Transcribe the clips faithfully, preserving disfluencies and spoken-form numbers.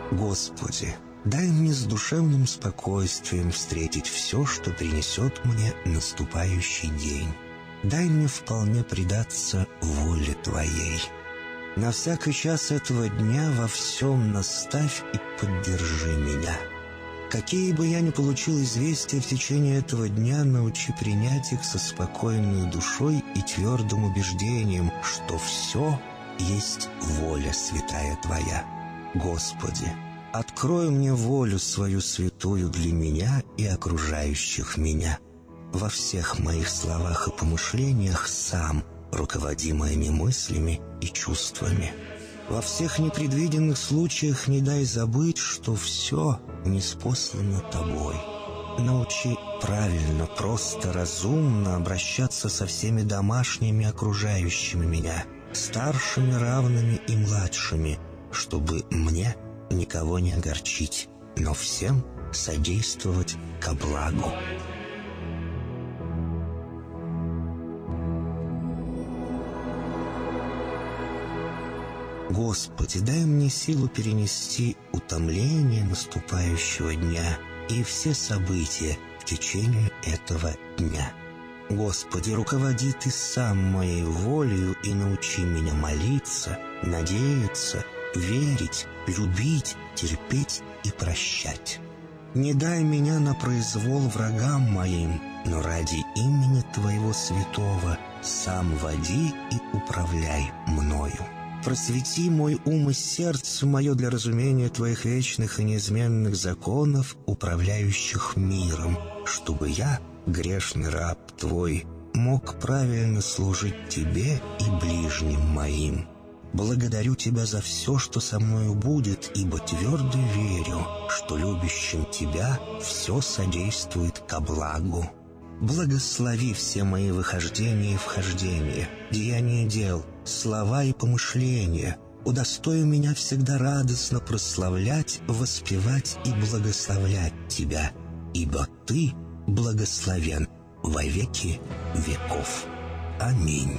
Господи, дай мне с душевным спокойствием встретить все, что принесет мне наступающий день. Дай мне вполне предаться воле Твоей. На всякий час этого дня во всем наставь и поддержи меня. Какие бы я ни получил известия в течение этого дня, научи принять их со спокойной душой и твердым убеждением, что все есть воля святая Твоя. Господи, открой мне волю свою святую для меня и окружающих меня. Во всех моих словах и помышлениях сам, руководи моими мыслями и чувствами. Во всех непредвиденных случаях не дай забыть, что все ниспослано Тобой. Научи правильно, просто, разумно обращаться со всеми домашними, окружающими меня, старшими, равными и младшими, чтобы мне никого не огорчить, но всем содействовать ко благу. Господи, дай мне силу перенести утомление наступающего дня и все события в течение этого дня. Господи, руководи Ты сам моей волею и научи меня молиться, надеяться, верить, любить, терпеть и прощать. Не дай меня на произвол врагам моим, но ради имени Твоего святого сам води и управляй мною. Просвети мой ум и сердце мое для разумения Твоих вечных и неизменных законов, управляющих миром, чтобы я, грешный раб Твой, мог правильно служить Тебе и ближним моим. Благодарю Тебя за все, что со мною будет, ибо твердо верю, что любящим Тебя все содействует ко благу. Благослови все мои выхождения и вхождения, деяния дел, слова и помышления. Удостой меня всегда радостно прославлять, воспевать и благословлять Тебя, ибо Ты благословен во веки веков. Аминь.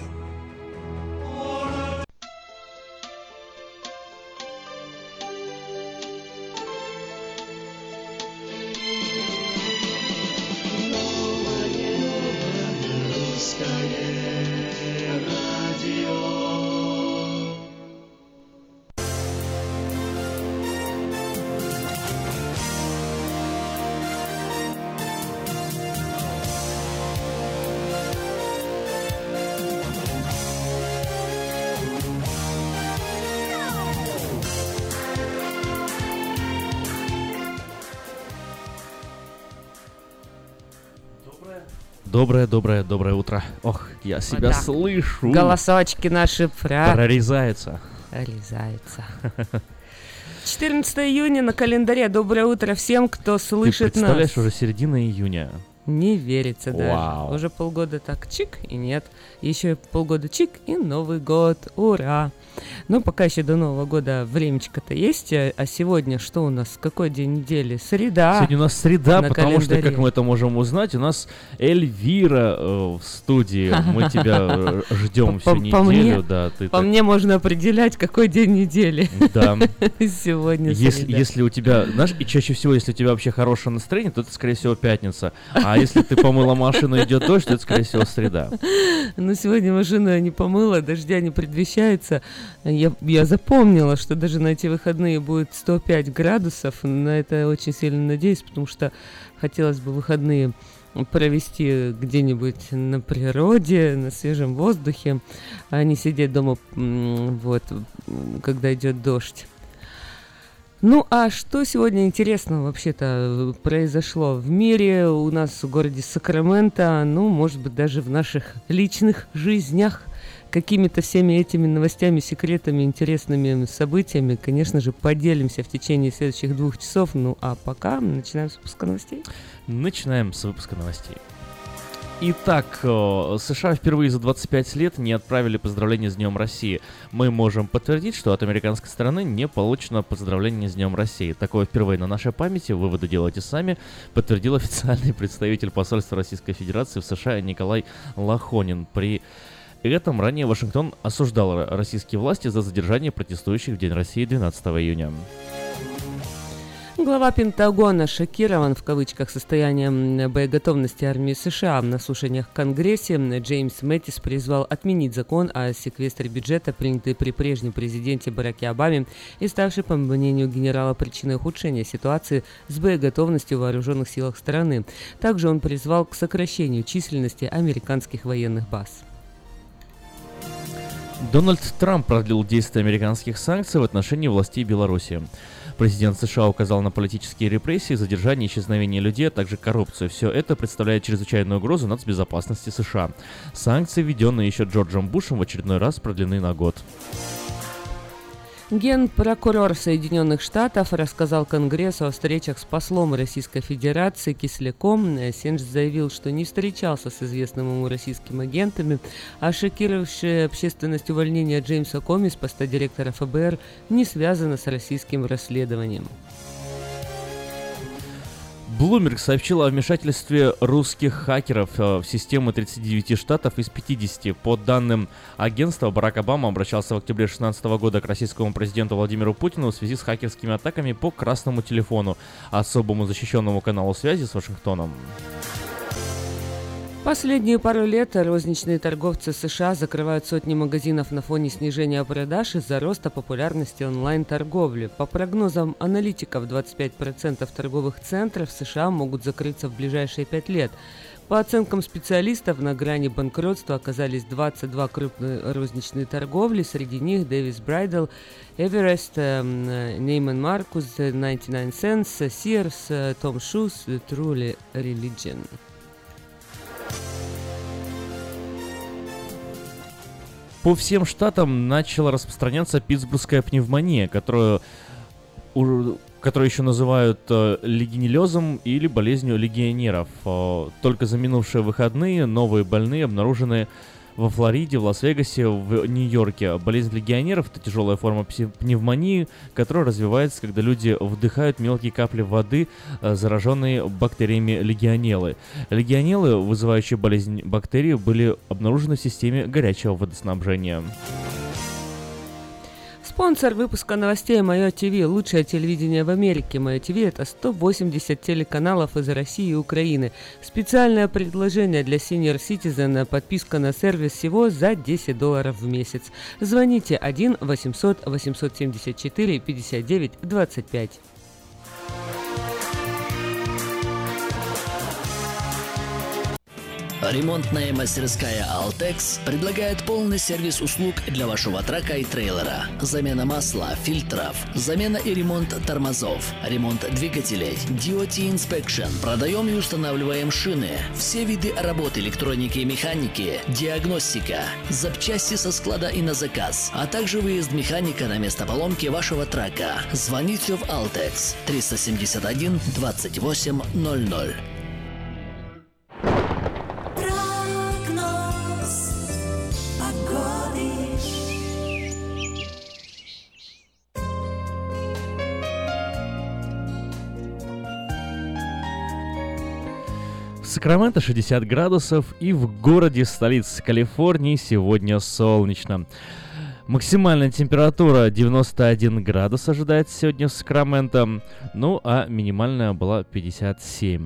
Доброе, доброе, доброе утро. Ох, я себя вот слышу. Голосочки наши про... прорезаются. Прорезаются. четырнадцатое июня на календаре. Доброе утро всем, кто слышит нас. Ты представляешь, нас. Уже середина июня. Не верится даже. Вау. Уже полгода так чик и нет. Еще полгода чик и Новый год. Ура! Но пока еще до Нового года времечко-то есть. А сегодня что у нас? Какой день недели? Среда. Сегодня у нас среда, потому календаре. Что, как мы это можем узнать, у нас Эльвира э, в студии. Мы тебя ждем всю неделю. Да, ты по так... мне можно определять, какой день недели. Да. Сегодня если, среда. если у тебя, знаешь, и чаще всего, если у тебя вообще хорошее настроение, то это, скорее всего, пятница. А если ты помыла машину, идет дождь, то это, скорее всего, среда. Ну, сегодня машину я не помыла, дождя не предвещается. Я, я запомнила, что даже на эти выходные будет сто пять градусов. На это очень сильно надеюсь, потому что хотелось бы выходные провести где-нибудь на природе, на свежем воздухе, а не сидеть дома, вот, когда идет дождь. Ну, а что сегодня интересного вообще-то произошло в мире, у нас в городе Сакраменто, ну, может быть, даже в наших личных жизнях? Какими-то всеми этими новостями, секретами, интересными событиями, конечно же, поделимся в течение следующих двух часов. Ну, а пока начинаем с выпуска новостей. Начинаем с выпуска новостей. Итак, США впервые за двадцать пять лет не отправили поздравления с Днем России. Мы можем подтвердить, что от американской стороны не получено поздравление с Днем России. Такое впервые на нашей памяти, выводы делайте сами, подтвердил официальный представитель посольства Российской Федерации в США Николай Лохонин. При этом ранее Вашингтон осуждал российские власти за задержание протестующих в День России двенадцатого июня. Глава Пентагона шокирован в кавычках состоянием боеготовности армии США. На слушаниях в Конгрессе Джеймс Мэттис призвал отменить закон о секвестре бюджета, принятый при прежнем президенте Бараке Обаме и ставший, по мнению генерала, причиной ухудшения ситуации с боеготовностью в вооруженных силах страны. Также он призвал к сокращению численности американских военных баз. Дональд Трамп продлил действие американских санкций в отношении властей Беларуси. Президент США указал на политические репрессии, задержание и исчезновение людей, а также коррупцию. Все это представляет чрезвычайную угрозу нацбезопасности США. Санкции, введенные еще Джорджем Бушем, в очередной раз продлены на год. Генпрокурор Соединенных Штатов рассказал Конгрессу о встречах с послом Российской Федерации Кисляком. Ассанж заявил, что не встречался с известным ему российскими агентами, а шокировавшее общественность увольнение Джеймса Коми с поста директора эф бэ эр не связано с российским расследованием. Bloomberg сообщил о вмешательстве русских хакеров в систему тридцати девяти штатов из пятидесяти. По данным агентства, Барак Обама обращался в октябре две тысячи шестнадцатого года к российскому президенту Владимиру Путину в связи с хакерскими атаками по красному телефону, особому защищенному каналу связи с Вашингтоном. Последние пару лет розничные торговцы США закрывают сотни магазинов на фоне снижения продаж из-за роста популярности онлайн-торговли. По прогнозам аналитиков, двадцать пять процентов торговых центров США могут закрыться в ближайшие пять лет. По оценкам специалистов, на грани банкротства оказались двадцать два крупные розничные торговли, среди них Davis Bridal, Everest, Neiman Marcus, девяносто девять Cents, Sears, Tom Shoes, True Religion. По всем штатам начала распространяться питтсбургская пневмония, которую, которую еще называют э, легионеллезом или болезнью легионеров. Э, только за минувшие выходные новые больные обнаружены во Флориде, в Лас-Вегасе, в Нью-Йорке. Болезнь легионеров – это тяжелая форма пневмонии, которая развивается, когда люди вдыхают мелкие капли воды, зараженные бактериями легионеллы. Легионеллы, вызывающие болезнь бактерий, были обнаружены в системе горячего водоснабжения. Спонсор выпуска новостей Мое ТВ. Лучшее телевидение в Америке. Мое ТВ – это сто восемьдесят телеканалов из России и Украины. Специальное предложение для Senior Citizen. Подписка на сервис всего за десять долларов в месяц. Звоните один восемьсот восемьсот семьдесят четыре пятьдесят девять двадцать пять. Ремонтная мастерская «Алтекс» предлагает полный сервис услуг для вашего трака и трейлера. Замена масла, фильтров, замена и ремонт тормозов, ремонт двигателей, ди о ти Inspection. Продаем и устанавливаем шины, все виды работ электроники и механики, диагностика, запчасти со склада и на заказ, а также выезд механика на место поломки вашего трака. Звоните в «Алтекс» триста семьдесят один двадцать восемь ноль ноль. В Сакраменто шестьдесят градусов, и в городе столицы Калифорнии сегодня солнечно. Максимальная температура девяносто один градус ожидается сегодня в Сакраменто, ну а минимальная была пятьдесят семь.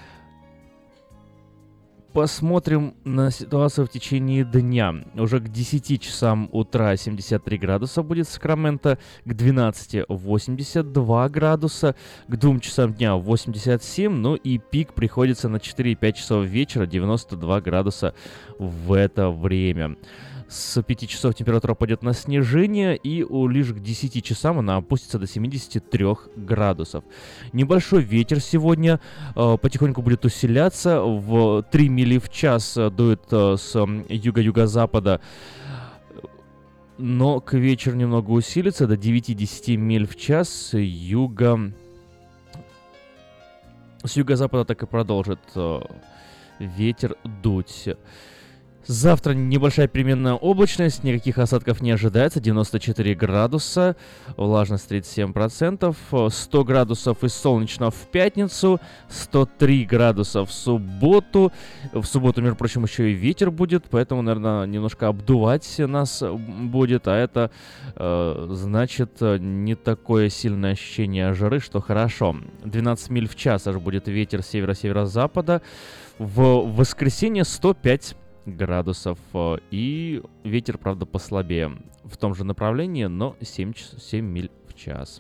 Посмотрим на ситуацию в течение дня. Уже к десяти часам утра семьдесят три градуса будет в Сакраменто, к двенадцати восемьдесят два градуса, к двум часам дня восемьдесят семь, ну и пик приходится на четыре-пять часов вечера, девяносто два градуса в это время. С пяти часов температура пойдет на снижение, и у, лишь к десяти часам она опустится до семидесяти трёх градусов. Небольшой ветер сегодня э, потихоньку будет усиляться, в три мили в час дует э, с э, юга-юго-запада, но к вечеру немного усилится до девяти-десяти миль в час юга... С юго-запада так и продолжит э, ветер дуть. Завтра небольшая переменная облачность, никаких осадков не ожидается, девяносто четыре градуса, влажность тридцать семь процентов, сто градусов и солнечно в пятницу, сто три градуса в субботу. В субботу, между прочим, еще и ветер будет, поэтому, наверное, немножко обдувать нас будет, а это э, значит не такое сильное ощущение жары, что хорошо. двенадцать миль в час аж будет ветер северо-северо-запада. В воскресенье сто пять градусов, и ветер, правда, послабее в том же направлении, но семь, семь миль в час.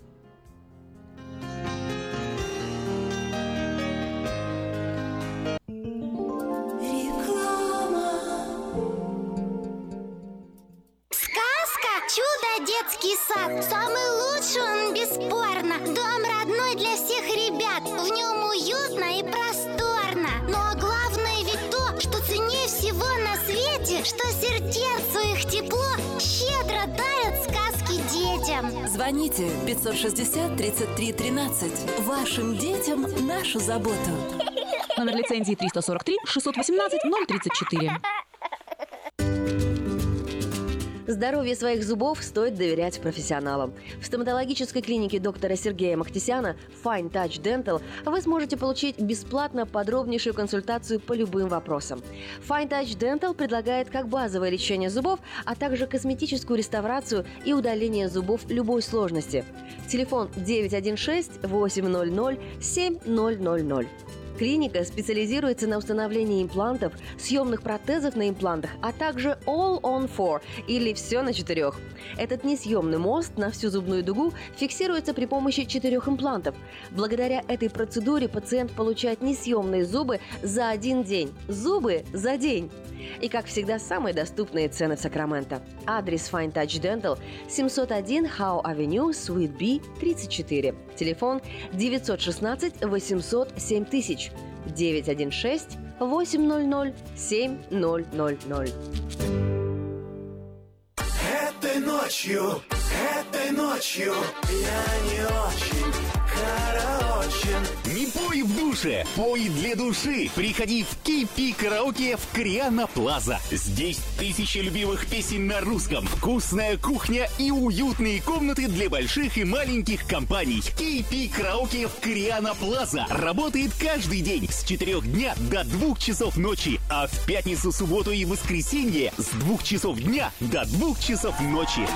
Чудо детский сад. Самый лучший он, бесспорно. Дом родной для всех ребят. В нем уютно и просторно. Но главное ведь то, что ценнее всего на свете, что сердцу их тепло щедро дарят сказки детям. Звоните пятьсот шестьдесят тридцать три тринадцать. Вашим детям нашу заботу. Номер лицензии триста сорок три шестьсот восемнадцать ноль тридцать четыре. Здоровье своих зубов стоит доверять профессионалам. В стоматологической клинике доктора Сергея Махтисяна Fine Touch Dental вы сможете получить бесплатно подробнейшую консультацию по любым вопросам. Fine Touch Dental предлагает как базовое лечение зубов, а также косметическую реставрацию и удаление зубов любой сложности. Телефон девять один шесть восемь ноль ноль семь ноль ноль ноль. Клиника специализируется на установлении имплантов, съемных протезов на имплантах, а также All on Four или все на четырех. Этот несъемный мост на всю зубную дугу фиксируется при помощи четырех имплантов. Благодаря этой процедуре пациент получает несъемные зубы за один день. Зубы за день! И, как всегда, самые доступные цены в Сакраменто. Адрес Fine Touch Dental семьсот один Howe Avenue, Suite B, тридцать четыре. Телефон девять один шесть восемьсот семь тысяч. девять один шесть восемь ноль ноль семь ноль ноль ноль. Этой ночью, этой ночью я не очень караочен. Не пой в душе, пой для души. Приходи в кей пи Караоке в Кориана Плаза. Здесь тысячи любимых песен на русском, вкусная кухня и уютные комнаты для больших и маленьких компаний. кей пи Караоке в Кориана Плаза работает каждый день с четырёх дня до двух часов ночи, а в пятницу, субботу и воскресенье с двух часов дня до двух часов ночи.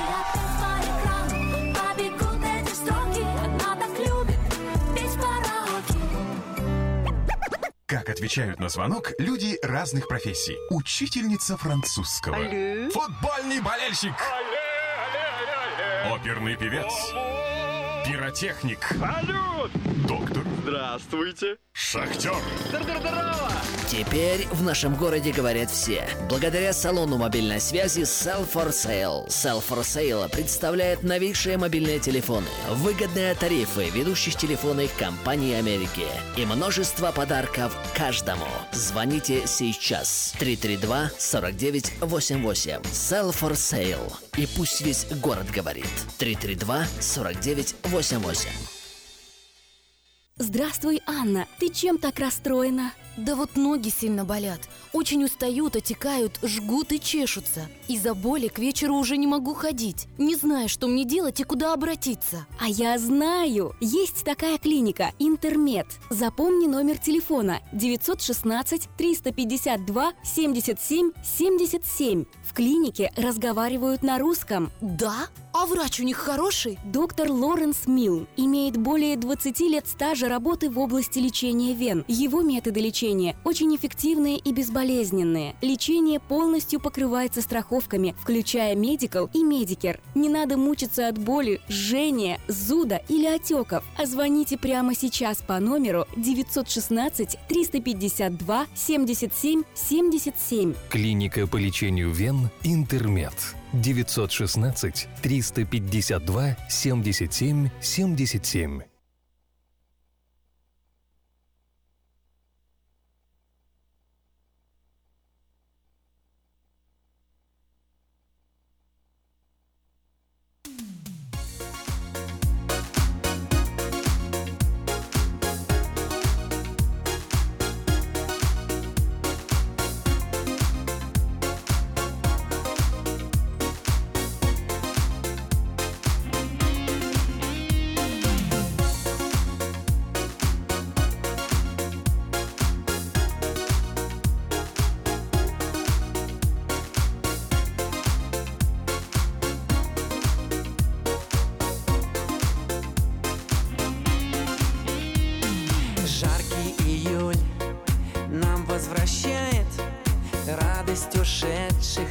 Как отвечают на звонок люди разных профессий. Учительница французского. Алле. Футбольный болельщик. Алле, алле, алле, алле. Оперный певец. Алло. Пиротехник. Салют. Доктор. Здравствуйте. Шахтер. Здорово. Теперь в нашем городе говорят все. Благодаря салону мобильной связи Sell for Sale. Sell for Sale представляет новейшие мобильные телефоны, выгодные тарифы ведущих телефонных компаний Америки и множество подарков каждому. Звоните сейчас. три три два сорок девять восемьдесят восемь. Sell for Sale. И пусть весь город говорит. три три два сорок девять восемьдесят восемь. Здравствуй, Анна. Ты чем так расстроена? Да вот ноги сильно болят. Очень устают, отекают, жгут и чешутся. Из-за боли к вечеру уже не могу ходить. Не знаю, что мне делать и куда обратиться. А я знаю! Есть такая клиника «Интермед». Запомни номер телефона девять один шесть триста пятьдесят два семьдесят семь семьдесят семь. В клинике разговаривают на русском. Да? А врач у них хороший? Доктор Лоренс Милн имеет более двадцати лет стажа работы в области лечения вен. Его методы лечения очень эффективные и безболезненные. Лечение полностью покрывается страховками, включая Medical и Medicare. Не надо мучиться от боли, жжения, зуда или отеков. А звоните прямо сейчас по номеру девять один шесть триста пятьдесят два семьдесят семь семьдесят семь. Клиника по лечению вен «Интермед». девять один шесть триста пятьдесят два семьдесят семь семьдесят семь.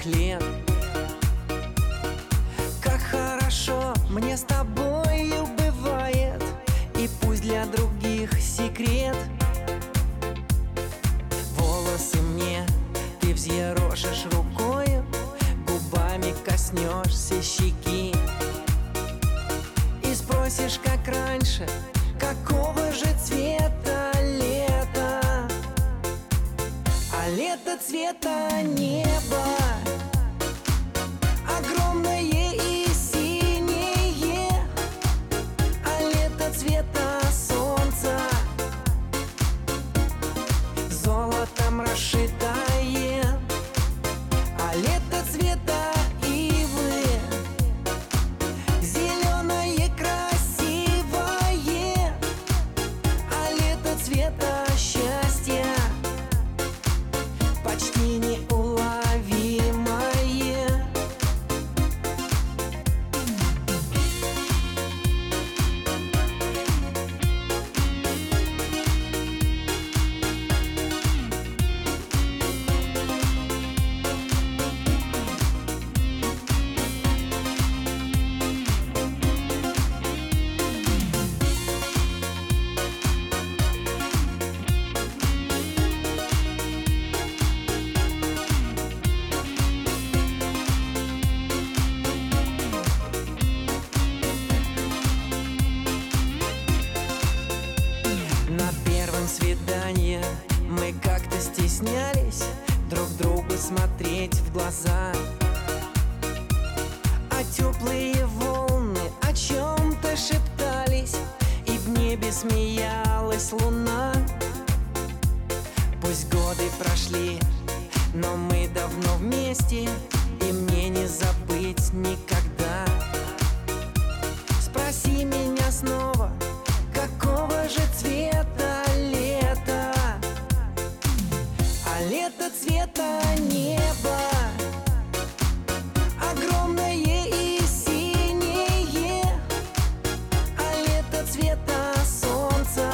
лет. Как хорошо мне с тобою бывает, и пусть для других секрет. Волосы мне ты взъерошишь рукою, губами коснешься щеки и спросишь, как раньше, какого же цвета лето. А лето цвета неба, огромное и синее, а лето цвета солнца, золотом расшитое, а лето цвета ивы, зеленое красивое, а лето цвета счастья, почти неуловимое. На первом свидании мы как-то стеснялись друг другу смотреть в глаза, а теплые волны о чем-то шептались, и в небе смеялась луна. Пусть годы прошли, но мы давно вместе, и мне не забыть никогда. Спроси меня снова, какого же цвета лето? А лето цвета неба, огромное и синее, а лето цвета солнца,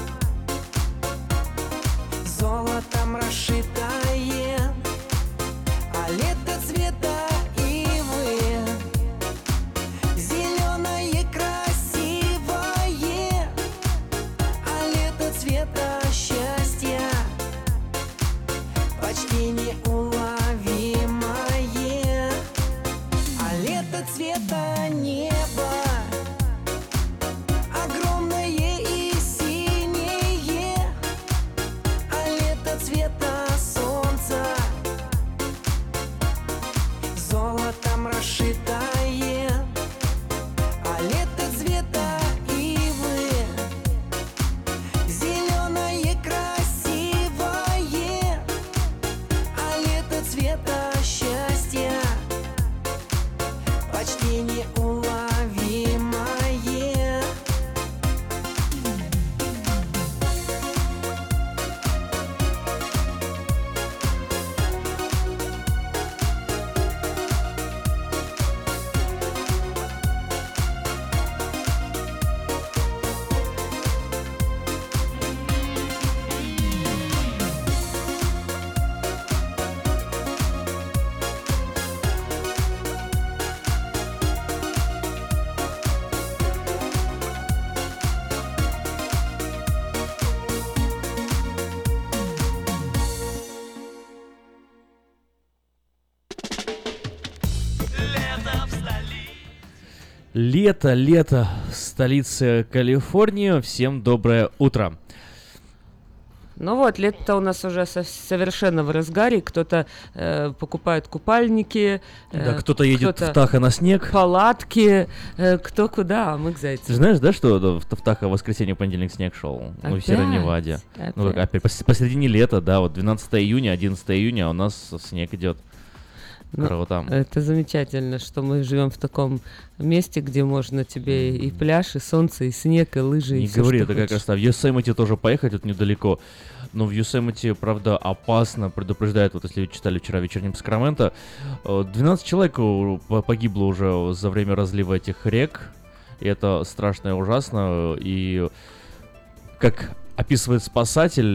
золотом расшитое, а лето цвета ивы, зеленое красивое, а лето цвета счастья, почти неуловимое, а лето цвета неба, огромное и синее, а лето цвета солнца, золотом расшитое, а лето цвета ивы, зеленое красивое, а лето цвета счастья, почти неуловимое. Лето, лето в столице Калифорнии. Всем доброе утро. Ну вот, лето-то у нас уже со- совершенно в разгаре. Кто-то э, покупает купальники. Э, Да, кто-то едет кто-то в Тахо на снег. Палатки. Э, кто куда, а мы к Зайцеву. Ты знаешь, да, что в, в Тахо в воскресенье, понедельник снег шел? Ну, в Сьерра-Неваде. Опять? Ну, как опять, пос- посередине лета, да, вот двенадцатого июня, одиннадцатого июня у нас снег идет. Ну, Круто. это замечательно, что мы живем в таком месте, где можно тебе и пляж, и солнце, и снег, и лыжи, и Не всё, говори, что это как хочешь. раз там. В Йосемити тоже поехать, тут недалеко. Но в Йосемити, правда, опасно, предупреждает, вот если вы читали вчера «Вечернем Сакраменто», э, двенадцать человек у- по- погибло уже за время разлива этих рек. И это страшно и ужасно. И как описывает спасатель,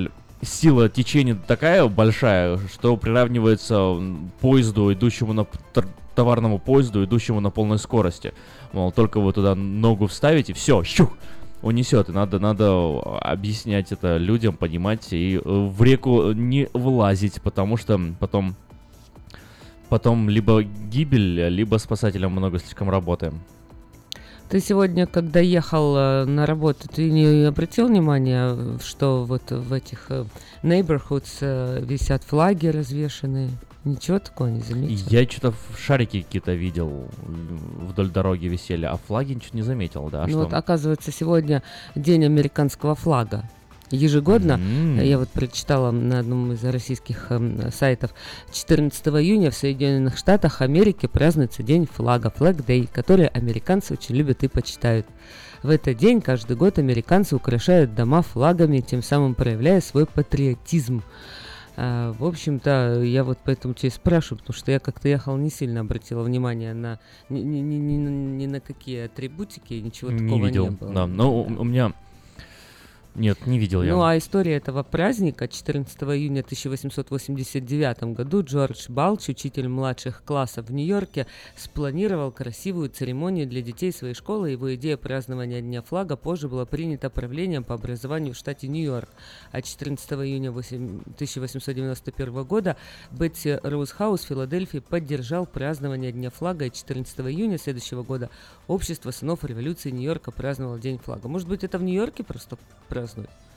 сила течения такая большая, что приравнивается поезду, идущему на товарному поезду, идущему на полной скорости. Мол, только вы туда ногу вставите, все, щух, унесет. И надо, надо объяснять это людям, понимать, и в реку не влазить, потому что потом, потом либо гибель, либо спасателям много слишком работы. Ты сегодня, когда ехал э, на работу, ты не обратил внимания, что вот в этих э, neighborhoods э, висят флаги развешанные? Ничего такого не заметил? Я что-то шарики какие-то видел, вдоль дороги висели, а флаги ничего не заметил, да? А ну что? Вот, оказывается, сегодня день американского флага. Ежегодно, Mm. я вот прочитала на одном из российских э, сайтов, четырнадцатого июня в Соединенных Штатах Америки празднуется День флага, Flag Day, который американцы очень любят и почитают. В этот день каждый год американцы украшают дома флагами, тем самым проявляя свой патриотизм. А, в общем-то, я вот поэтому тебя и спрашиваю, потому что я как-то ехал, не сильно обратила внимание на ни, ни, ни, ни, ни на какие атрибутики, ничего не такого видел, не было. Да, но у, у меня... Нет, не видел я. Ну, а история этого праздника: четырнадцатого июня тысяча восемьсот восемьдесят девятом году Джордж Балч, учитель младших классов в Нью-Йорке, спланировал красивую церемонию для детей своей школы. Его идея празднования Дня флага позже была принята правлением по образованию в штате Нью-Йорк. А четырнадцатого июня тысяча восемьсот девяносто первого года Бетси Роузхаус в Филадельфии поддержал празднование Дня флага, и четырнадцатого июня следующего года Общество сынов революции Нью-Йорка праздновало День флага. Может быть, это в Нью-Йорке просто празднуют?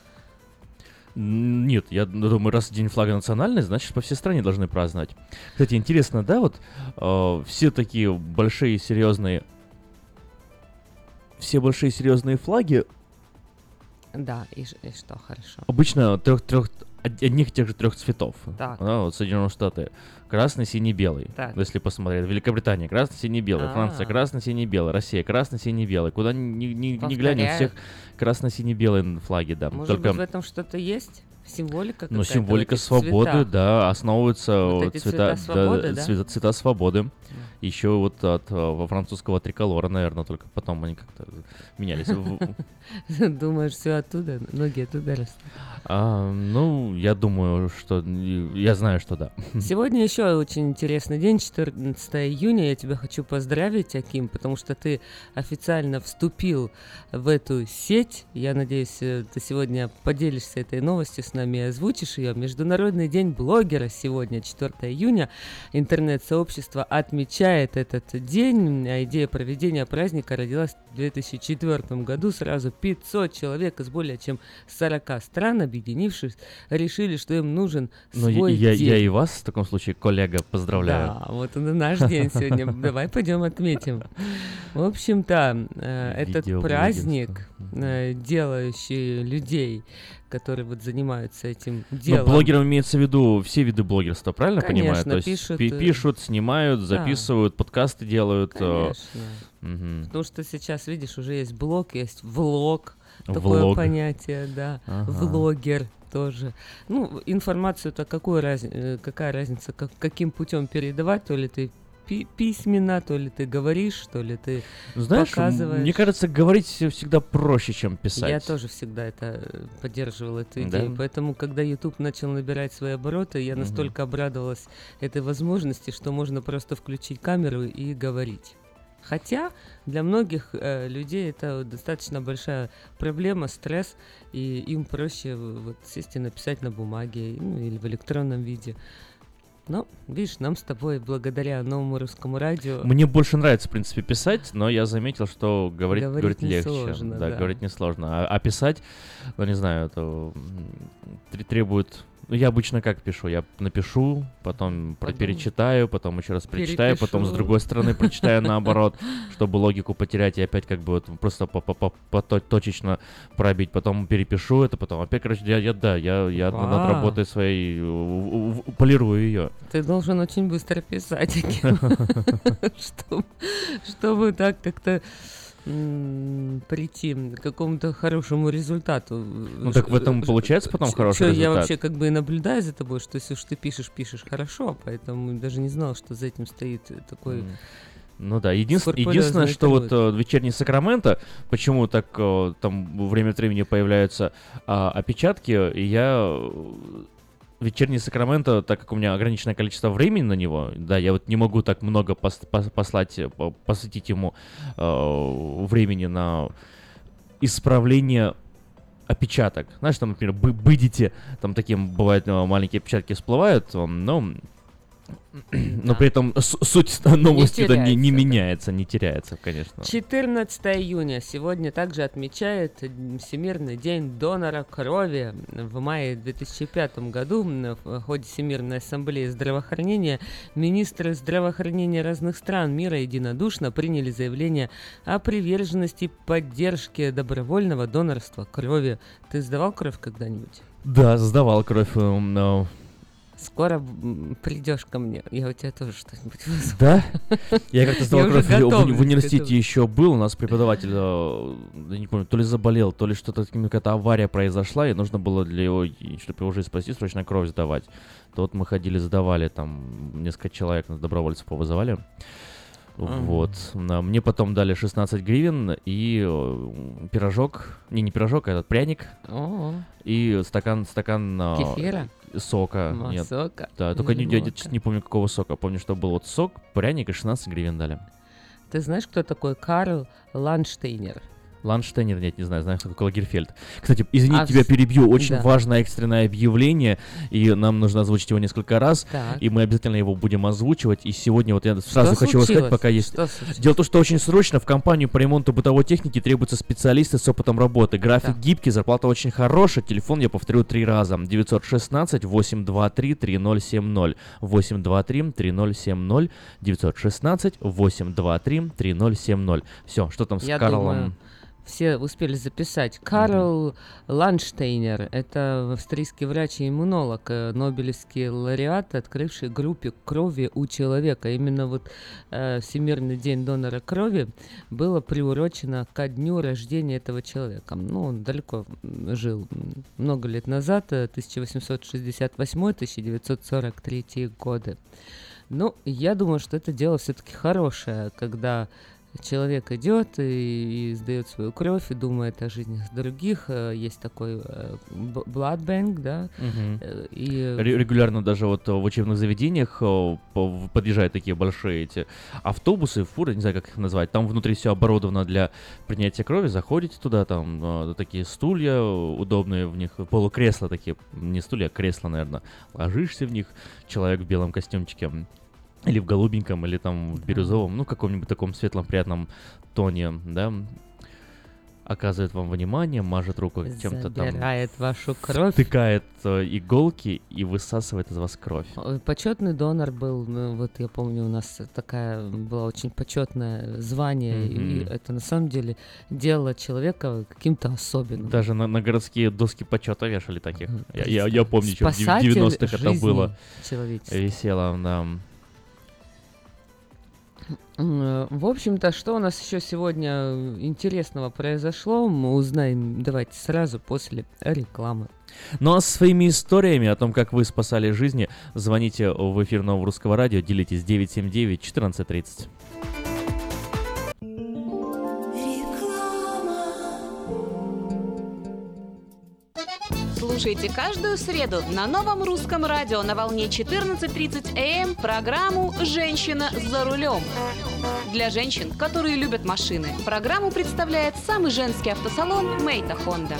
Нет, я думаю, раз День флага национальный, значит, по всей стране должны праздновать. Кстати, интересно, да, вот э, все такие большие серьезные, все большие серьезные флаги. Да, и, и что, хорошо. Обычно трех, трех, одних и тех же трех цветов. Так. Да, вот Соединенные Штаты. Красный, синий, белый. Так. Если посмотреть. Великобритания красный, синий, белый. А-а-а. Франция красный, синий, белый. Россия красный, синий, белый. Куда ни, ни, ни глянь, у всех красно-синий-белые флаги, да. Может Только... быть, в этом что-то есть? Символика какая-то? Ну, символика в этих свободы, цветах? да, основываются Вот вот эти цвета, цвета свободы, да, да? Цвета, цвета свободы. Mm. Еще вот от во французского триколора, наверное, только потом они как-то менялись. Думаешь, все оттуда? Ноги оттуда растут? А, ну, я думаю, что... Я знаю, что да. Сегодня еще очень интересный день, четырнадцатого июня. Я тебя хочу поздравить, Аким, потому что ты официально вступил в эту сеть. Я надеюсь, ты сегодня поделишься этой новостью с нами и озвучишь ее. Международный день блогера сегодня, четвёртого июня. Интернет-сообщество отмечает этот день. А идея проведения праздника родилась в две тысячи четвёртом году. Сразу пятьсот человек из более чем сорока стран, объединившись, решили, что им нужен Но свой я, день. Я и вас, в таком случае, коллега, поздравляю. Да, вот это наш день сегодня. Давай пойдем отметим. В общем-то, этот праздник, делающий людей, которые вот занимаются этим делом. Но блогером имеется в виду все виды блогерства, правильно Конечно, понимаю? То есть пишут, пи- пишут, снимают, записывают, да. подкасты делают. Конечно. Угу. Потому что сейчас, видишь, уже есть блог, есть влог, Влог. такое понятие, да. Ага. Влогер тоже. Ну, информацию-то какую раз... какая разница, как, каким путем передавать, то ли ты письменно, то ли ты говоришь, то ли ты Знаешь, показываешь. Мне кажется, говорить всегда проще, чем писать. Я тоже всегда это поддерживала, эту идею. Да? Поэтому, когда YouTube начал набирать свои обороты, я настолько угу. обрадовалась этой возможности, что можно просто включить камеру и говорить. Хотя для многих э, людей это достаточно большая проблема, стресс, и им проще вот сесть и написать на бумаге, ну, или в электронном виде. Но, видишь, нам с тобой, благодаря новому русскому радио... Мне больше нравится, в принципе, писать, но я заметил, что говорить, говорить, говорить легче. Сложно, да, да, говорить несложно. А, а писать, ну, не знаю, это требует... Ну, я обычно как пишу? Я напишу, потом, потом перечитаю, потом еще раз прочитаю, перепишу. Потом с другой стороны прочитаю наоборот, чтобы логику потерять и опять как бы вот просто точечно пробить. Потом перепишу это, потом опять, короче, я, я да, я, я над работой своей полирую ее. Ты должен очень быстро писать, чтобы так как-то... прийти к какому-то хорошему результату. Ну так в этом получается потом хороший результат. Я вообще как бы и наблюдаю за тобой, что если уж ты пишешь, пишешь хорошо, поэтому даже не знал, что за этим стоит такой Ну да, единствен, единственное, что вот э, вечерний Сакраменто, почему так э, там время от времени появляются э, опечатки, и я... Вечерний Сакраменто, так как у меня ограниченное количество времени на него, да, я вот не могу так много пос- пос- послать, посвятить ему э, времени на исправление опечаток. Знаешь, там, например, бы- быдите, там такие бывают маленькие опечатки всплывают, но... Но при этом с- суть новости не, не, не меняется, не теряется, конечно. четырнадцатого июня сегодня также отмечает Всемирный день донора крови. В мае две тысячи пятом году в ходе Всемирной ассамблеи здравоохранения министры здравоохранения разных стран мира единодушно приняли заявление о приверженности и поддержке добровольного донорства крови. Ты сдавал кровь когда-нибудь? Да, сдавал кровь. Но... Скоро придешь ко мне, я у тебя тоже что-нибудь вызову. Да? Я как-то сдавал кровь в, в университете еще был, у нас преподаватель, я не помню, то ли заболел, то ли что-то, какая-то авария произошла, и нужно было для его, чтобы его жизнь спасти, срочно кровь сдавать. То вот мы ходили, сдавали, там несколько человек, нас добровольцев повызывали. Mm-hmm. Вот. Мне потом дали шестнадцать гривен и пирожок, не, не пирожок, а этот пряник. Oh. И стакан, стакан... Кефира? Сока. Ма, Нет. Сока? Да, только не, я, я не помню, какого сока. Помню, что был вот сок, пряник и шестнадцать гривен дали. Ты знаешь, кто такой Карл Ланштейнер? Ланштейнер, нет, не знаю, знаю, кто такой Лагерфельд. Кстати, извини, а тебя перебью, очень да. важное экстренное объявление, и нам нужно озвучить его несколько раз, так. и мы обязательно его будем озвучивать, и сегодня вот я сразу что хочу случилось? сказать, пока есть... Дело в том, что очень срочно в компанию по ремонту бытовой техники требуются специалисты с опытом работы. График да. гибкий, зарплата очень хорошая, телефон я повторю три раза. девятьсот шестнадцать восемьсот двадцать три тридцать семьдесят, восемьсот двадцать три тридцать семьдесят, девятьсот шестнадцать восемьсот двадцать три тридцать семьдесят. Все, что там с я Карлом... Думаю... Все успели записать. Карл mm-hmm. Ланштейнер – это австрийский врач и иммунолог, нобелевский лауреат, открывший группе крови у человека. Именно вот э, Всемирный день донора крови было приурочено ко дню рождения этого человека. Ну, он далеко жил, много лет назад, тысяча восемьсот шестьдесят восьмой — тысяча девятьсот сорок третий годы. Ну, я думаю, что это дело все-таки хорошее, когда человек идет и, и сдает свою кровь и думает о жизни других. Есть такой blood bank, да. Угу. И... Регулярно даже вот в учебных заведениях подъезжают такие большие эти автобусы, фуры, не знаю, как их назвать. Там внутри все оборудовано для принятия крови. Заходите туда, там такие стулья удобные, в них полукресла такие, не стулья, а кресла, наверное. Ложишься в них, человек в белом костюмчике. Или в голубеньком, или там в бирюзовом, ну, каком-нибудь таком светлом, приятном тоне, да, оказывает вам внимание, мажет руку чем-то там. Забирает вашу кровь. Втыкает э, иголки и высасывает из вас кровь. Почетный донор был, ну, вот я помню, у нас такая была очень почетное звание, mm-hmm. и это на самом деле делало человека каким-то особенным. Даже на, на городские доски почета вешали таких. Mm-hmm. Я, я, я помню, что в девяностых это было. Висело, да. В общем-то, что у нас еще сегодня интересного произошло, мы узнаем, давайте, сразу после рекламы. Ну а своими историями о том, как вы спасали жизни, звоните в эфир Нового Русского Радио, делитесь девять семь девять четырнадцать тридцать. Слушайте каждую среду на Новом Русском Радио на волне четырнадцать тридцать эй эм программу «Женщина за рулем». Для женщин, которые любят машины, программу представляет самый женский автосалон «Мейта Хонда».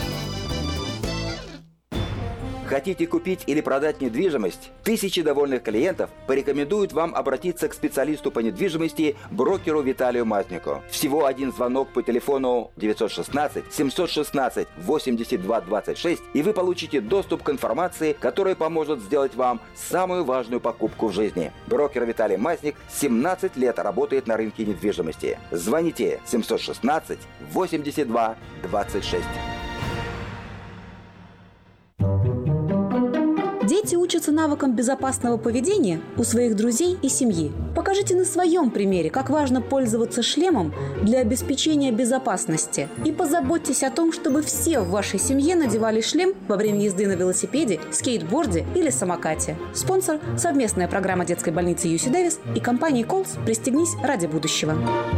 Хотите купить или продать недвижимость? Тысячи довольных клиентов порекомендуют вам обратиться к специалисту по недвижимости, брокеру Виталию Мазнику. Всего один звонок по телефону девятьсот шестнадцать семьсот шестнадцать восемьдесят два двадцать шесть, и вы получите доступ к информации, которая поможет сделать вам самую важную покупку в жизни. Брокер Виталий Мазник семнадцать лет работает на рынке недвижимости. Звоните семьсот шестнадцать восемьдесят два двадцать шесть. Дети учатся научатся навыкам безопасного поведения у своих друзей и семьи. Покажите на своем примере, как важно пользоваться шлемом для обеспечения безопасности. И позаботьтесь о том, чтобы все в вашей семье надевали шлем во время езды на велосипеде, скейтборде или самокате. Спонсор – совместная программа детской больницы ю си Дэвис и компании Колс «Пристегнись ради будущего».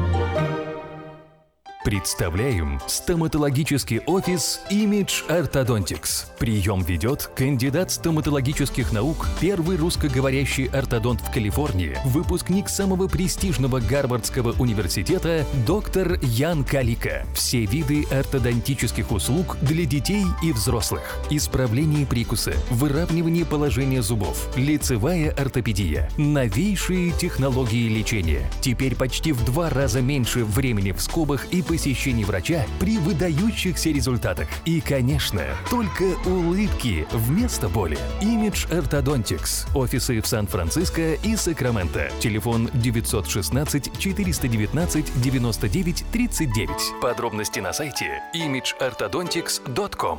Представляем стоматологический офис Image Orthodontics. Прием ведет кандидат стоматологических наук, первый русскоговорящий ортодонт в Калифорнии, выпускник самого престижного Гарвардского университета доктор Ян Калика. Все виды ортодонтических услуг для детей и взрослых. Исправление прикуса, выравнивание положения зубов, лицевая ортопедия, новейшие технологии лечения. Теперь почти в два раза меньше времени в скобах и посещений врача при выдающихся результатах. И, конечно, только улыбки вместо боли. Image Orthodontics. Офисы в Сан-Франциско и Сакраменто. Телефон девятьсот шестнадцать четыреста девятнадцать девяносто девять тридцать девять. Подробности на сайте имидж ортодонтикс точка ком.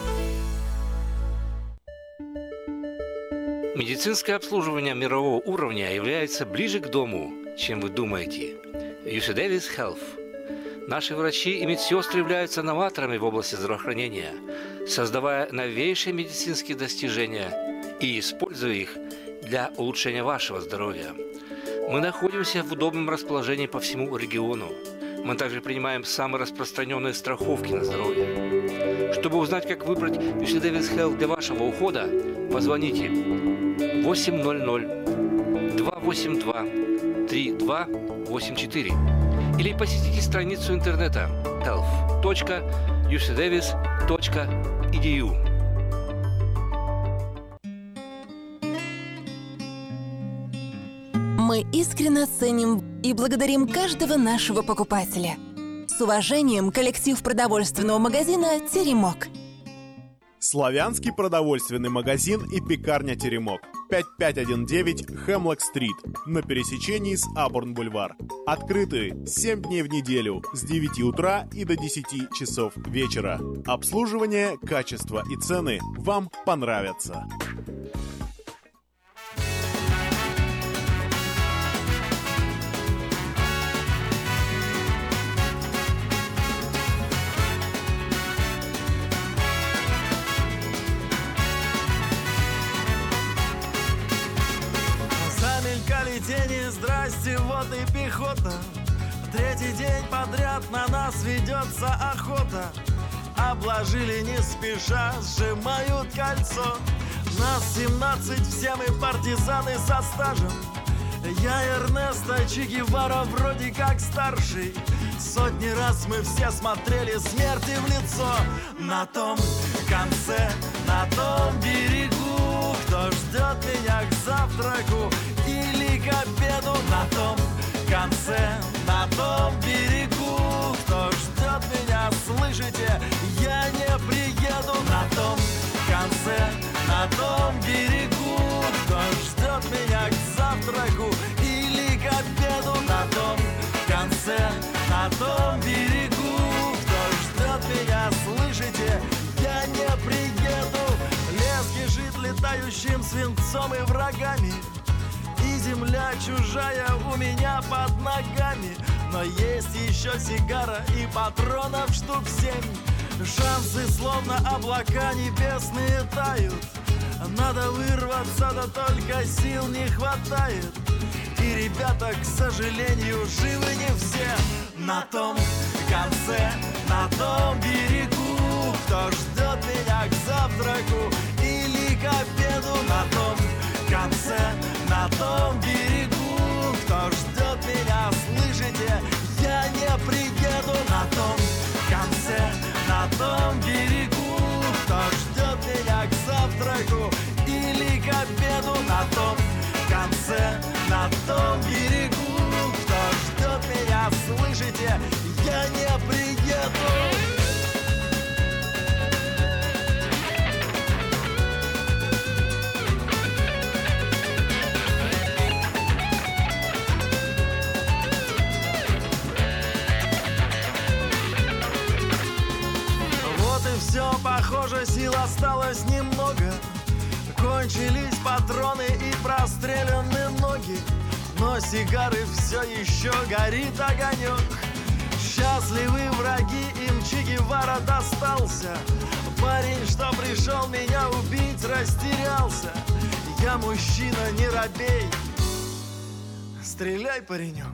Медицинское обслуживание мирового уровня является ближе к дому, чем вы думаете. ю си Davis Health. Наши врачи и медсестры являются новаторами в области здравоохранения, создавая новейшие медицинские достижения и используя их для улучшения вашего здоровья. Мы находимся в удобном расположении по всему региону. Мы также принимаем самые распространенные страховки на здоровье. Чтобы узнать, как выбрать ю си Davis Health для вашего ухода, позвоните восемь ноль ноль два восемь два три два восемь четыре или посетите страницу интернета health точка ю си davis точка и ди ю. Мы искренне ценим и благодарим каждого нашего покупателя. С уважением, коллектив продовольственного магазина «Теремок». Славянский продовольственный магазин и пекарня «Теремок». пять пять один девять Хемлок-стрит на пересечении с Абурн-бульвар. Открыты семь дней в неделю с девяти утра и до десяти часов вечера. Обслуживание, качество и цены вам понравятся. Тени, здрасте, вот и пехота. Третий день подряд на нас ведется охота. Обложили не спеша, сжимают кольцо. Нас семнадцать, все мы партизаны со стажем. Я Эрнесто Че Гевара вроде как старший. Сотни раз мы все смотрели смерти в лицо. На том конце, на том берегу, кто ждет меня к завтраку или к обеду? На том конце, на том берегу, кто ждет меня, слышите, я не приеду. На том конце, на том берегу, кто ждет меня к завтраку или к обеду? На том конце, на том берегу, кто ждет меня, слышите, я не приеду. Лес кишит летающим свинцом и врагами, и земля чужая у меня под ногами. Но есть еще сигара и патронов штук семь. Шансы словно облака небесные тают. Надо вырваться, да только сил не хватает. И ребята, к сожалению, живы не все. На том конце, на том берегу, кто ждет меня к завтраку или к обеду? На том конце, на том берегу, кто ждет меня, слышите, я не приеду. На том конце, на том берегу, кто ждет меня к завтраку или к обеду? На том конце, на том берегу, кто ждет меня, слышите, я не приеду. Все, похоже, сил осталось немного. Кончились патроны и простреляны ноги, но сигары все еще горит огонек. Счастливы враги, им Че Гевара достался. Парень, что пришел меня убить, растерялся. Я мужчина, не робей. Стреляй, паренек.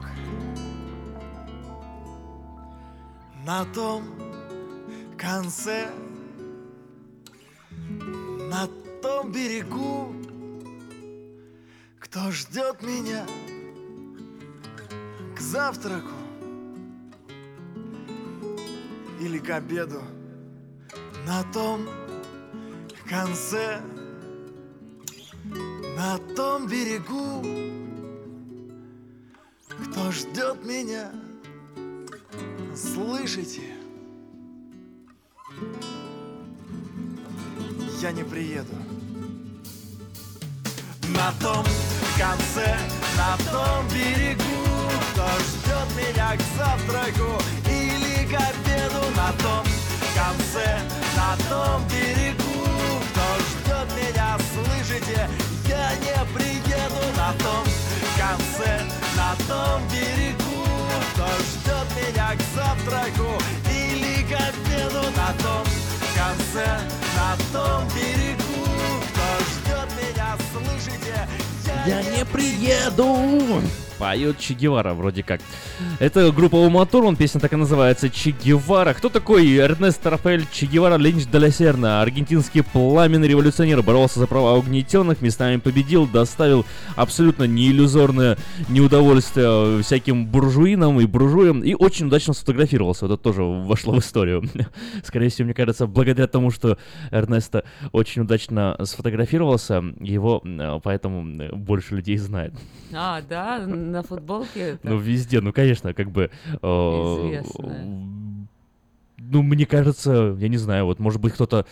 На том конце, на том берегу, кто ждет меня к завтраку или к обеду. На том конце, на том берегу, кто ждет меня, слышите? Я не приеду. На том конце, на том берегу, кто ждет меня к завтраку или к обеду. На том конце, на том берегу, кто ждет меня, слышите? Я не приеду. На том конце, на том берегу, кто ждет меня к завтраку или к обеду. На том конце, на том берегу, кто ждет меня, слышите? Я не приеду! Поет Че Гевара вроде как. Это группа Ума Турман, песня так и называется Че Гевара. Кто такой Эрнесто Рафаэль Че Гевара Ленч де ла Серна? Аргентинский пламенный революционер, боролся за права угнетенных, местами победил, доставил абсолютно неиллюзорное неудовольствие всяким буржуинам и буржуям и очень удачно сфотографировался. Это тоже вошло в историю. Скорее всего, мне кажется, благодаря тому, что Эрнесто очень удачно сфотографировался, его поэтому больше людей знает. А, да, на футболке это? Ну, везде, ну, конечно, как бы... Э, Известная. Ну, мне кажется, я не знаю, вот, может быть, кто-то...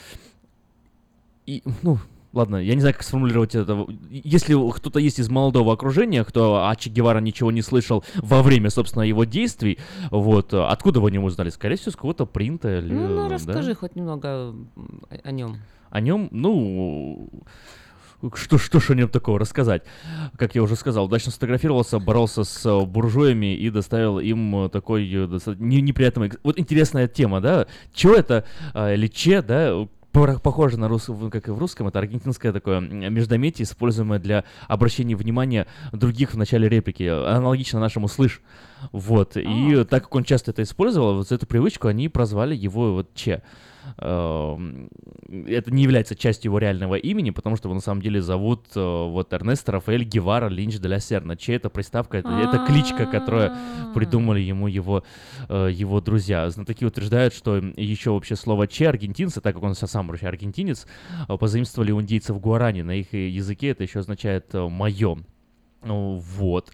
И, ну, ладно, я не знаю, как сформулировать это. Если кто-то есть из молодого окружения, кто о Че Гевара ничего не слышал во время, собственно, его действий, вот, откуда вы о нем узнали? Скорее всего, с какого-то принта или... Ну, ну да? расскажи хоть немного о нем. О нем, ну... Что, что ж о нем такого рассказать? Как я уже сказал, удачно сфотографировался, боролся с буржуями и доставил им такой неприятный... Вот интересная тема, да? Че это? Или Че, да? Похоже на рус... как и в русском, это аргентинское такое междометие, используемое для обращения внимания других в начале реплики, аналогично нашему «слышь». Вот, и а, так как он часто это использовал, вот эту привычку они прозвали его вот Че. Это не является частью его реального имени, потому что его на самом деле зовут вот Эрнесто Рафаэль Гевара Ленч де ла Серна. Че — это приставка, это, это кличка, которую придумали ему его, его друзья. Знатоки утверждают, что еще вообще слово Че аргентинцы, так как он сам вообще аргентинец, позаимствовали у индейцев гуарани. На их языке это еще означает «моё». Вот.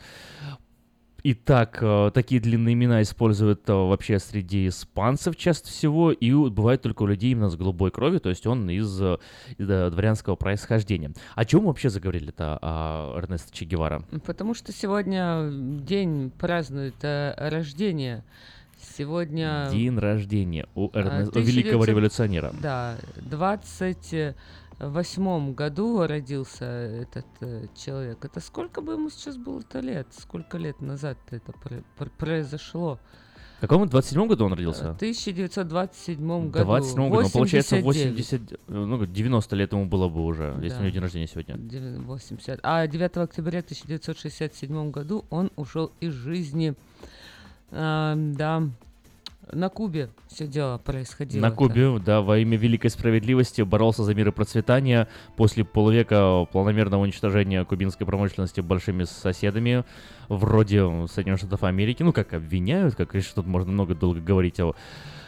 Итак, такие длинные имена используют вообще среди испанцев чаще всего, и бывает только у людей именно с голубой кровью, то есть он из, из дворянского происхождения. О чем мы вообще заговорили-то о Эрнесто Че Гевара? Потому что сегодня день празднует э, рождение. Сегодня... День рождения у, Эрнест... у великого революционера. Да, двадцать восьмом году родился этот э, человек. Это сколько бы ему сейчас было-то лет? Сколько лет назад это пр- пр- произошло? В каком двадцать седьмом году он родился? В тысяча девятьсот двадцать седьмом году. двадцать седьмом году, ну, получается, восемьдесят, ну, девяносто лет ему было бы уже, да. Если у него день рождения сегодня. восемьдесят. А девятого октября тысяча девятьсот шестьдесят седьмом году он ушел из жизни. А, да. На Кубе все дело происходило. На Кубе, да, во имя великой справедливости боролся за мир и процветание после полувека планомерного уничтожения кубинской промышленности большими соседами, вроде Соединенных Штатов Америки. Ну, как обвиняют, как, конечно, тут можно много долго говорить о,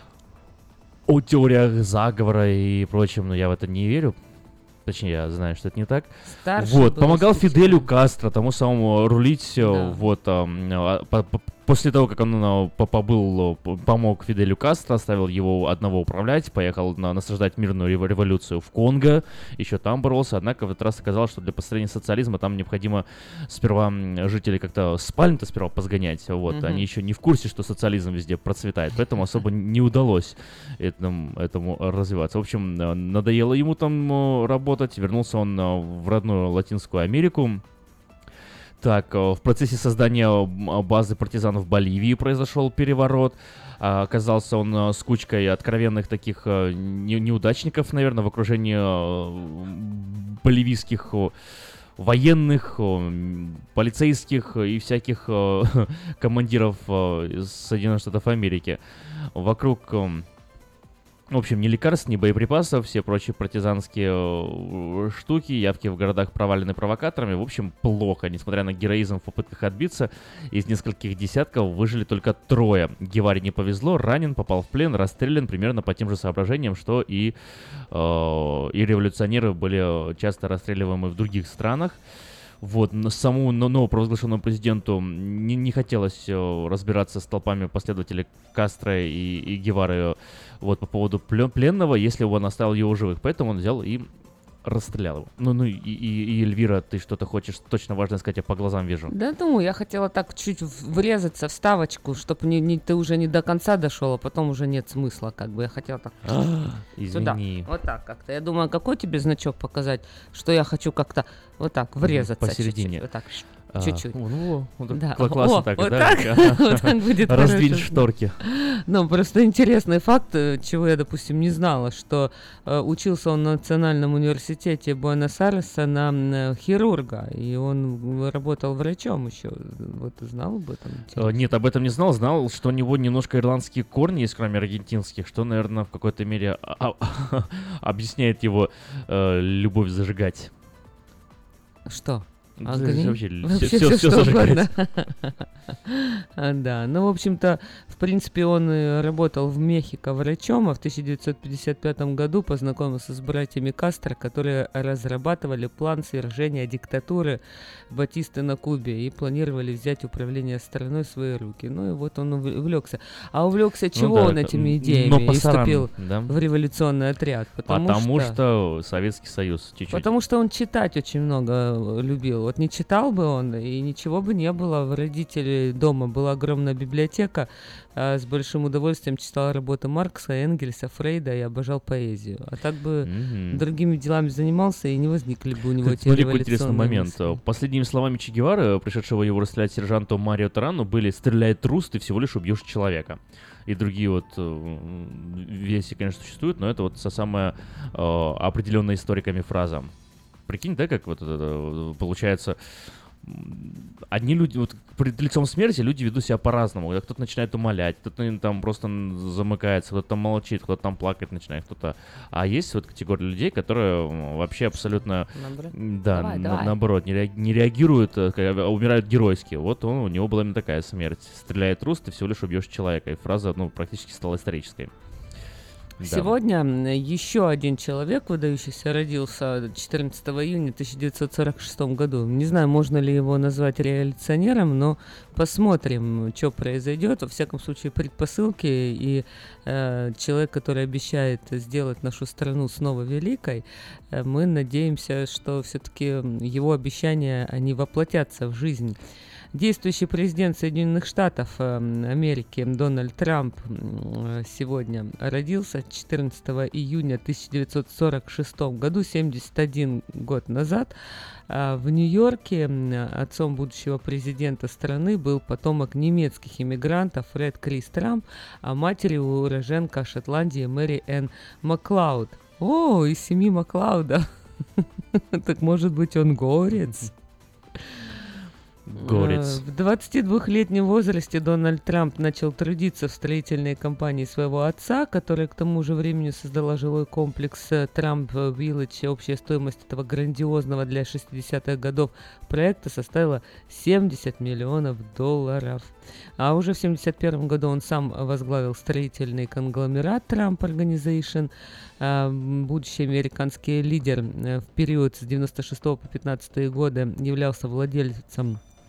о теориях заговора и прочем, но я в это не верю. Точнее, я знаю, что это не так. Старший вот, помогал Фиделю Кастро, тому самому рулить, да. Вот, по, по, после того, как он побыл, помог Фиделю Кастро, оставил его одного управлять, поехал на, насаждать мирную революцию в Конго, еще там боролся, однако в этот раз оказалось, что для построения социализма там необходимо сперва жителей как-то с пальм-то сперва позгонять, вот, mm-hmm. они еще не в курсе, что социализм везде процветает, поэтому особо не удалось этому, этому развиваться. В общем, надоело ему там работать, вернулся он в родную Латинскую Америку. Так, в процессе создания базы партизан в Боливии произошел переворот. Оказался он с кучкой откровенных таких неудачников, наверное, в окружении боливийских военных, полицейских и всяких командиров из Соединенных Штатов Америки. Вокруг... В общем, ни лекарств, ни боеприпасов, все прочие партизанские штуки, явки в городах провалены провокаторами. В общем, плохо. Несмотря на героизм в попытках отбиться, из нескольких десятков выжили только трое. Геваре не повезло, ранен, попал в плен, расстрелян примерно по тем же соображениям, что и, э, и революционеры были часто расстреливаемы в других странах. Вот, самому новопровозглашенному президенту не, не хотелось э, разбираться с толпами последователей Кастро и, и Гевары вот, по поводу плен, пленного, если он оставил его живых. Поэтому он взял и расстрелял его. Ну, ну и, и, и Эльвира, ты что-то хочешь точно важное сказать, я по глазам вижу. Да, ну, я хотела так чуть врезаться в вставочку, чтобы не, не, ты уже не до конца дошел, а потом уже нет смысла, как бы. Я хотела так... Извини. Вот так как-то. Я думаю, какой тебе значок показать, что я хочу как-то вот так врезаться. Посередине. Чуть-чуть, вот так. Чуть-чуть. А, ну, вот да. Классно О, так, вот да? Так? Вот так будет Раздвинь шторки. Ну, просто интересный факт, чего я, допустим, не знала, что э, учился он на Национальном университете Буэнос-Айреса на э, хирурга, и он работал врачом еще. Вот ты знал об этом? Интересно. Нет, об этом не знал. Знал, что у него немножко ирландские корни есть, кроме аргентинских, что, наверное, в какой-то мере объясняет его э, любовь зажигать. Что? А, Огни? Вообще, Вообще все, все, все, что все угодно. Да, ну, в общем-то, в принципе, он работал в Мехико врачом, а в тысяча девятьсот пятьдесят пятом году познакомился с братьями Кастро, которые разрабатывали план свержения диктатуры Батисты на Кубе и планировали взять управление страной в свои руки. Ну и вот он увлекся. А увлекся чего ну, да, он этими идеями? И вступил да? в революционный отряд. Потому, потому что... что Советский Союз чуть-чуть. Потому что он читать очень много любил. Вот не читал бы он, и ничего бы не было. В родителей дома была огромная библиотека. А с большим удовольствием читал работы Маркса, Энгельса, Фрейда и обожал поэзию. А так бы mm-hmm. другими делами занимался, и не возникли бы у него эти революционные мысли. Интересный момент. Мысли. Последними словами Че Гевары, пришедшего его расстрелять сержанту Марио Тарану, были «стреляй, трус, ты всего лишь убьешь человека». И другие вот версии, конечно, существуют, но это вот самая э, определенная историками фраза. Прикинь, да, как вот это получается... Одни люди, вот перед лицом смерти люди ведут себя по-разному. Когда кто-то начинает умолять, кто-то там просто замыкается, кто-то там молчит, кто-то там плакать начинает, кто-то... А есть вот категория людей, которые вообще абсолютно... Наоборот. Да, давай, на, давай. наоборот, не, реаг... не реагируют, а умирают геройски. Вот он, у него была именно такая смерть. Стреляет трус, ты всего лишь убьешь человека. И фраза, ну, практически стала исторической. Сегодня да. еще один человек, выдающийся, родился четырнадцатого июня тысяча девятьсот сорок шестом году. Не знаю, можно ли его назвать революционером, но посмотрим, что произойдет. Во всяком случае, предпосылки и э, человек, который обещает сделать нашу страну снова великой, э, мы надеемся, что все-таки его обещания, они воплотятся в жизнь. Действующий президент Соединенных Штатов э, Америки Дональд Трамп э, сегодня родился четырнадцатого июня тысяча девятьсот сорок шестом году, семьдесят один год назад. Э, в Нью-Йорке э, отцом будущего президента страны был потомок немецких иммигрантов Фред Крис Трамп, а матерью уроженка Шотландии Мэри Энн Маклауд. О, из семьи Маклауда. Так может быть он горец? Горец. В двадцатидвухлетнем возрасте Дональд Трамп начал трудиться в строительной компании своего отца, которая к тому же времени создала жилой комплекс Трамп Виллидж. Общая стоимость этого грандиозного для шестидесятых годов проекта составила семьдесят миллионов долларов. А уже в семьдесят первом году он сам возглавил строительный конгломерат Trump Organization. Будущий американский лидер в период с девяносто шестого по пятнадцатые годы являлся владельцем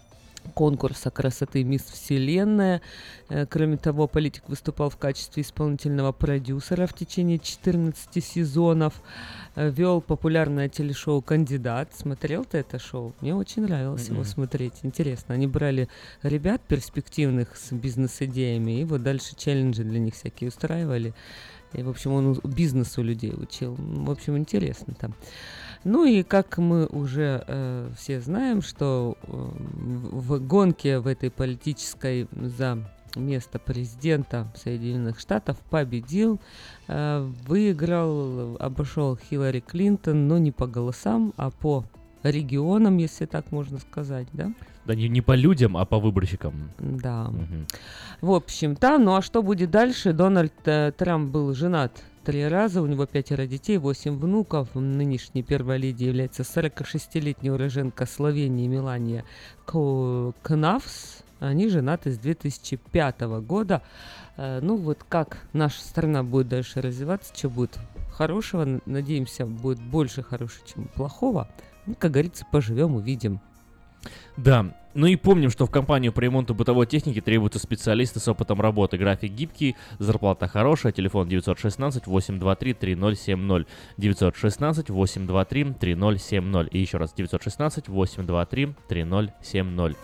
конкурса красоты «Мисс Вселенная». Кроме того, политик выступал в качестве исполнительного продюсера в течение четырнадцати сезонов. Вел популярное телешоу «Кандидат». Смотрел ты это шоу? Мне очень нравилось mm-hmm. его смотреть. Интересно. Они брали ребят перспективных с бизнес-идеями, и вот дальше челленджи для них всякие устраивали. И, в общем, он бизнесу людей учил. В общем, интересно там. Ну и как мы уже э, все знаем, что э, в гонке в этой политической за место президента Соединенных Штатов победил, э, выиграл, обошел Хиллари Клинтон, но не по голосам, а по регионам, если так можно сказать, да? Да не, не по людям, а по выборщикам. Да. Угу. В общем-то, ну а что будет дальше? Дональд э, Трамп был женат три раза, у него пятеро детей, восемь внуков. Нынешней первой леди является сорокашестилетняя уроженка Словении Мелания Кнавс. Они женаты с две тысячи пятого года. Э, ну вот как наша страна будет дальше развиваться, что будет хорошего, надеемся, будет больше хорошего, чем плохого. Ну, как говорится, поживем, увидим. Да, ну и помним, что в компанию по ремонту бытовой техники требуются специалисты с опытом работы. График гибкий, зарплата хорошая, телефон девятьсот шестнадцать восемьсот двадцать три тридцать семьдесят, девятьсот шестнадцать восемьсот двадцать три тридцать семьдесят, и еще раз девятьсот шестнадцать восемьсот двадцать три тридцать семьдесят.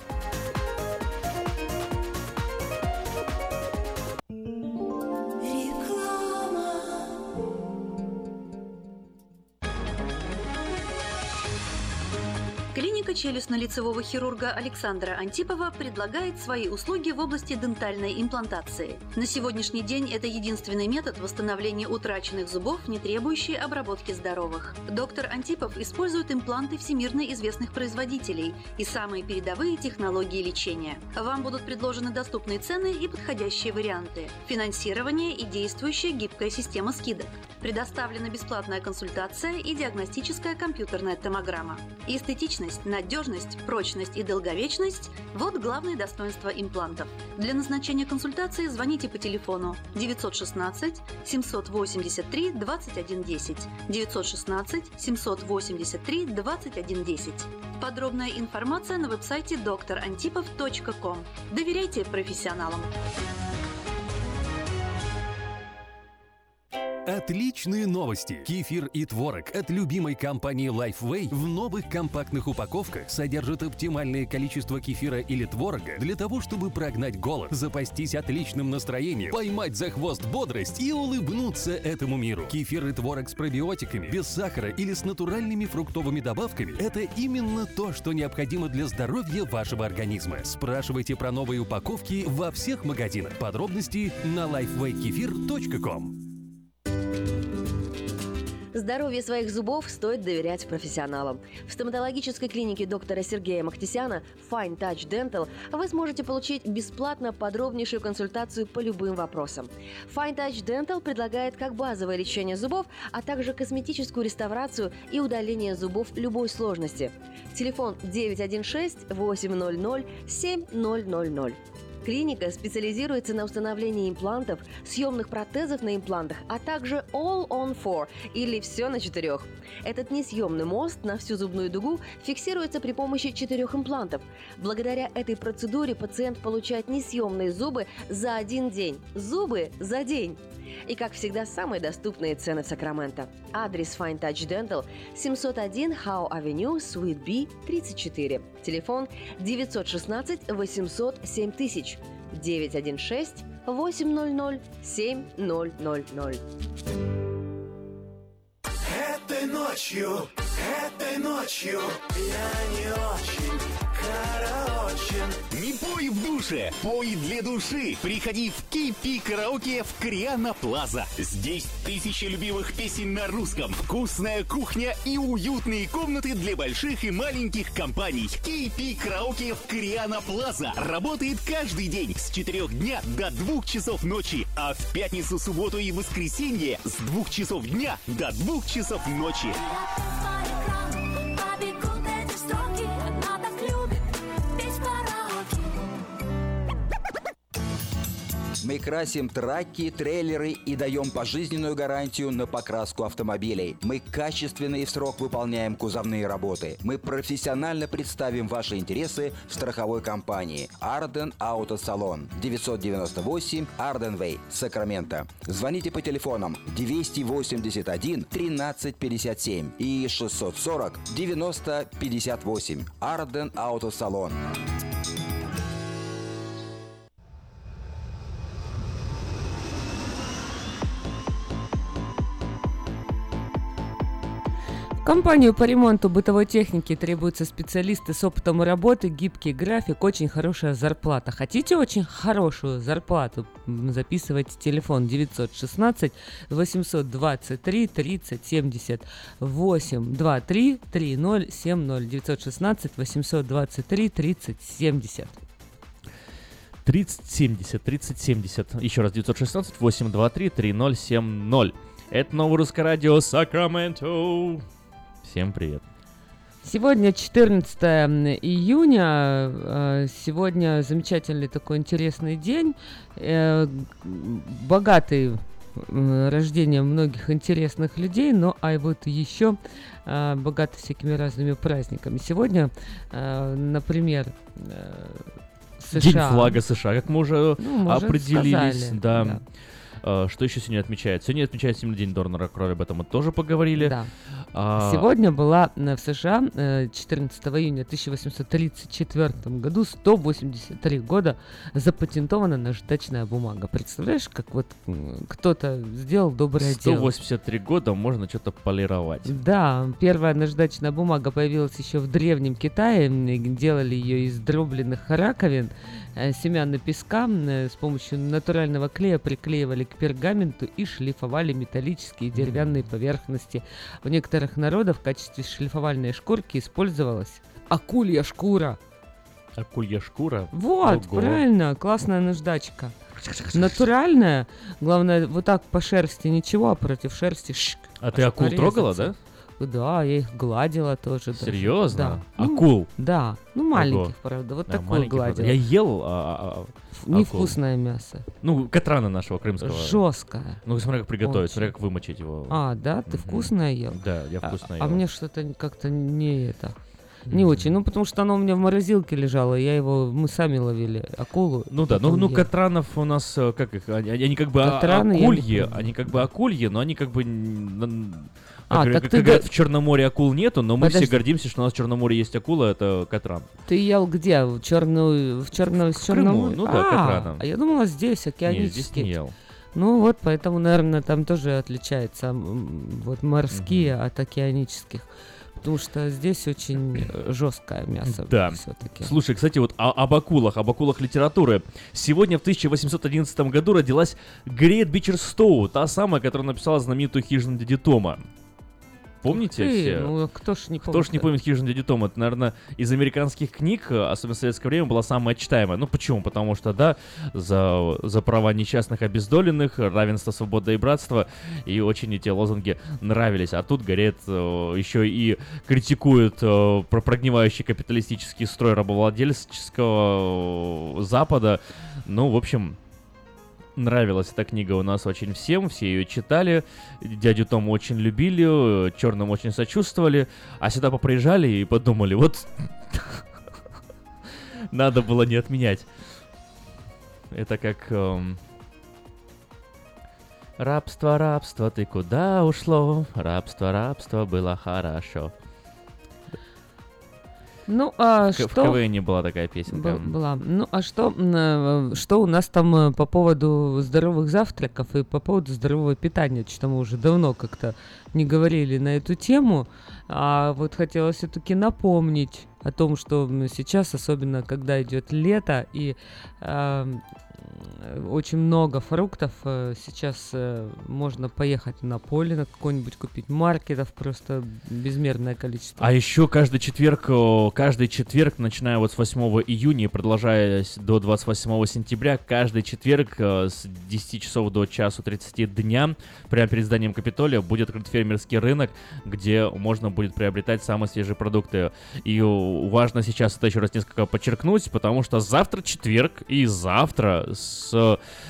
Челюстно-лицевого хирурга Александра Антипова предлагает свои услуги в области дентальной имплантации. На сегодняшний день это единственный метод восстановления утраченных зубов, не требующий обработки здоровых. Доктор Антипов использует импланты всемирно известных производителей и самые передовые технологии лечения. Вам будут предложены доступные цены и подходящие варианты. Финансирование и действующая гибкая система скидок. Предоставлена бесплатная консультация и диагностическая компьютерная томограмма. Эстетичность, надежность, прочность и долговечность – вот главные достоинства имплантов. Для назначения консультации звоните по телефону девятьсот шестнадцать семьсот восемьдесят три двадцать один десять, девятьсот шестнадцать семьсот восемьдесят три двадцать один десять. Подробная информация на веб-сайте доктор антипов точка ком. Доверяйте профессионалам. Отличные новости! Кефир и творог от любимой компании Lifeway в новых компактных упаковках содержат оптимальное количество кефира или творога для того, чтобы прогнать голод, запастись отличным настроением, поймать за хвост бодрость и улыбнуться этому миру. Кефир и творог с пробиотиками, без сахара или с натуральными фруктовыми добавками – это именно то, что необходимо для здоровья вашего организма. Спрашивайте про новые упаковки во всех магазинах. Подробности на лайфвей кефир точка ком. Здоровье своих зубов стоит доверять профессионалам. В стоматологической клинике доктора Сергея Махтисяна Fine Touch Dental вы сможете получить бесплатно подробнейшую консультацию по любым вопросам. Fine Touch Dental предлагает как базовое лечение зубов, а также косметическую реставрацию и удаление зубов любой сложности. Телефон девять один шесть восемь ноль ноль семь ноль ноль ноль. Клиника специализируется на установлении имплантов, съемных протезов на имплантах, а также All on Four или все на четырех. Этот несъемный мост на всю зубную дугу фиксируется при помощи четырех имплантов. Благодаря этой процедуре пациент получает несъемные зубы за один день. Зубы за день! И, как всегда, самые доступные цены в Сакраменто. Адрес Fine Touch Dental семьсот один Howe Avenue, Suite B, тридцать четыре. Телефон девятьсот шестнадцать восемьсот семь тысяч, девять один шесть восемь ноль ноль семь ноль ноль ноль. Этой ночью, этой ночью я не очень караочен. Не пой в душе, пой для души. Приходи в кей пи Караоке в Криана Плаза. Здесь тысячи любимых песен на русском, вкусная кухня и уютные комнаты для больших и маленьких компаний. кей пи Караоке в Криана Плаза работает каждый день с четырёх дня до двух часов ночи, а в пятницу, субботу и воскресенье с двух часов дня до двух часов ночи. Мы красим траки, трейлеры и даем пожизненную гарантию на покраску автомобилей. Мы качественно и в срок выполняем кузовные работы. Мы профессионально представим ваши интересы в страховой компании Арден Автосалон. девятьсот девяносто восемь Арден Вей, Сакраменто. Звоните по телефонам двести восемьдесят один тринадцать пятьдесят семь и шестьсот сорок девяносто пятьдесят восемь. Арден Автосалон. В компанию по ремонту бытовой техники требуются специалисты с опытом работы, гибкий график, очень хорошая зарплата. Хотите очень хорошую зарплату? Записывайте телефон девятьсот шестнадцать восемьсот двадцать три тридцать семьдесят восемь два три три ноль семь ноль девятьсот шестнадцать восемьсот двадцать три тридцать семьдесят. тридцать семьдесят, тридцать семьдесят. Еще раз, девятьсот шестнадцать восемьсот двадцать три тридцать ноль семь ноль. Это Новое Русское Радио Сакраменто. Всем привет. Сегодня четырнадцатое июня. Сегодня замечательный такой интересный день. Богатый рождением многих интересных людей, но а вот еще богатый всякими разными праздниками. Сегодня, например, США. День флага США, как мы уже ну, определились. Сказали, да. да. Что еще сегодня отмечают? Сегодня отмечают Всемирный день донора крови, об этом мы тоже поговорили. Да. А... Сегодня была в США четырнадцатого июня тысяча восемьсот тридцать четвёртом году сто восемьдесят три года запатентована наждачная бумага. Представляешь, как вот кто-то сделал доброе сто дело. сто восемьдесят три года можно что-то полировать. Да, первая наждачная бумага появилась еще в Древнем Китае. Делали ее из дробленных раковин, семян и песка. С помощью натурального клея приклеивали к пергаменту и шлифовали металлические и деревянные поверхности. В некоторых народах в качестве шлифовальной шкурки использовалась акулья шкура. Акулья шкура? Вот, Ого. Правильно, классная наждачка. Натуральная, главное, вот так по шерсти ничего, а против шерсти шик. А ты акул трогала, да? Да, я их гладила тоже. Серьезно? Да. Акул? Ну, да, ну маленьких, Ого. правда, вот Да, такую гладила. Я ел а, а, невкусное мясо. Ну, катрана нашего крымского. Жесткое. Ну, смотри, как приготовить, Очень. смотри, как вымочить его. А, да? Ты Мгм. вкусное ел? Да, я вкусно а, ел. А мне что-то как-то не это... Не очень, ну потому что оно у меня в морозилке лежало, я его, мы сами ловили акулу. Ну да, ну, ну катранов у нас, как их, они, они как бы Катраны, акульи, они как бы акульи, но они как бы... А, как, так как, ты как говорят, г- в Черноморье акул нету, но мы Подожди. все гордимся, что у нас в Черноморье есть акула, это катран. Ты ел где? В черную, в черную, в Крыму, ну да, а, катраном. А я думала здесь, Нет, океанический. здесь не ел. Ну вот, поэтому, наверное, там тоже отличается м, вот морские Мгм. от океанических. Потому что здесь очень э, жесткое мясо Да. все-таки. Слушай, кстати, вот о- об акулах, об акулах литературы. Сегодня в тысяча восемьсот одиннадцатом году родилась Грейт Бичерстоу, та самая, которая написала знаменитую «Хижину дяди Тома». Помните Ты, все? ну кто ж не помнит? Кто ж не помнит «Хижину дяди Тома»? Это, наверное, из американских книг, особенно в советское время, была самая читаемая. Ну почему? Потому что, да, за, за права несчастных обездоленных, равенство, свобода и братство, и очень эти лозунги нравились. А тут Гарет э, еще и критикует э, про прогнивающий капиталистический строй рабовладельческого э, Запада. Ну, в общем... Нравилась эта книга у нас очень всем, все ее читали, дядю Тома очень любили, черным очень сочувствовали, а сюда поприезжали и подумали, вот надо было не отменять. Это как эм, рабство, рабство, ты куда ушло? Рабство, рабство, было хорошо. Ну, а В, что... в КВН была такая песенка. Б- была. Ну, а что, м, э, что у нас там э, по поводу здоровых завтраков и по поводу здорового питания? Что мы уже давно как-то не говорили на эту тему. А вот хотелось все-таки напомнить о том, что м, сейчас, особенно когда идет лето и э, очень много фруктов, э, сейчас э, можно поехать на поле, на какой-нибудь купить, маркетов просто безмерное количество. А еще каждый четверг, о, каждый четверг, начиная вот с восьмого июня и продолжая с- до двадцать восьмого сентября, каждый четверг э, с десяти часов до часу тридцати дня, прямо перед зданием Капитолия, будет открыт фермерский рынок, где можно будет приобретать самые свежие продукты. И о, важно сейчас это еще раз несколько подчеркнуть, потому что завтра четверг, и завтра с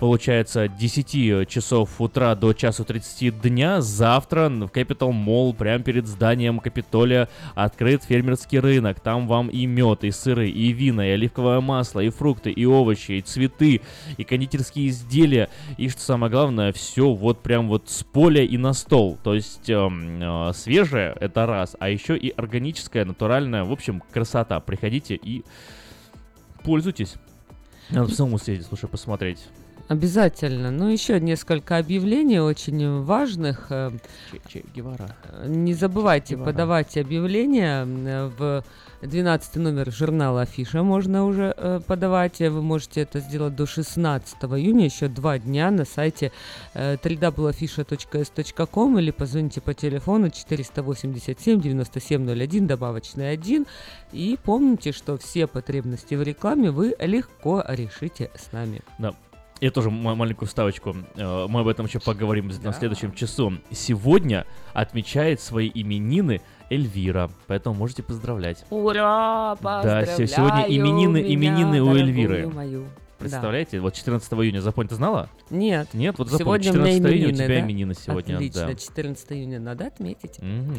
получается, десяти часов утра до часу тридцати дня завтра в Capital Mall, прямо перед зданием Капитолия, открыт фермерский рынок. Там вам и мед, и сыры, и вина, и оливковое масло, и фрукты, и овощи, и цветы, и кондитерские изделия. И, что самое главное, все вот прям вот с поля и на стол. То есть э, э, свежее — это раз, а еще и органическое, натуральное. В общем, красота. Приходите и пользуйтесь. Надо самому съездить, слушай, посмотреть. Обязательно. Ну, еще несколько объявлений очень важных. Че, Че Гевара. Не забывайте Гевара. подавать объявления в двенадцатый номер журнала «Афиша» можно уже э, подавать. Вы можете это сделать до шестнадцатого июня, еще два дня на сайте э, дабл ю дабл ю дабл ю точка афиша точка эс точка ком или позвоните по телефону четыреста восемьдесят семь девяносто семь ноль один, добавочный один. И помните, что все потребности в рекламе вы легко решите с нами. Да. Я тоже м- маленькую вставочку. Э, Мы об этом еще поговорим да. на следующем часу. Сегодня отмечает свои именины Эльвира, поэтому можете поздравлять. Ура! Поздравляю! Да, сегодня именины, меня, именины у Эльвиры. Мою. Представляете? Да. Вот четырнадцатого июня, запомни, ты знала? Нет. Нет? Вот запомни, сегодня четырнадцатого июня у именины, тебя да? именины сегодня. Отлично, да. четырнадцатого июня надо отметить. Угу.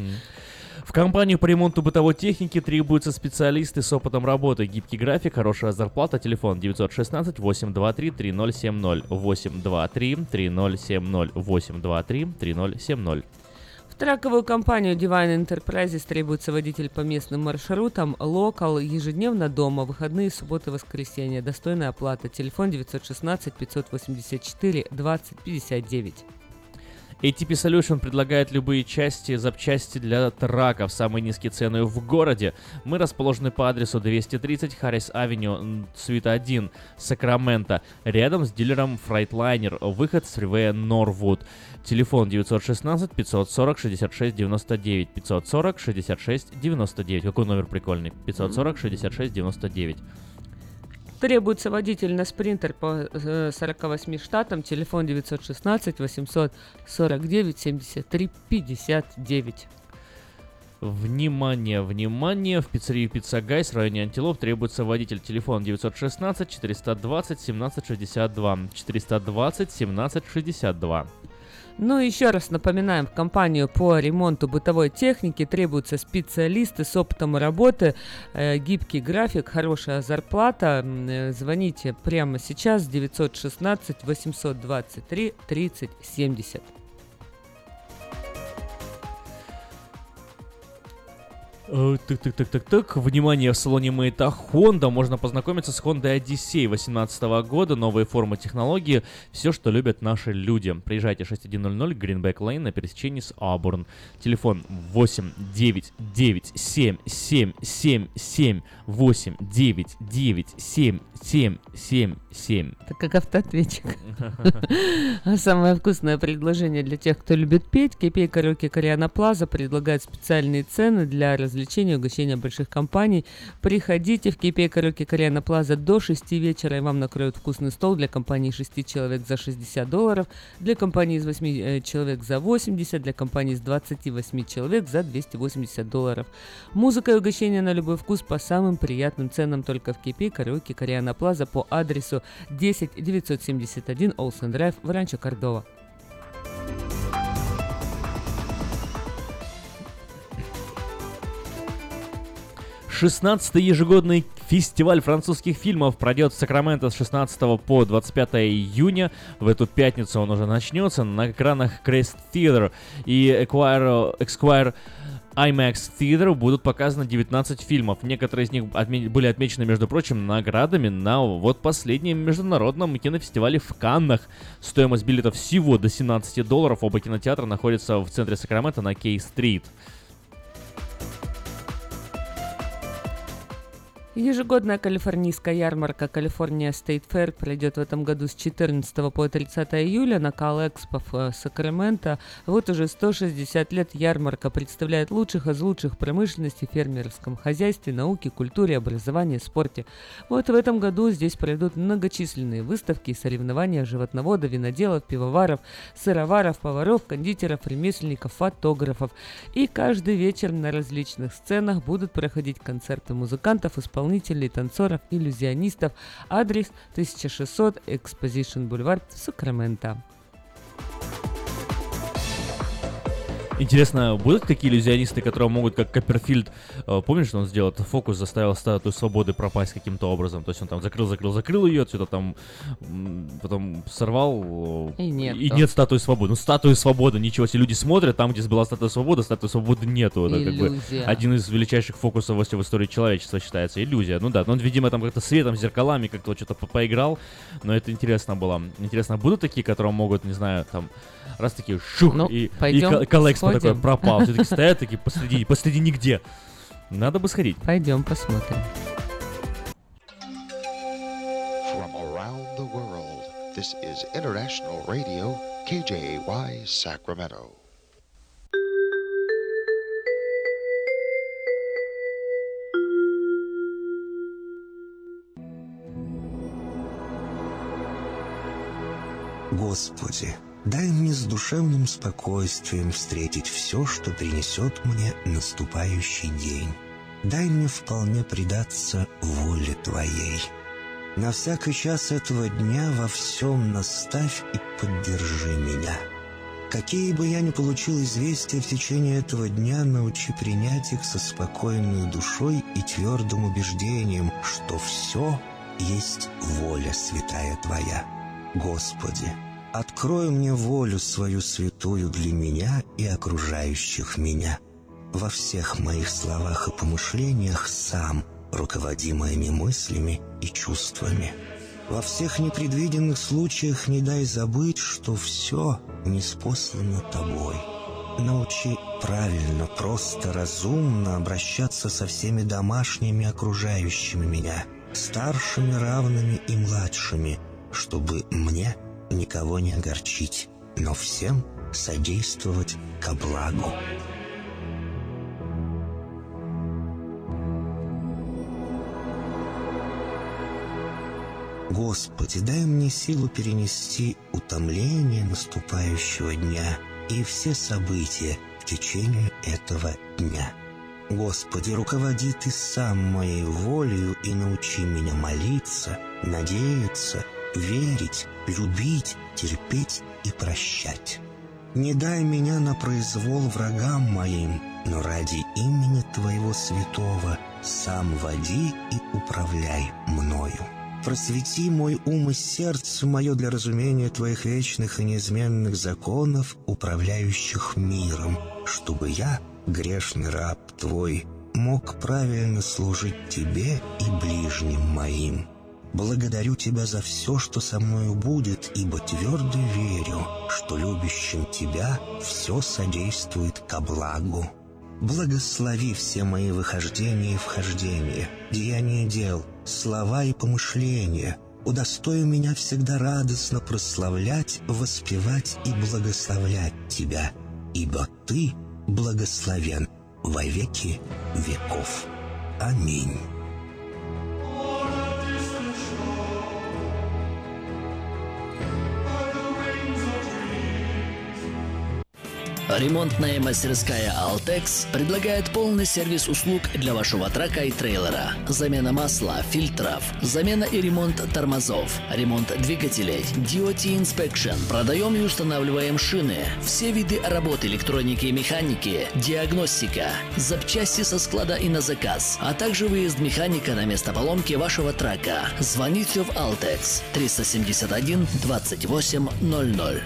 В компанию по ремонту бытовой техники требуются специалисты с опытом работы. Гибкий график, хорошая зарплата. Телефон девять один шесть восемь два три три ноль семь ноль, восемь два три три ноль семь ноль, восемь два три три ноль семь ноль. В траковую компанию Divine Enterprises требуется водитель по местным маршрутам, локал, ежедневно дома, выходные, субботы, воскресенья. Достойная оплата. Телефон девять один шесть пять восемь четыре двадцать пятьдесят девять. эй ти пи Solution предлагает любые части, запчасти для траков. Самые низкие цены в городе. Мы расположены по адресу двести тридцать Харрис Авеню, Суита один, Сакраменто, рядом с дилером Freightliner, выход с фривея Норвуд. Телефон девять один шесть пять сорок шестьдесят шесть девяносто девять, пятьсот сорок шестьдесят шесть девяносто девять. Какой номер прикольный? пятьсот сорок шестьдесят шесть девяносто девять. Требуется водитель на спринтер по э, сорока восьми штатам. Телефон девять один шесть восемьсот сорок девять семьдесят три пятьдесят девять. Внимание, внимание! В пиццерии Пицца Гайс в районе Антилоп требуется водитель. Телефон девять один шесть четыреста двадцать семнадцать шестьдесят два, четыреста двадцать семнадцать шестьдесят два. Ну и еще раз напоминаем, в компанию по ремонту бытовой техники требуются специалисты с опытом работы, э, гибкий график, хорошая зарплата. Э, звоните прямо сейчас девять один шесть восемьсот двадцать три тридцать семьдесят. Так-так-так-так-так. Внимание, в салоне Мэйта Honda можно познакомиться с Honda Odyssey две тысячи восемнадцатого года. Новые формы, технологии, все, что любят наши люди. Приезжайте шесть один ноль ноль Greenback Lane на пересечении с Auburn. Телефон восемь девять девять семь семь семь семь восемь девять девять семь семь семь семь. Это как автоответчик. Самое вкусное предложение для тех, кто любит петь. Кипей Караоке Кориана Плаза предлагает специальные цены для развлечения и угощения больших компаний. Приходите в Кипей Караоке Кориана Плаза до шести вечера, и вам накроют вкусный стол для компании шести человек за шестьдесят долларов, для компании из восьми э, человек за восемьдесят, для компании из двадцати восьми человек за двести восемьдесят долларов. Музыка и угощения на любой вкус по самым приятным ценам только в Кипей Караоке Кориана Плаза по адресу десять девятьсот семьдесят один Олсен Драйв в Ранчо Кордова. шестнадцатый ежегодный фестиваль французских фильмов пройдет в Сакраменто с шестнадцатого по двадцать пятое июня. В эту пятницу он уже начнется на экранах Crest Theatre и Esquire, Esquire IMAX Theatre будут показаны девятнадцать фильмов. Некоторые из них отме- были отмечены, между прочим, наградами на вот последнем международном кинофестивале в Каннах. Стоимость билетов всего до семнадцати долларов. Оба кинотеатра находятся в центре Сакраменто на Кей-стрит. Ежегодная калифорнийская ярмарка California State Fair пройдет в этом году с четырнадцатого по тридцатое июля на Кал-Экспо в Сакраменто. Вот уже сто шестьдесят лет ярмарка представляет лучших из лучших промышленности, фермерском хозяйстве, науке, культуре, образовании, спорте. Вот в этом году здесь пройдут многочисленные выставки и соревнования животноводов, виноделов, пивоваров, сыроваров, поваров, кондитеров, ремесленников, фотографов. И каждый вечер на различных сценах будут проходить концерты музыкантов, исполнителей, исполнителей, танцоров, иллюзионистов. Адрес тысяча шестьсот Exposition Boulevard, Сакраменто. Интересно, будут такие иллюзионисты, которые могут, как Копперфильд, э, помнишь, что он сделал этот фокус, заставил статую свободы пропасть каким-то образом? То есть он там закрыл, закрыл, закрыл ее, что-то там м, потом сорвал, э, и нет, и нет статуи свободы. Ну, статуи свободы, ничего себе, люди смотрят, там, где была статуя свободы, статуи свободы нету. Это как бы один из величайших фокусов в истории человечества считается, иллюзия. Ну да, но он, видимо, там как-то светом, зеркалами как-то вот что-то по поиграл, но это интересно было. Интересно, будут такие, которые могут, не знаю, там, раз такие шух, ну, и, и коллекс такой пропал. Все таки стоят такие посреди, посреди нигде. Надо бы сходить. Пойдем посмотрим. From around the world, this is International Radio, K J A Y, Sacramento. Господи, дай мне с душевным спокойствием встретить все, что принесет мне наступающий день. Дай мне вполне предаться воле Твоей. На всякий час этого дня во всем наставь и поддержи меня. Какие бы я ни получил известия в течение этого дня, научи принять их со спокойной душой и твердым убеждением, что все есть воля святая Твоя. Господи, открой мне волю свою святую для меня и окружающих меня. Во всех моих словах и помышлениях сам руководи моими мыслями и чувствами. Во всех непредвиденных случаях не дай забыть, что все ниспослано Тобой. Научи правильно, просто, разумно обращаться со всеми домашними окружающими меня, старшими, равными и младшими, чтобы мне никого не огорчить, но всем содействовать ко благу. Господи, дай мне силу перенести утомление наступающего дня и все события в течение этого дня. Господи, руководи Ты сам моей волею и научи меня молиться, надеяться, верить, любить, терпеть и прощать. Не дай меня на произвол врагам моим, но ради имени Твоего святого сам води и управляй мною. Просвети мой ум и сердце мое для разумения Твоих вечных и неизменных законов, управляющих миром, чтобы я, грешный раб Твой, мог правильно служить Тебе и ближним моим. Благодарю Тебя за все, что со мною будет, ибо твердо верю, что любящим Тебя все содействует ко благу. Благослови все мои выхождения и вхождения, деяния дел, слова и помышления. Удостой меня всегда радостно прославлять, воспевать и благословлять Тебя, ибо Ты благословен во веки веков. Аминь. Ремонтная мастерская «Алтекс» предлагает полный сервис услуг для вашего трака и трейлера. Замена масла, фильтров, замена и ремонт тормозов, ремонт двигателей, ди о ти Inspection. Продаем и устанавливаем шины, все виды работ электроники и механики, диагностика, запчасти со склада и на заказ, а также выезд механика на место поломки вашего трака. Звоните в «Алтекс» триста семьдесят один двадцать восемь ноль ноль.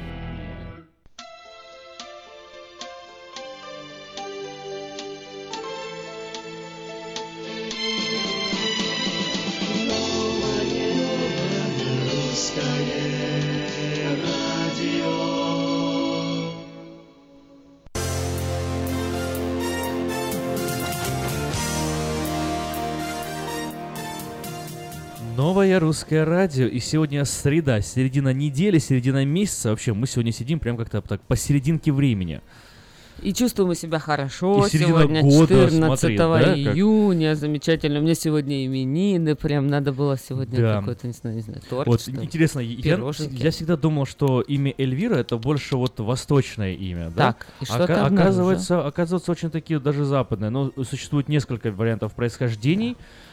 Новое русское радио, и сегодня среда, середина недели, середина месяца. Вообще, мы сегодня сидим прям как-то так посерединке времени. И чувствуем себя хорошо. И сегодня года, четырнадцатого смотри, да, июня, замечательно. У меня сегодня именины, прям надо было сегодня да. какой-то, не знаю, не знаю, торт. Вот, что интересно, я, я всегда думал, что имя Эльвира это больше вот восточное имя, да? Так, и что Ока- оказывается, оказывается, очень такие даже западные. Но существует несколько вариантов происхождений.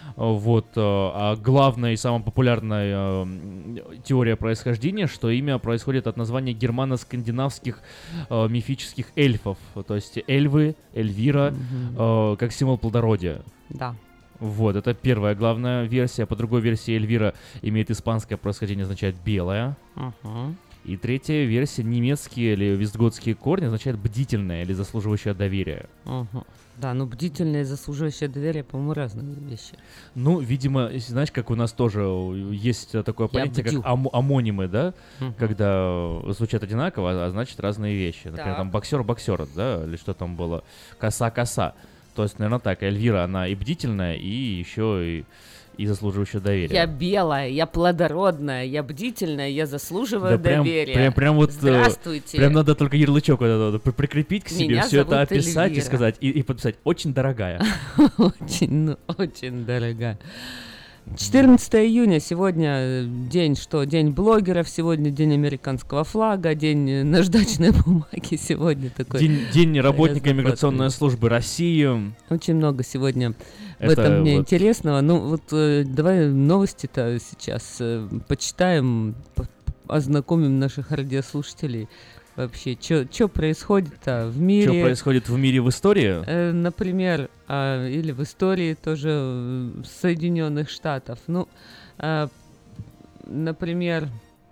Вот, а главная и самая популярная теория происхождения, что имя происходит от названия германо-скандинавских мифических эльфов, то есть эльвы, Эльвира, mm-hmm. как символ плодородия. Да. Вот, это первая главная версия. По другой версии, Эльвира имеет испанское происхождение, означает белая. Uh-huh. И третья версия, немецкие или вестготские корни, означает бдительная или заслуживающая доверия. Uh-huh. Да, ну бдительное и заслуживающее доверия, по-моему, разные вещи. Ну, видимо, знаешь, как у нас тоже есть такое понятие, как ам- амонимы, да? Uh-huh. Когда звучат одинаково, а значит разные вещи. Например, так. там боксер-боксер, да? Или что там было? Коса-коса. То есть, наверное, так, Эльвира, она и бдительная, и еще и, и заслуживающая доверия. Я белая, я плодородная, я бдительная, я заслуживаю да прям, доверия. Прям, прям вот, здравствуйте. Прям надо только ярлычок вот этот прикрепить к себе, Меня все это описать Эльвира. И сказать, и, и подписать «очень дорогая». Очень, ну, очень дорогая. четырнадцатого июня, сегодня день что? День блогеров, сегодня день американского флага, день наждачной бумаги, сегодня такой. День, день работника иммиграционной службы России. Очень много сегодня Это в этом дне вот... интересного. Ну вот э, давай новости-то сейчас э, почитаем, по- ознакомим наших радиослушателей. Вообще, что происходит-то в мире? Что происходит в мире в истории? Э, например, э, или в истории тоже э, Соединенных Штатов. Ну, э, например,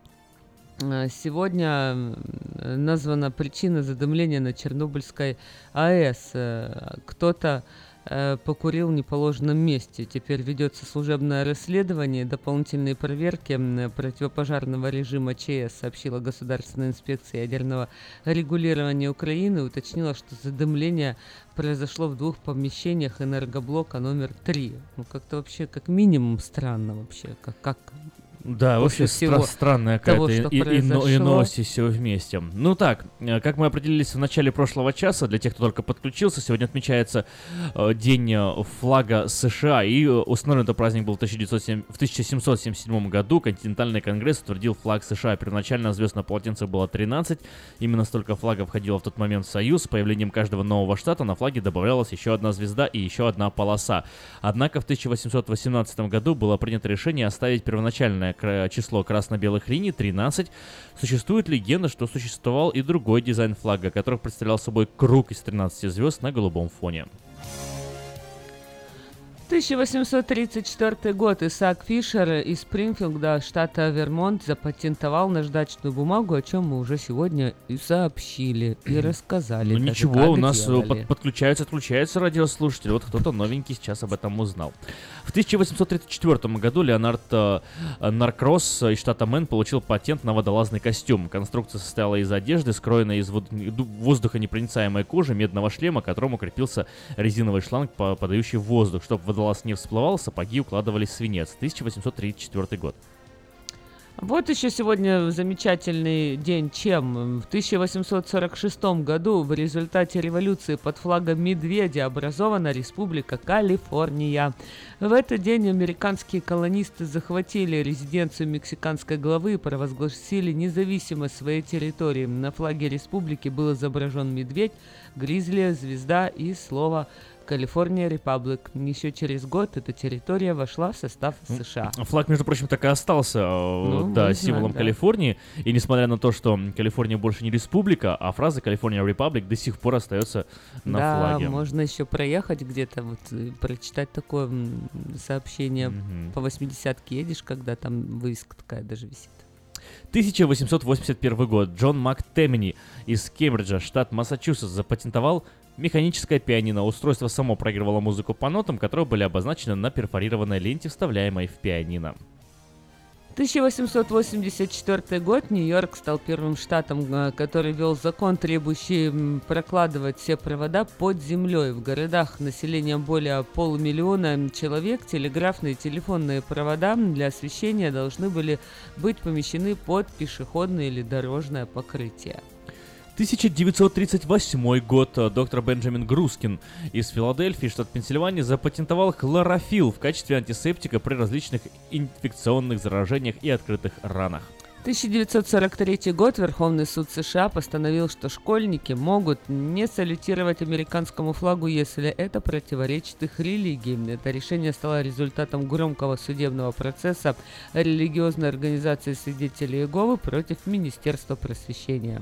э, сегодня названа причина задымления на Чернобыльской АЭС. Э, кто-то э, покурил в неположенном месте. Теперь ведется служебное расследование, дополнительные проверки противопожарного режима ЧС, сообщила Государственная инспекция ядерного регулирования Украины, уточнила, что задымление произошло в двух помещениях энергоблока номер три. Ну, как-то вообще, как минимум, странно вообще. Как, как Да, вообще стра- странная какая-то и, и, и, и новости все вместе. Ну так, как мы определились в начале прошлого часа, для тех, кто только подключился, сегодня отмечается э, День флага США, и установлен этот праздник был в тысяча семьсот семьдесят седьмом году. Континентальный конгресс утвердил флаг США. Первоначально звезд на полотенце было тринадцать, именно столько флагов входило в тот момент в Союз. С появлением каждого нового штата на флаге добавлялась еще одна звезда и еще одна полоса. Однако в тысяча восемьсот восемнадцатом году было принято решение оставить первоначальное число красно-белых линий тринадцать. Существует легенда, что существовал и другой дизайн флага, который представлял собой круг из тринадцати звезд на голубом фоне. тысяча восемьсот тридцать четвёртый год. Исаак Фишер из Спрингфилда, штата Вермонт, запатентовал наждачную бумагу, о чем мы уже сегодня и сообщили, и рассказали. Ну ничего, у нас под, подключаются, отключаются радиослушатели. Вот кто-то новенький сейчас об этом узнал. В тысяча восемьсот тридцать четвёртом году Леонард э, Наркросс из штата Мэн получил патент на водолазный костюм. Конструкция состояла из одежды, скроенной из вод... воздухонепроницаемой кожи, медного шлема, к которому крепился резиновый шланг, подающий воздух. Чтобы водолаз не всплывал, сапоги укладывались в свинец. тысяча восемьсот тридцать четвёртый год. Вот еще сегодня замечательный день. Чем? В тысяча восемьсот сорок шестом году в результате революции под флагом медведя образована Республика Калифорния. В этот день американские колонисты захватили резиденцию мексиканской главы и провозгласили независимость своей территории. На флаге республики был изображен медведь, гризли, звезда и слово Калифорния Репаблик. Еще через год эта территория вошла в состав США. Флаг, между прочим, так и остался ну, да, символом да. Калифорнии. И несмотря на то, что Калифорния больше не республика, а фраза California Republic до сих пор остается на да, флаге. Да, можно еще проехать где-то, вот, прочитать такое сообщение. Mm-hmm. По восьмидесятке едешь, когда там вывеска такая даже висит. тысяча восемьсот восемьдесят первый год. Джон МакТемини из Кембриджа, штат Массачусетс, запатентовал механическое пианино. Устройство само проигрывало музыку по нотам, которые были обозначены на перфорированной ленте, вставляемой в пианино. тысяча восемьсот восемьдесят четвёртый год. Нью-Йорк стал первым штатом, который ввел закон, требующий прокладывать все провода под землей. В городах населением более полумиллиона человек телеграфные и телефонные провода для освещения должны были быть помещены под пешеходное или дорожное покрытие. тысяча девятьсот тридцать восьмой год. Доктор Бенджамин Грускин из Филадельфии, штат Пенсильвания, запатентовал хлорофилл в качестве антисептика при различных инфекционных заражениях и открытых ранах. тысяча девятьсот сорок третий год Верховный суд США постановил, что школьники могут не салютировать американскому флагу, если это противоречит их религии. Это решение стало результатом громкого судебного процесса религиозной организации свидетелей Иеговы против Министерства просвещения.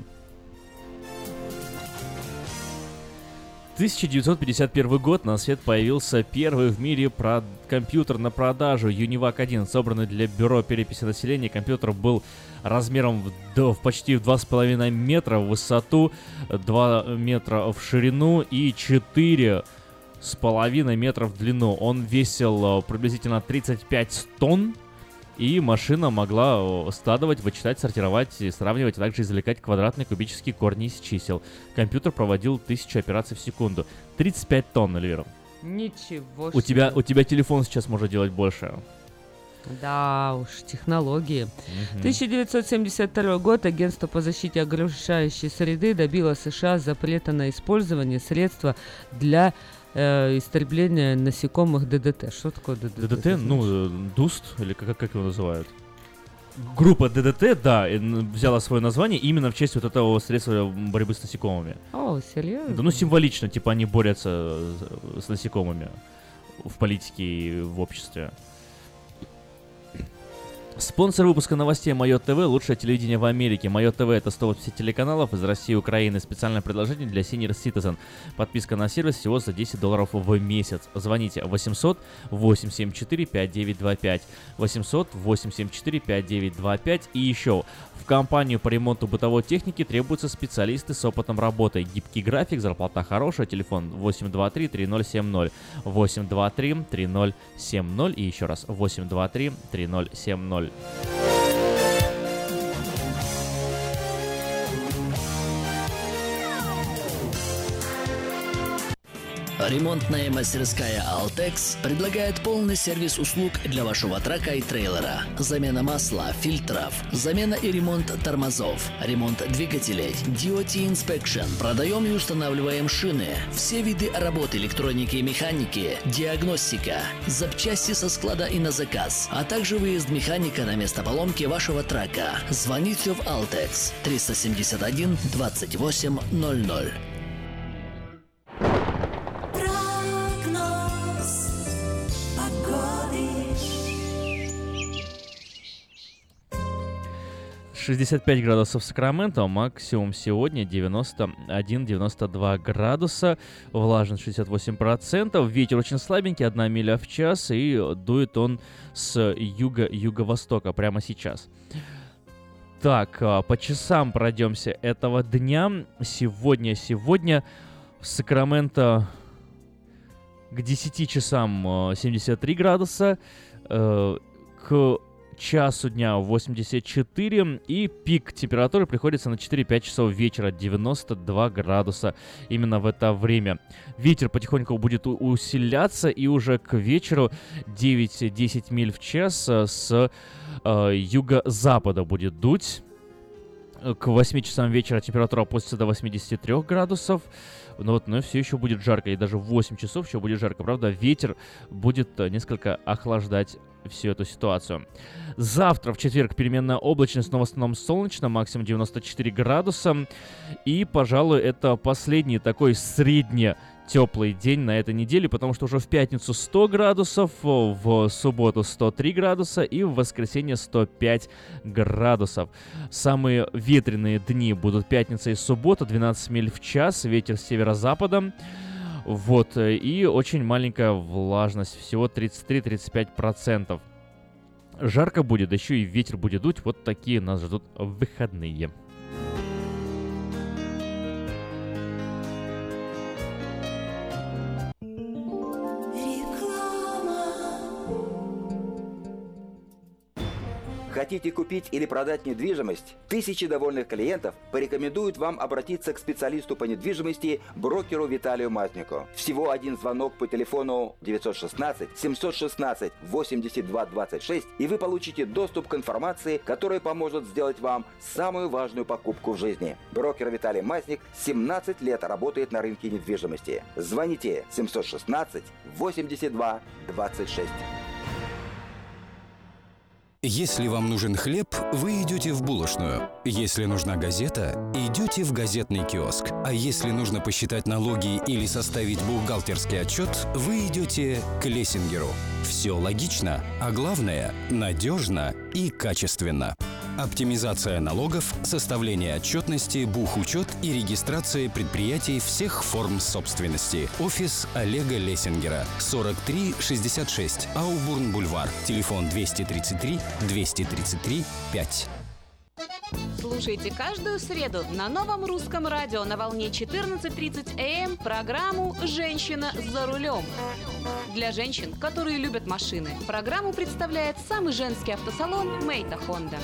тысяча девятьсот пятьдесят первый год на свет появился первый в мире про- компьютер на продажу юнивак один, собранный для бюро переписи населения. Компьютер был размером в, до, в почти в два с половиной метра в высоту, два метра в ширину и четыре с половиной метра в длину. Он весил приблизительно тридцать пять тонн. И машина могла складывать, вычитать, сортировать, сравнивать, а также извлекать квадратные кубические корни из чисел. Компьютер проводил тысячу операций в секунду. тридцать пять тонн, Эльвира. Ничего себе. У тебя, у тебя телефон сейчас может делать больше. Да уж, технологии. Угу. тысяча девятьсот семьдесят второй год Агентство по защите окружающей среды добило США запрета на использование средства для Э, истребление насекомых ДДТ. Что такое ДДТ? ДДТ, ну, ДУСТ, или как, как его называют? Группа ДДТ, да, взяла свое название именно в честь вот этого средства борьбы с насекомыми. О, серьезно? Да, ну, символично, типа они борются с насекомыми в политике и в обществе. Спонсор выпуска новостей Майо ТВ, лучшее телевидение в Америке. Майо ТВ — это сто восемьдесят телеканалов из России и Украины. Специальное предложение для Senior Citizen. Подписка на сервис всего за десять долларов в месяц. Звоните восемьсот восемь семь четыре пять девять два пять. восемьсот восемь семь четыре пять девять два пять. И еще, в компанию по ремонту бытовой техники требуются специалисты с опытом работы. Гибкий график, зарплата хорошая. Телефон восемь два три три ноль семь ноль. восемь два три три ноль семь ноль. И еще раз, восемь два три три ноль семь ноль. Ремонтная мастерская «Алтекс» предлагает полный сервис услуг для вашего трака и трейлера. Замена масла, фильтров, замена и ремонт тормозов, ремонт двигателей, ди о ти Inspection. Продаем и устанавливаем шины, все виды работы электроники и механики, диагностика, запчасти со склада и на заказ, а также выезд механика на место поломки вашего трака. Звоните в «Алтекс» триста семьдесят один двадцать восемь ноль ноль. шестьдесят пять градусов в Сакраменто, максимум сегодня девяносто один - девяносто два градуса, влажность шестьдесят восемь процентов, ветер очень слабенький, одна миля в час, и дует он с юга-юго-востока прямо сейчас. Так, по часам пройдемся этого дня. Сегодня, сегодня в Сакраменто к десяти часам семьдесят три градуса, к часу дня восемьдесят четыре, и пик температуры приходится на четыре-пять часов вечера, девяносто два градуса именно в это время. Ветер потихоньку будет усиляться, и уже к вечеру девять-десять миль в час с э, юго-запада будет дуть. К восьми часам вечера температура опустится до восьмидесяти трёх градусов. Но, вот, но все еще будет жарко, и даже в восемь часов еще будет жарко. Правда, ветер будет несколько охлаждать всю эту ситуацию. Завтра, в четверг, переменная облачность, но в основном солнечно, максимум девяносто четыре градуса. И, пожалуй, это последний такой средне теплый день на этой неделе, потому что уже в пятницу сто градусов, в субботу сто три градуса и в воскресенье сто пять градусов. Самые ветреные дни будут пятница и суббота, двенадцать миль в час, ветер с северо-запада. Вот, и очень маленькая влажность, всего тридцать три - тридцать пять процентов. Жарко будет, еще и ветер будет дуть, вот такие нас ждут выходные. Хотите купить или продать недвижимость? Тысячи довольных клиентов порекомендуют вам обратиться к специалисту по недвижимости, брокеру Виталию Мазнику. Всего один звонок по телефону девятьсот шестнадцать семьсот шестнадцать восемьдесят два двадцать шесть, и вы получите доступ к информации, которая поможет сделать вам самую важную покупку в жизни. Брокер Виталий Мазник семнадцать лет работает на рынке недвижимости. Звоните семьсот шестнадцать восемьдесят два двадцать шесть. Если вам нужен хлеб, вы идете в булочную. Если нужна газета, идете в газетный киоск. А если нужно посчитать налоги или составить бухгалтерский отчет, вы идете к Лессингеру. Все логично, а главное – надежно и качественно. Оптимизация налогов, составление отчетности, бухучет и регистрация предприятий всех форм собственности. Офис Олега Лессингера. сорок три шестьдесят шесть. Аубурн-Бульвар. Телефон двести тридцать три двести тридцать три пять. Слушайте каждую среду на новом русском радио на волне четырнадцать тридцать эй эм программу «Женщина за рулем». Для женщин, которые любят машины, программу представляет самый женский автосалон «Мейта Хонда».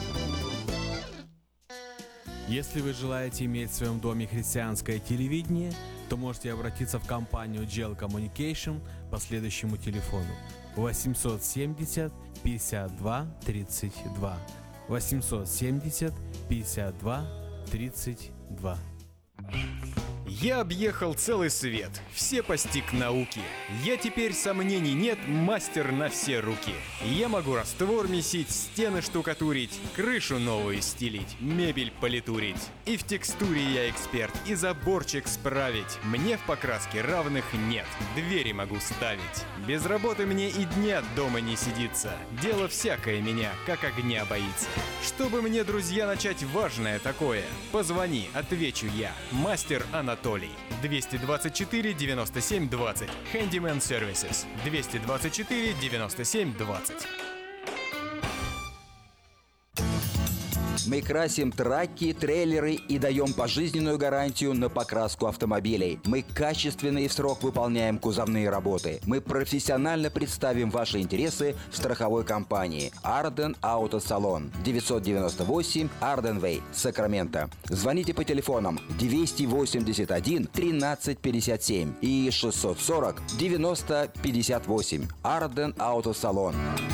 Если вы желаете иметь в своем доме христианское телевидение, то можете обратиться в компанию джи эл Communication по следующему телефону восемьсот семьдесят пятьдесят два тридцать два. восемьсот семьдесят пятьдесят два тридцать два. Я объехал целый свет, все постиг науки. Я теперь, сомнений нет, мастер на все руки. Я могу раствор месить, стены штукатурить, крышу новую стелить, мебель политурить. И в текстуре я эксперт, и заборчик справить. Мне в покраске равных нет, двери могу ставить. Без работы мне и дня дома не сидится. Дело всякое меня, как огня боится. Чтобы мне, друзья, начать важное такое, позвони, отвечу я. Мастер Анатолий. двести двадцать четыре девяносто семь двадцать. Handyman Services. двести двадцать четыре девяносто семь двадцать. Мы красим траки, трейлеры и даем пожизненную гарантию на покраску автомобилей. Мы качественно и в срок выполняем кузовные работы. Мы профессионально представим ваши интересы в страховой компании Арден Автосалон. девятьсот девяносто восемь Арден Вей, Сакраменто. Звоните по телефонам двести восемьдесят один тринадцать пятьдесят семь и шестьсот сорок девяносто пятьдесят восемь. Арден Автосалон.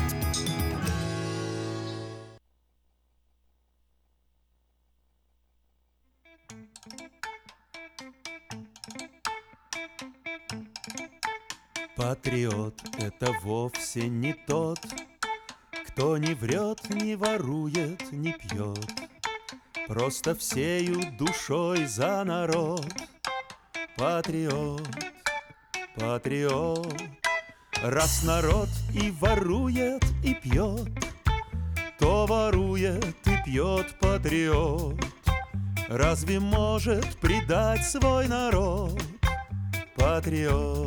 Патриот — это вовсе не тот, кто не врет, не ворует, не пьет, просто всею душой за народ. Патриот, патриот, раз народ и ворует, и пьет, то ворует и пьет патриот. Разве может предать свой народ? Патриот,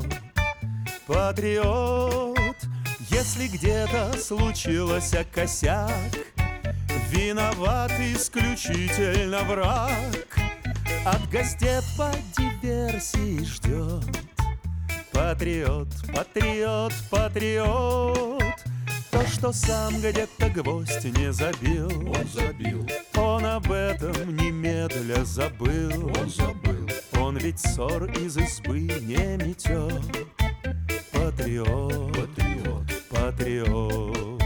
патриот, если где-то случился косяк, виноват исключительно враг. От газет по диверсии ждет. Патриот, патриот, патриот, то, что сам где-то гвоздь не забил, он забил. Он об этом немедля забыл, он забыл. Он ведь ссор из избы не метет. Патриот, патриот, патриот.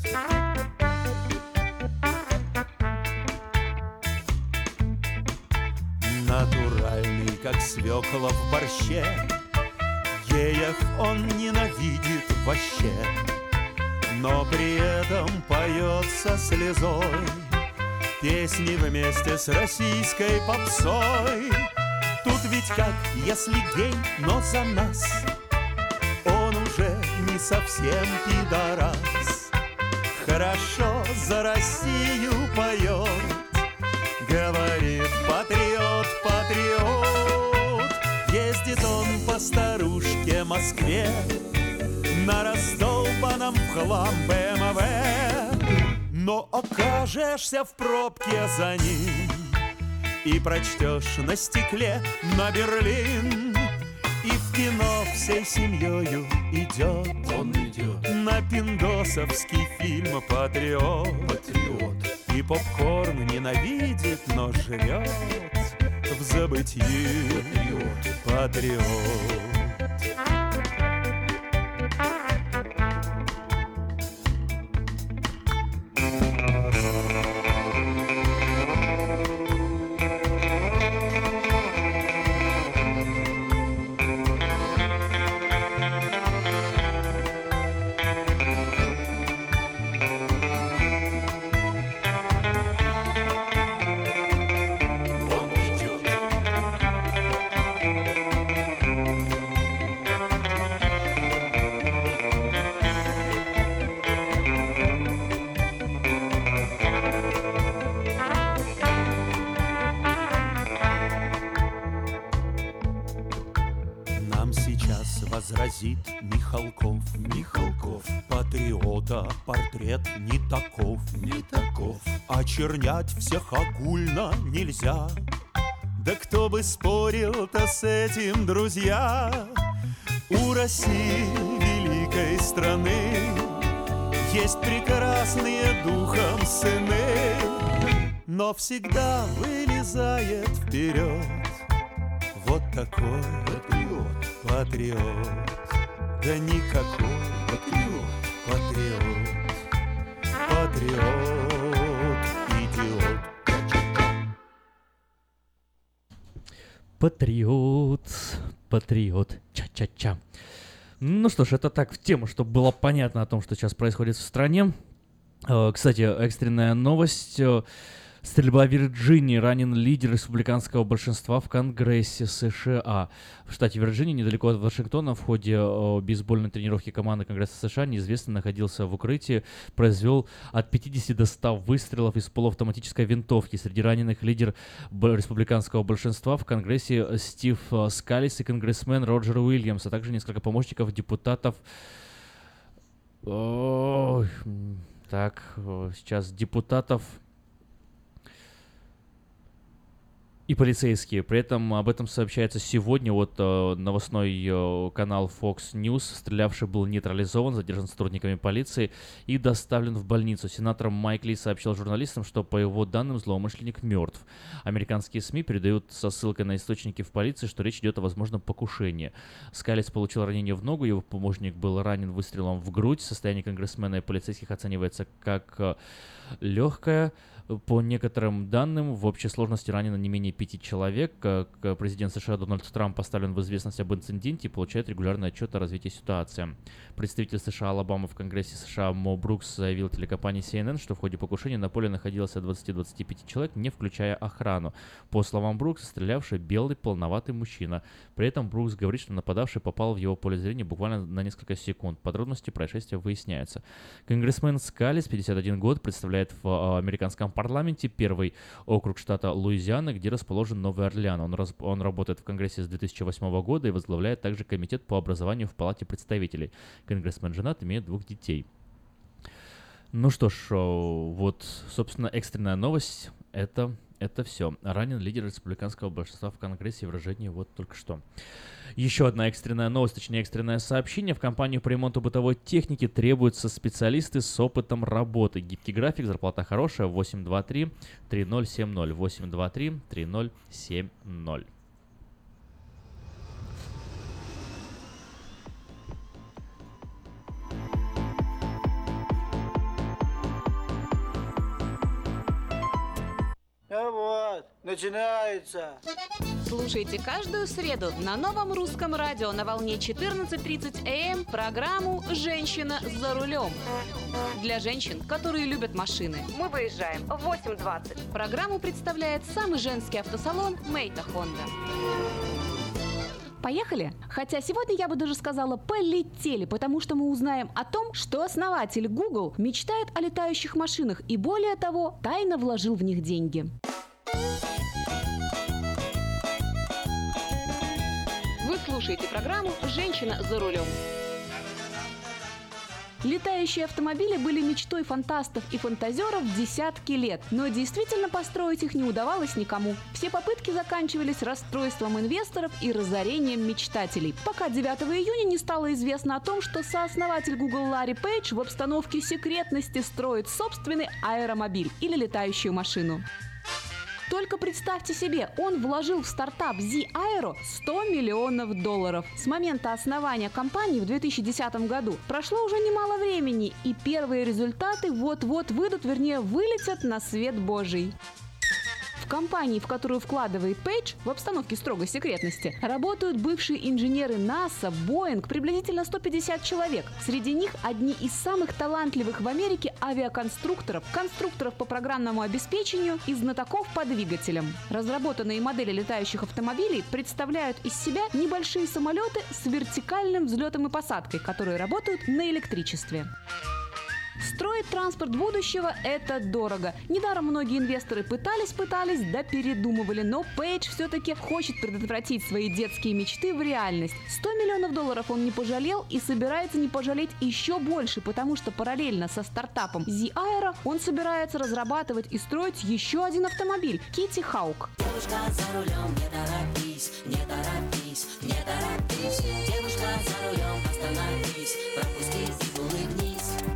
Натуральный, как свекла в борще, геев он ненавидит вообще, но при этом поет со слезой песни вместе с российской попсой. Тут ведь как, если гей, но за нас, он уже не совсем пидорас. Хорошо за Россию поет, говорит патриот, патриот. Ездит он по старушке Москве на раздолбанном в хлам бэ эм вэ, но окажешься в пробке за ним и прочтешь на стекле на Берлин. И в кино всей семьёю идет, он идет на пиндосовский фильм «Патриот». Патриот. И попкорн ненавидит, но жрет в забытьи. Патриот. Патриот. возразит Михалков. Михалков. Патриота портрет не таков. Не таков. Очернять всех огульно нельзя. Да кто бы спорил-то с этим, друзья? У России, великой страны, есть прекрасные духом сыны, но всегда вылезает вперед вот такой патриот, патриот, да никакой патриот, патриот, патриот, идиот. Патриот, патриот, ча-ча-ча. Ну что ж, это так в тему, чтобы было понятно о том, что сейчас происходит в стране. Кстати, экстренная новость. Стрельба в Вирджинии. Ранен лидер республиканского большинства в Конгрессе США. В штате Вирджиния, недалеко от Вашингтона, в ходе бейсбольной тренировки команды Конгресса США неизвестный находился в укрытии, произвел от пятидесяти до ста выстрелов из полуавтоматической винтовки. Среди раненых лидер республиканского большинства в Конгрессе Стив Скалис и конгрессмен Роджер Уильямс, а также несколько помощников депутатов. Ой, так, сейчас депутатов и полицейские. При этом об этом сообщается сегодня. Вот э, новостной э, канал Fox News. Стрелявший был нейтрализован, задержан сотрудниками полиции и доставлен в больницу. Сенатор Майк Ли сообщил журналистам, что по его данным злоумышленник мертв. Американские СМИ передают со ссылкой на источники в полиции, что речь идет о возможном покушении. Скалис получил ранение в ногу, его помощник был ранен выстрелом в грудь. Состояние конгрессмена и полицейских оценивается как э, легкое. По некоторым данным, в общей сложности ранено не менее пяти человек. Президент США Дональд Трамп поставлен в известность об инциденте и получает регулярный отчет о развитии ситуации. Представитель США Алабамы в Конгрессе США Мо Брукс заявил телекомпании си эн эн, что в ходе покушения на поле находилось от двадцати до двадцати пяти человек, не включая охрану. По словам Брукса, стрелявший белый полноватый мужчина. При этом Брукс говорит, что нападавший попал в его поле зрения буквально на несколько секунд. Подробности происшествия выясняются. Конгрессмен Скалис, пятьдесят один год, представляет в американском парламенте парламенте первый округ штата Луизиана, где расположен Новый Орлеан. Он, раз, он работает в Конгрессе с две тысячи восьмого года и возглавляет также комитет по образованию в Палате представителей. Конгрессмен женат, имеет двух детей. Ну что ж, вот, собственно, экстренная новость. Это, это все. Ранен лидер республиканского большинства в Конгрессе в Вирджинии вот только что. Еще одна экстренная новость, точнее экстренное сообщение. В компанию по ремонту бытовой техники требуются специалисты с опытом работы. Гибкий график, зарплата хорошая. восемь два три три ноль семь ноль. восемь два три три ноль семь ноль. А вот, начинается. Слушайте каждую среду на новом русском радио на волне четырнадцать тридцать эй эм программу «Женщина за рулем». Для женщин, которые любят машины. Мы выезжаем в восемь двадцать. Программу представляет самый женский автосалон «Мейта Хонда». Поехали? Хотя сегодня я бы даже сказала полетели, потому что мы узнаем о том, что основатель Google мечтает о летающих машинах и, более того, тайно вложил в них деньги. Вы слушаете программу «Женщина за рулем». Летающие автомобили были мечтой фантастов и фантазеров десятки лет, но действительно построить их не удавалось никому. Все попытки заканчивались расстройством инвесторов и разорением мечтателей, пока девятого июня не стало известно о том, что сооснователь Google Ларри Пейдж в обстановке секретности строит собственный аэромобиль или летающую машину. Только представьте себе, он вложил в стартап Zee.Aero сто миллионов долларов. С момента основания компании в две тысячи десятом году прошло уже немало времени, и первые результаты вот-вот выйдут, вернее, вылетят на свет Божий. В компании, в которую вкладывает Пейдж, в обстановке строгой секретности, работают бывшие инженеры НАСА, Boeing, приблизительно сто пятьдесят человек. Среди них одни из самых талантливых в Америке авиаконструкторов, конструкторов по программному обеспечению и знатоков по двигателям. Разработанные модели летающих автомобилей представляют из себя небольшие самолеты с вертикальным взлетом и посадкой, которые работают на электричестве. Строить транспорт будущего – это дорого. Недаром многие инвесторы пытались-пытались, да передумывали, но Пейдж все-таки хочет предотвратить свои детские мечты в реальность. сто миллионов долларов он не пожалел и собирается не пожалеть еще больше, потому что параллельно со стартапом Зи Аэро он собирается разрабатывать и строить еще один автомобиль – Kitty Hawk. Девушка за рулем, не торопись, не торопись, не торопись. Девушка за рулем, остановись, пропусти и улыбнись.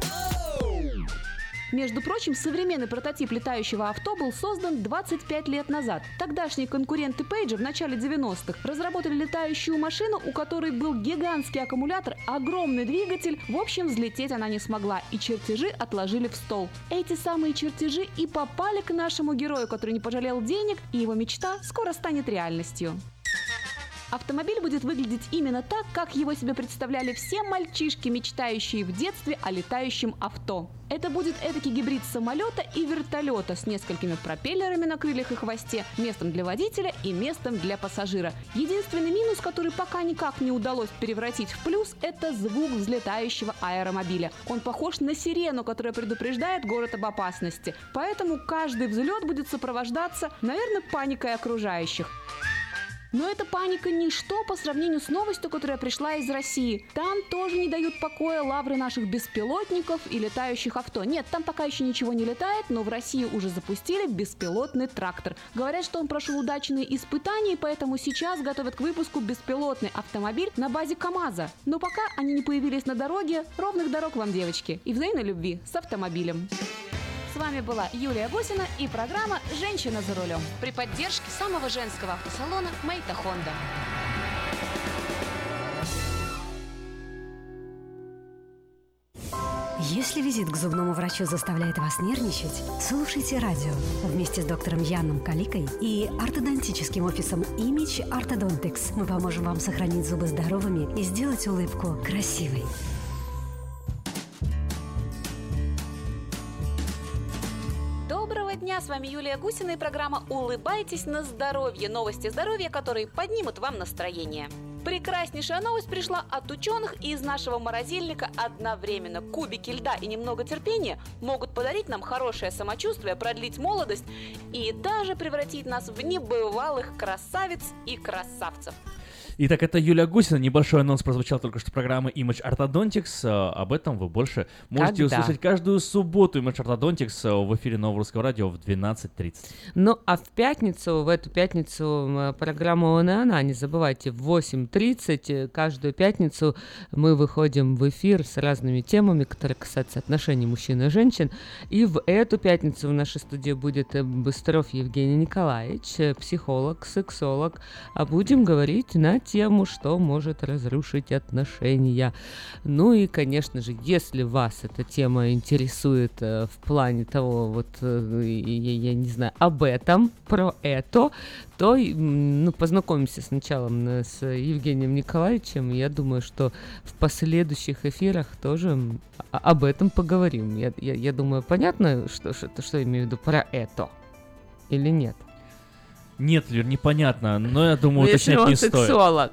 Между прочим, современный прототип летающего авто был создан двадцать пять лет назад. Тогдашние конкуренты Пейджа в начале девяностых разработали летающую машину, у которой был гигантский аккумулятор, огромный двигатель. В общем, взлететь она не смогла, и чертежи отложили в стол. Эти самые чертежи и попали к нашему герою, который не пожалел денег, и его мечта скоро станет реальностью. Автомобиль будет выглядеть именно так, как его себе представляли все мальчишки, мечтающие в детстве о летающем авто. Это будет эдакий гибрид самолета и вертолета с несколькими пропеллерами на крыльях и хвосте, местом для водителя и местом для пассажира. Единственный минус, который пока никак не удалось превратить в плюс, это звук взлетающего аэромобиля. Он похож на сирену, которая предупреждает город об опасности. Поэтому каждый взлет будет сопровождаться, наверное, паникой окружающих. Но эта паника ничто по сравнению с новостью, которая пришла из России. Там тоже не дают покоя лавры наших беспилотников и летающих авто. Нет, там пока еще ничего не летает, но в России уже запустили беспилотный трактор. Говорят, что он прошел удачные испытания, поэтому сейчас готовят к выпуску беспилотный автомобиль на базе КАМАЗа. Но пока они не появились на дороге, ровных дорог вам, девочки, и взаимной любви с автомобилем. С вами была Юлия Гусина и программа «Женщина за рулем» при поддержке самого женского автосалона «Мэйта Хонда». Если визит к зубному врачу заставляет вас нервничать, слушайте радио вместе с доктором Яном Каликой и ортодонтическим офисом Image Orthodontics. Мы поможем вам сохранить зубы здоровыми и сделать улыбку красивой. Доброго дня, с вами Юлия Гусина и программа «Улыбайтесь на здоровье». Новости здоровья, которые поднимут вам настроение. Прекраснейшая новость пришла от ученых, и из нашего морозильника одновременно кубики льда и немного терпения могут подарить нам хорошее самочувствие, продлить молодость и даже превратить нас в небывалых красавиц и красавцев. Итак, это Юлия Гусина. Небольшой анонс прозвучал только что программы Image Orthodontics. Об этом вы больше можете Когда? услышать каждую субботу. Image Orthodontics в эфире Нового Русского Радио в двенадцать тридцать. Ну, а в пятницу, в эту пятницу программа «Он и она». Не забывайте, в восемь тридцать каждую пятницу мы выходим в эфир с разными темами, которые касаются отношений мужчин и женщин. И в эту пятницу в нашей студии будет Быстров Евгений Николаевич, психолог, сексолог. А будем говорить на тему, что может разрушить отношения. Ну и, конечно же, если вас эта тема интересует э, в плане того, вот, э, я, я не знаю, об этом, про это, то, ну, познакомимся сначала с Евгением Николаевичем. Я думаю, что в последующих эфирах тоже об этом поговорим. Я, я, я думаю, понятно, что, что, что я имею в виду про это или нет? Нет, Лер, непонятно, но я думаю, уточнять не стоит. Сексолог.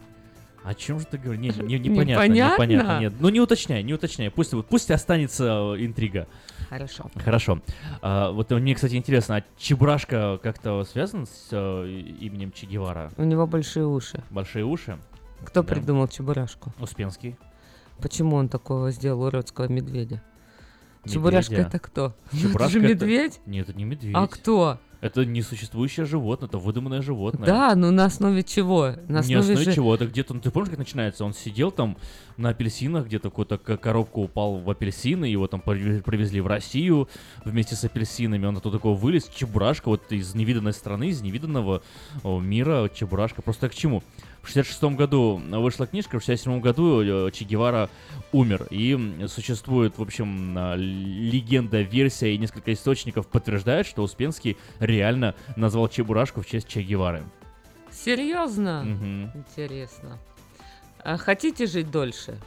О чем же ты говоришь? Не, не, непонятно, непонятно? непонятно, нет. Ну не уточняй, не уточняй, пусть, пусть останется интрига. Хорошо. Хорошо. А, вот мне, кстати, интересно, а Чебурашка как-то связан с а, именем Че Гевара? У него большие уши. Большие уши? Кто да. придумал Чебурашку? Успенский. Почему он такого сделал уродского медведя? Медведя. Чебурашка это кто? Чебурашка это же медведь? Это... Нет, это не медведь. А кто? Это несуществующее животное, это выдуманное животное. Да, но на основе чего? На основе не основе же... чего? Это где-то, ну, ты помнишь, как начинается? Он сидел там на апельсинах, где-то какую-то коробку упал в апельсины, его там привезли в Россию вместе с апельсинами, он оттуда такой вылез, Чебурашка, вот из невиданной страны, из невиданного о, мира Чебурашка. Просто к чему? В шестьдесят шестом году вышла книжка, в шестьдесят седьмом году Че Гевара умер. И существует, в общем, легенда, версия и несколько источников подтверждают, что Успенский реально назвал Чебурашку в честь Че Гевары. Серьезно? Угу. Интересно. А хотите жить дольше?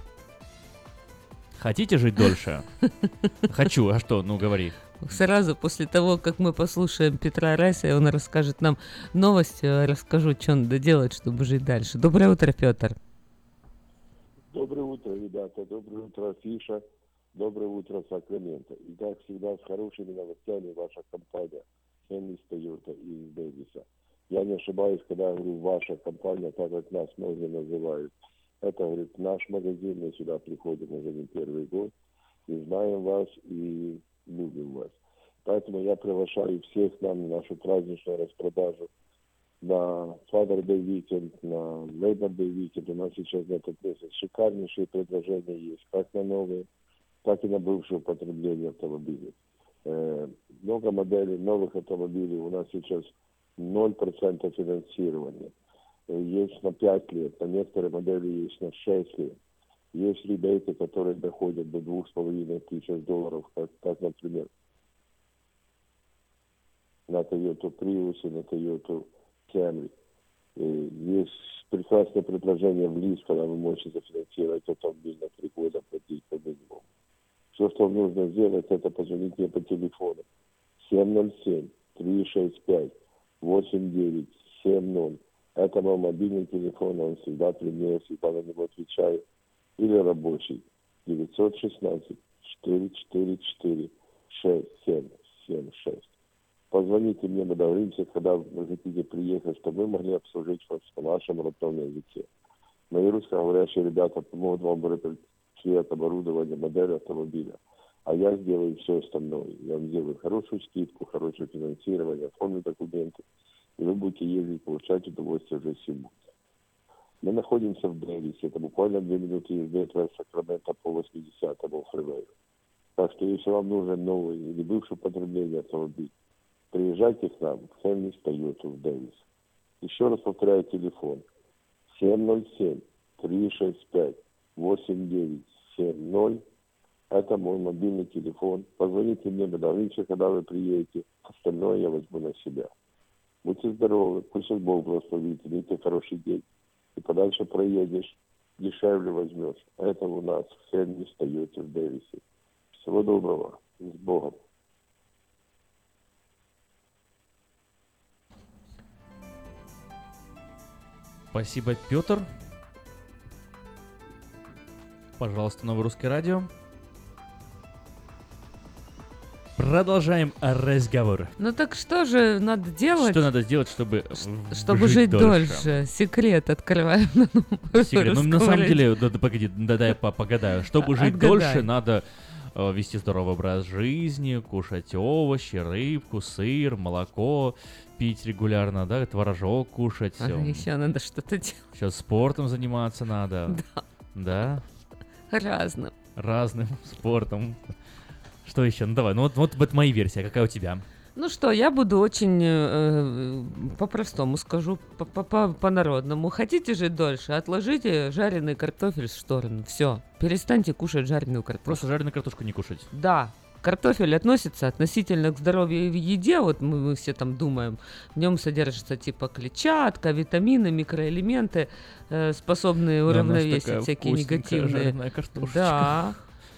Хотите жить дольше? Хочу, а что? Ну, говори. Сразу после того, как мы послушаем Петра Райса, и он расскажет нам новости, расскажу, что надо делать, чтобы жить дальше. Доброе утро, Петр. Доброе утро, ребята. Доброе утро, Афиша. Доброе утро, Сакраменто. И как всегда, с хорошими новостями ваша компания Хенлис Тойота из Дэвиса. Я не ошибаюсь, когда говорю ваша компания, так как нас многие называют. Это, говорит, наш магазин, мы сюда приходим уже не первый год. И знаем вас, и любим вас. Поэтому я приглашаю всех нам на нашу праздничную распродажу на Father Day Weekend, на Labor Day Weekend. У нас сейчас на этот месяц шикарнейшие предложения есть, как на новые, так и на бывшее употребление автомобилей. Э, много моделей новых автомобилей. У нас сейчас ноль процентов финансирования. Э, есть на пять лет, на некоторые модели есть на шесть лет. Есть ребейты, которые доходят до двух с половиной тысяч долларов, как, как, например, на Toyota Prius и на Toyota Camry. И есть прекрасное предложение в лист, когда вы можете зафинансировать автомобиль на три года, платить по минимуму. Все, что вам нужно сделать, это позвонить мне по телефону семь ноль семь три шесть пять восемь девять семь ноль. Это мой мобильный телефон, он всегда при мне, я всегда на него отвечаю. Или рабочий девять один шесть четыре четыре четыре шесть семь семь шесть. Позвоните мне, мы договоримся, когда вы хотите приехать, чтобы мы могли обслужить вас на вашем родном языке. Мои русскоговорящие ребята помогут вам выбрать цвет, оборудование, модель автомобиля. А я сделаю все остальное. Я вам сделаю хорошую скидку, хорошее финансирование, оформлю документы. И вы будете ездить, получать удовольствие уже сегодня. Мы находимся в Дэвисе. Это буквально две минуты езды от Сакрамента по восьмидесятому фривею. Так что, если вам нужен новый или бывший употребление автомобиль, приезжайте к нам в Хенлис Тойоту в Дэвис. Еще раз повторяю телефон семь ноль семь три шесть пять восемь девять семь ноль. Это мой мобильный телефон. Позвоните мне, договоримся, когда вы приедете. Остальное я возьму на себя. Будьте здоровы, пусть Бог благословит, имейте хороший день. И подальше проедешь, дешевле возьмешь. Это у нас в Хенлис Тойоте в Дэвисе. Всего доброго. С Богом. Спасибо, Петр. Пожалуйста, Новое Русское Радио. Продолжаем разговор. Ну так что же надо делать? Что надо сделать, чтобы, чтобы жить, жить дольше? дольше? Секрет открываем на Новом Секрет. Ну, на самом деле, да, да, погоди, да, дай я погадаю. Чтобы жить Отгадай. дольше, надо э, вести здоровый образ жизни, кушать овощи, рыбку, сыр, молоко, пить регулярно, да, творожок кушать. А еще надо что-то делать. Сейчас спортом заниматься надо. Да. Да? Разным. Разным спортом. Что еще? Ну давай, ну вот, вот, вот моя версия, какая у тебя? Ну что, я буду очень э, по-простому скажу, по-народному. Хотите жить дольше? Отложите жареный картофель в сторону. Все, перестаньте кушать жареную картошку. Просто жареную картошку не кушать? Да. Картофель относится относительно к здоровью в еде, вот мы, мы все там думаем, в нем содержится типа клетчатка, витамины, микроэлементы, э, способные уравновесить всякие негативные. Да.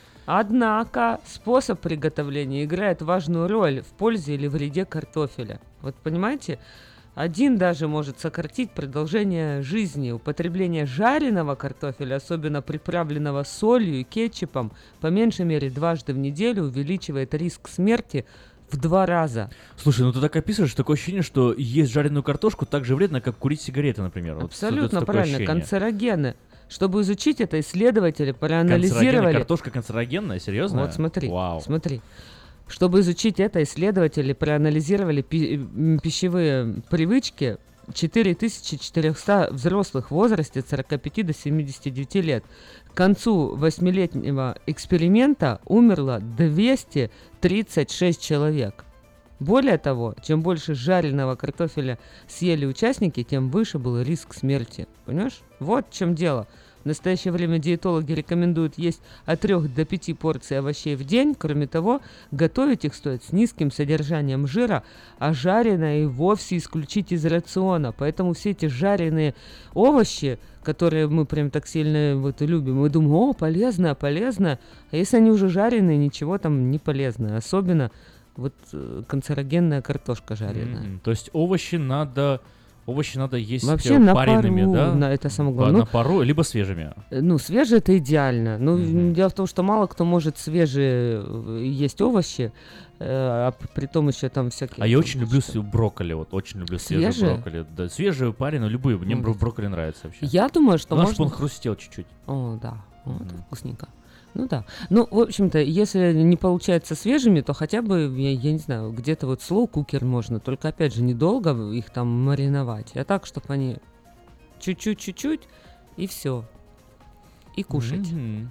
Однако способ приготовления играет важную роль в пользе или вреде картофеля. Вот понимаете, один даже может сократить продолжение жизни. Употребление жареного картофеля, особенно приправленного солью и кетчупом, по меньшей мере дважды в неделю увеличивает риск смерти в два раза. Слушай, ну ты так описываешь, такое ощущение, что есть жареную картошку так же вредно, как курить сигареты, например. Абсолютно вот правильно, ощущение. Канцерогены. Чтобы изучить это, исследователи проанализировали... Картошка канцерогенная? Серьезно? Вот смотри, Вау. смотри. Чтобы изучить это, исследователи проанализировали пи- пищевые привычки четыре тысячи четыреста взрослых в возрасте от сорока пяти до семидесяти девяти лет. К концу восьмилетнего эксперимента умерло двести тридцать шесть человек. Более того, чем больше жареного картофеля съели участники, тем выше был риск смерти. Понимаешь? Вот в чем дело. В настоящее время диетологи рекомендуют есть от трёх до пяти порций овощей в день. Кроме того, готовить их стоит с низким содержанием жира, а жареное и вовсе исключить из рациона. Поэтому все эти жареные овощи, которые мы прям так сильно вот любим, мы думаем, о, полезно, полезно. А если они уже жареные, ничего там не полезно. Особенно вот канцерогенная картошка жареная. Mm-hmm. То есть овощи надо Овощи надо есть Вообще на пареными, пару, да? на, это самое По- главное. На пару, либо свежими. Ну, свежие это идеально. Ну, Мгм. дело в том, что мало кто может свежие э, есть овощи, э, а при том еще там всякие... А я там очень люблю с- брокколи, вот очень люблю свежие Свежие? брокколи. Да, свежие, пареные, любые. Мне М. бро- брокколи нравится вообще. Я думаю, что Главное, чтобы можно... он хрустел чуть-чуть. О, да, вот, вкусненько. Ну да. Ну, в общем-то, если не получается свежими, то хотя бы, я, я не знаю, где-то вот слоу-кукер можно, только, опять же, недолго их там мариновать, а так, чтобы они чуть-чуть-чуть-чуть, и все. И кушать. Мгм.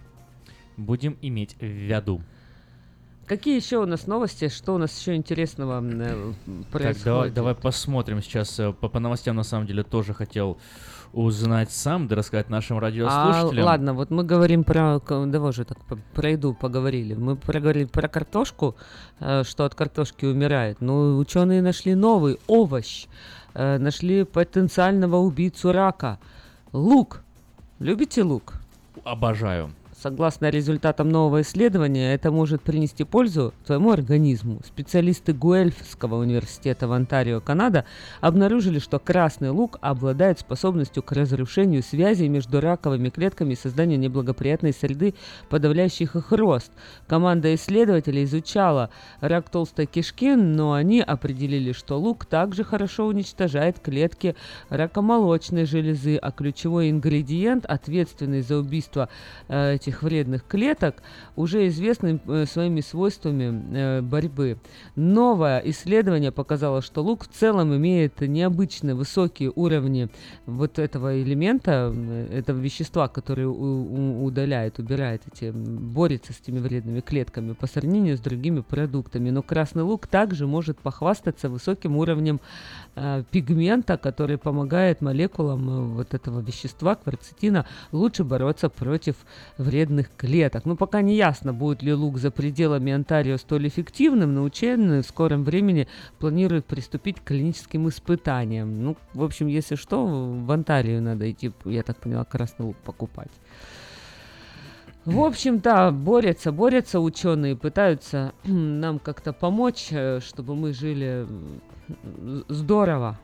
Будем иметь в виду. Какие еще у нас новости? Что у нас еще интересного м, э, происходит? Так, давай, давай посмотрим сейчас. э, По, по новостям, на самом деле, тоже хотел узнать сам, да рассказать нашим А, радиослушателям. ладно, вот мы говорим про... к- Давай же так по- про еду поговорили. Мы проговорили про картошку, э, что от картошки умирает. Но ученые нашли новый овощ. Э, нашли потенциального убийцу рака. Лук. Любите лук? Обожаю. Согласно результатам нового исследования, это может принести пользу твоему организму. Специалисты Гуэльфского университета в Онтарио, Канада, обнаружили, что красный лук обладает способностью к разрушению связей между раковыми клетками и созданию неблагоприятной среды, подавляющих их рост. Команда исследователей изучала рак толстой кишки, но они определили, что лук также хорошо уничтожает клетки ракомолочной железы, а ключевой ингредиент, ответственный за убийство э, этих вредных клеток, уже известны э, своими свойствами э, борьбы. Новое исследование показало, что лук в целом имеет необычно высокие уровни вот этого элемента, э, этого вещества, который у- у- удаляет, убирает эти, м, борется с этими вредными клетками по сравнению с другими продуктами. Но красный лук также может похвастаться высоким уровнем э, пигмента, который помогает молекулам э, вот этого вещества, кверцетина, лучше бороться против вредных клеток. Ну, пока не ясно, будет ли лук за пределами Онтарио столь эффективным, но ученые в скором времени планируют приступить к клиническим испытаниям. Ну, в общем, если что, в Онтарио надо идти, я так поняла, красный лук покупать. В общем, да, борются, борются ученые, пытаются нам как-то помочь, э, чтобы мы жили м, здорово.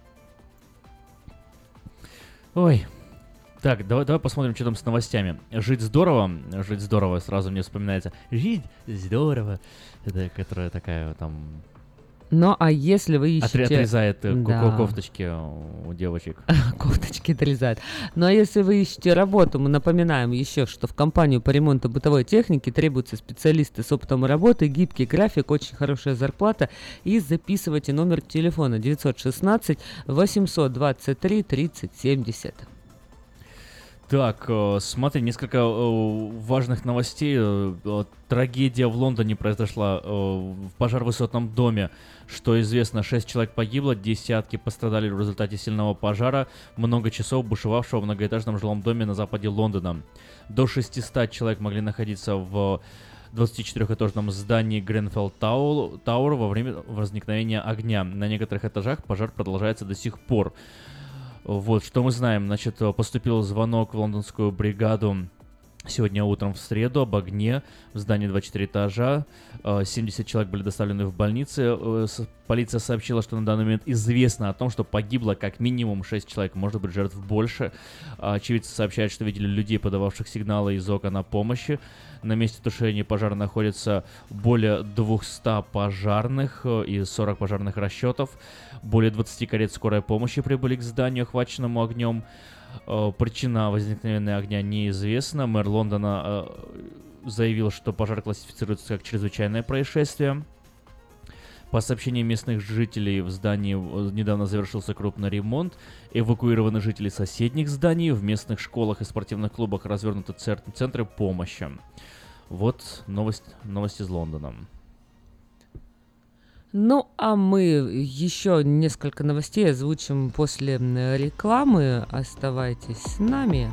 Ой. Так, давай, давай посмотрим, что там с новостями. Жить здорово, жить здорово, сразу мне вспоминается. Жить здорово. Это которая такая там... Ну, а если вы ищете... отре- Отрезает э, ко- Да. кофточки у девочек. Кофточки отрезают. Ну, а если вы ищете работу, мы напоминаем еще, что в компанию по ремонту бытовой техники требуются специалисты с опытом работы, гибкий график, очень хорошая зарплата. И записывайте номер телефона девятьсот шестнадцать восемьсот двадцать три тридцать семьдесят. Так, э, смотри, несколько э, важных новостей. Э, э, Трагедия в Лондоне произошла. э, Пожар в высотном доме. Что известно, шесть человек погибло, десятки пострадали в результате сильного пожара, много часов бушевавшего в многоэтажном жилом доме на западе Лондона. До шестисот человек могли находиться в двадцатичетырёхэтажном здании Гренфелл Тау- Тауэр во время возникновения огня. На некоторых этажах пожар продолжается до сих пор. Вот, что мы знаем. Значит, поступил звонок в лондонскую бригаду сегодня утром в среду об огне в здании двадцать четыре этажа. Э, семьдесят человек были доставлены в больницы. Э, с- Полиция сообщила, что на данный момент известно о том, что погибло как минимум шесть человек, может быть, жертв больше. А очевидцы сообщают, что видели людей, подававших сигналы из окон о помощи. На месте тушения пожара находится более двухсот пожарных э, и сорок пожарных расчетов. Более двадцати карет скорой помощи прибыли к зданию, охваченному огнем. Э, Причина возникновения огня неизвестна. Мэр Лондона э, заявил, что пожар классифицируется как чрезвычайное происшествие. По сообщениям местных жителей, в здании э, недавно завершился крупный ремонт. Эвакуированы жители соседних зданий. В местных школах и спортивных клубах развернуты цер- центры помощи. Вот новость, новость из Лондона. Ну, а мы еще несколько новостей озвучим после м, рекламы. Оставайтесь с нами.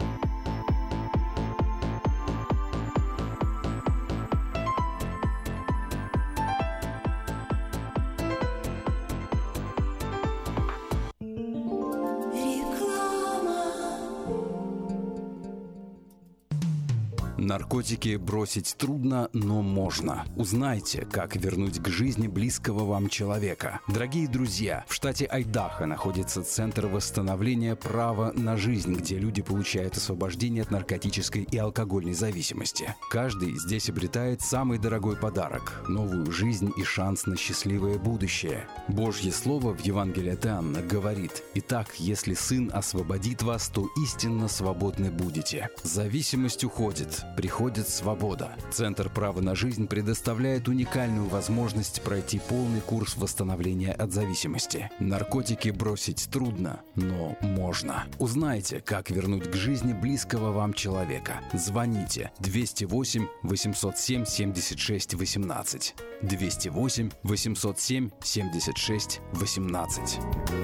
Наркотики бросить трудно, но можно. Узнайте, как вернуть к жизни близкого вам человека. Дорогие друзья, в штате Айдахо находится Центр восстановления права на жизнь, где люди получают освобождение от наркотической и алкогольной зависимости. Каждый здесь обретает самый дорогой подарок – новую жизнь и шанс на счастливое будущее. Божье Слово в Евангелии от Иоанна говорит: «Итак, если Сын освободит вас, то истинно свободны будете». Зависимость уходит. Приходит свобода. Центр права на жизнь предоставляет уникальную возможность пройти полный курс восстановления от зависимости. Наркотики бросить трудно, но можно. Узнайте, как вернуть к жизни близкого вам человека. Звоните двести восемь восемьсот семь семьдесят шесть восемнадцать. двести восемь восемьсот семь семьдесят шесть восемнадцать.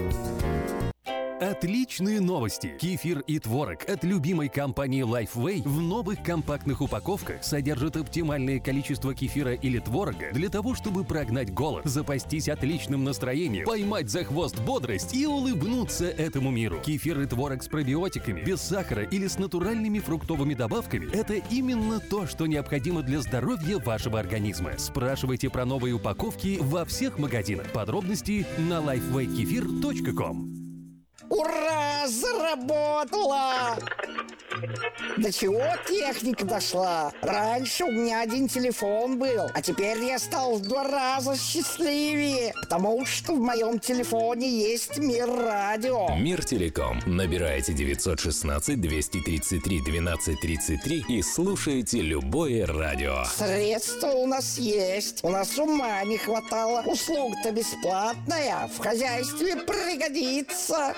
Отличные новости! Кефир и творог от любимой компании Lifeway в новых компактных упаковках содержат оптимальное количество кефира или творога для того, чтобы прогнать голод, запастись отличным настроением, поймать за хвост бодрость и улыбнуться этому миру. Кефир и творог с пробиотиками, без сахара или с натуральными фруктовыми добавками – это именно то, что необходимо для здоровья вашего организма. Спрашивайте про новые упаковки во всех магазинах. Подробности на лайфвей кефир точка ком. Ура! Заработала! До чего техника дошла? Раньше у меня один телефон был, а теперь я стал в два раза счастливее, потому что в моем телефоне есть Мир Радио. Мир Телеком. Набирайте девятьсот шестнадцать двести тридцать три двенадцать тридцать три и слушайте любое радио. Средства у нас есть, у нас ума не хватало. Услуга-то бесплатная, в хозяйстве пригодится.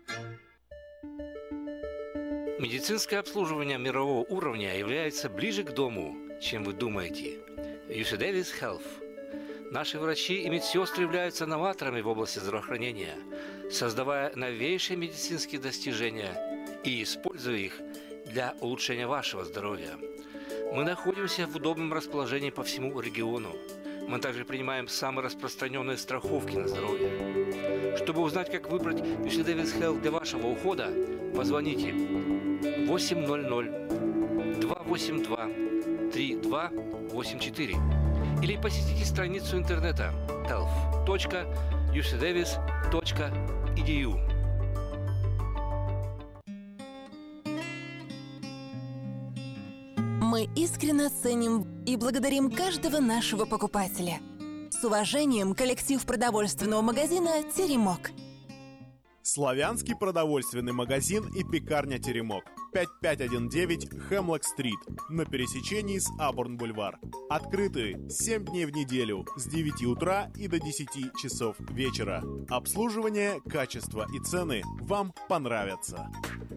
Медицинское обслуживание мирового уровня является ближе к дому, чем вы думаете. ю си Davis Health. Наши врачи и медсестры являются новаторами в области здравоохранения, создавая новейшие медицинские достижения и используя их для улучшения вашего здоровья. Мы находимся в удобном расположении по всему региону. Мы также принимаем самые распространенные страховки на здоровье. Чтобы узнать, как выбрать ю си Davis Health для вашего ухода, позвоните восемь ноль ноль два восемь два три два восемь четыре или посетите страницу интернета health точка ю си davis точка и ди ю. Мы искренне ценим и благодарим каждого нашего покупателя. С уважением, коллектив продовольственного магазина «Теремок». Славянский продовольственный магазин и пекарня «Теремок». пять пять один девять Хемлок-стрит на пересечении с Абурн-бульвар. Открыты семь дней в неделю с девяти утра и до десяти часов вечера. Обслуживание, качество и цены вам понравятся.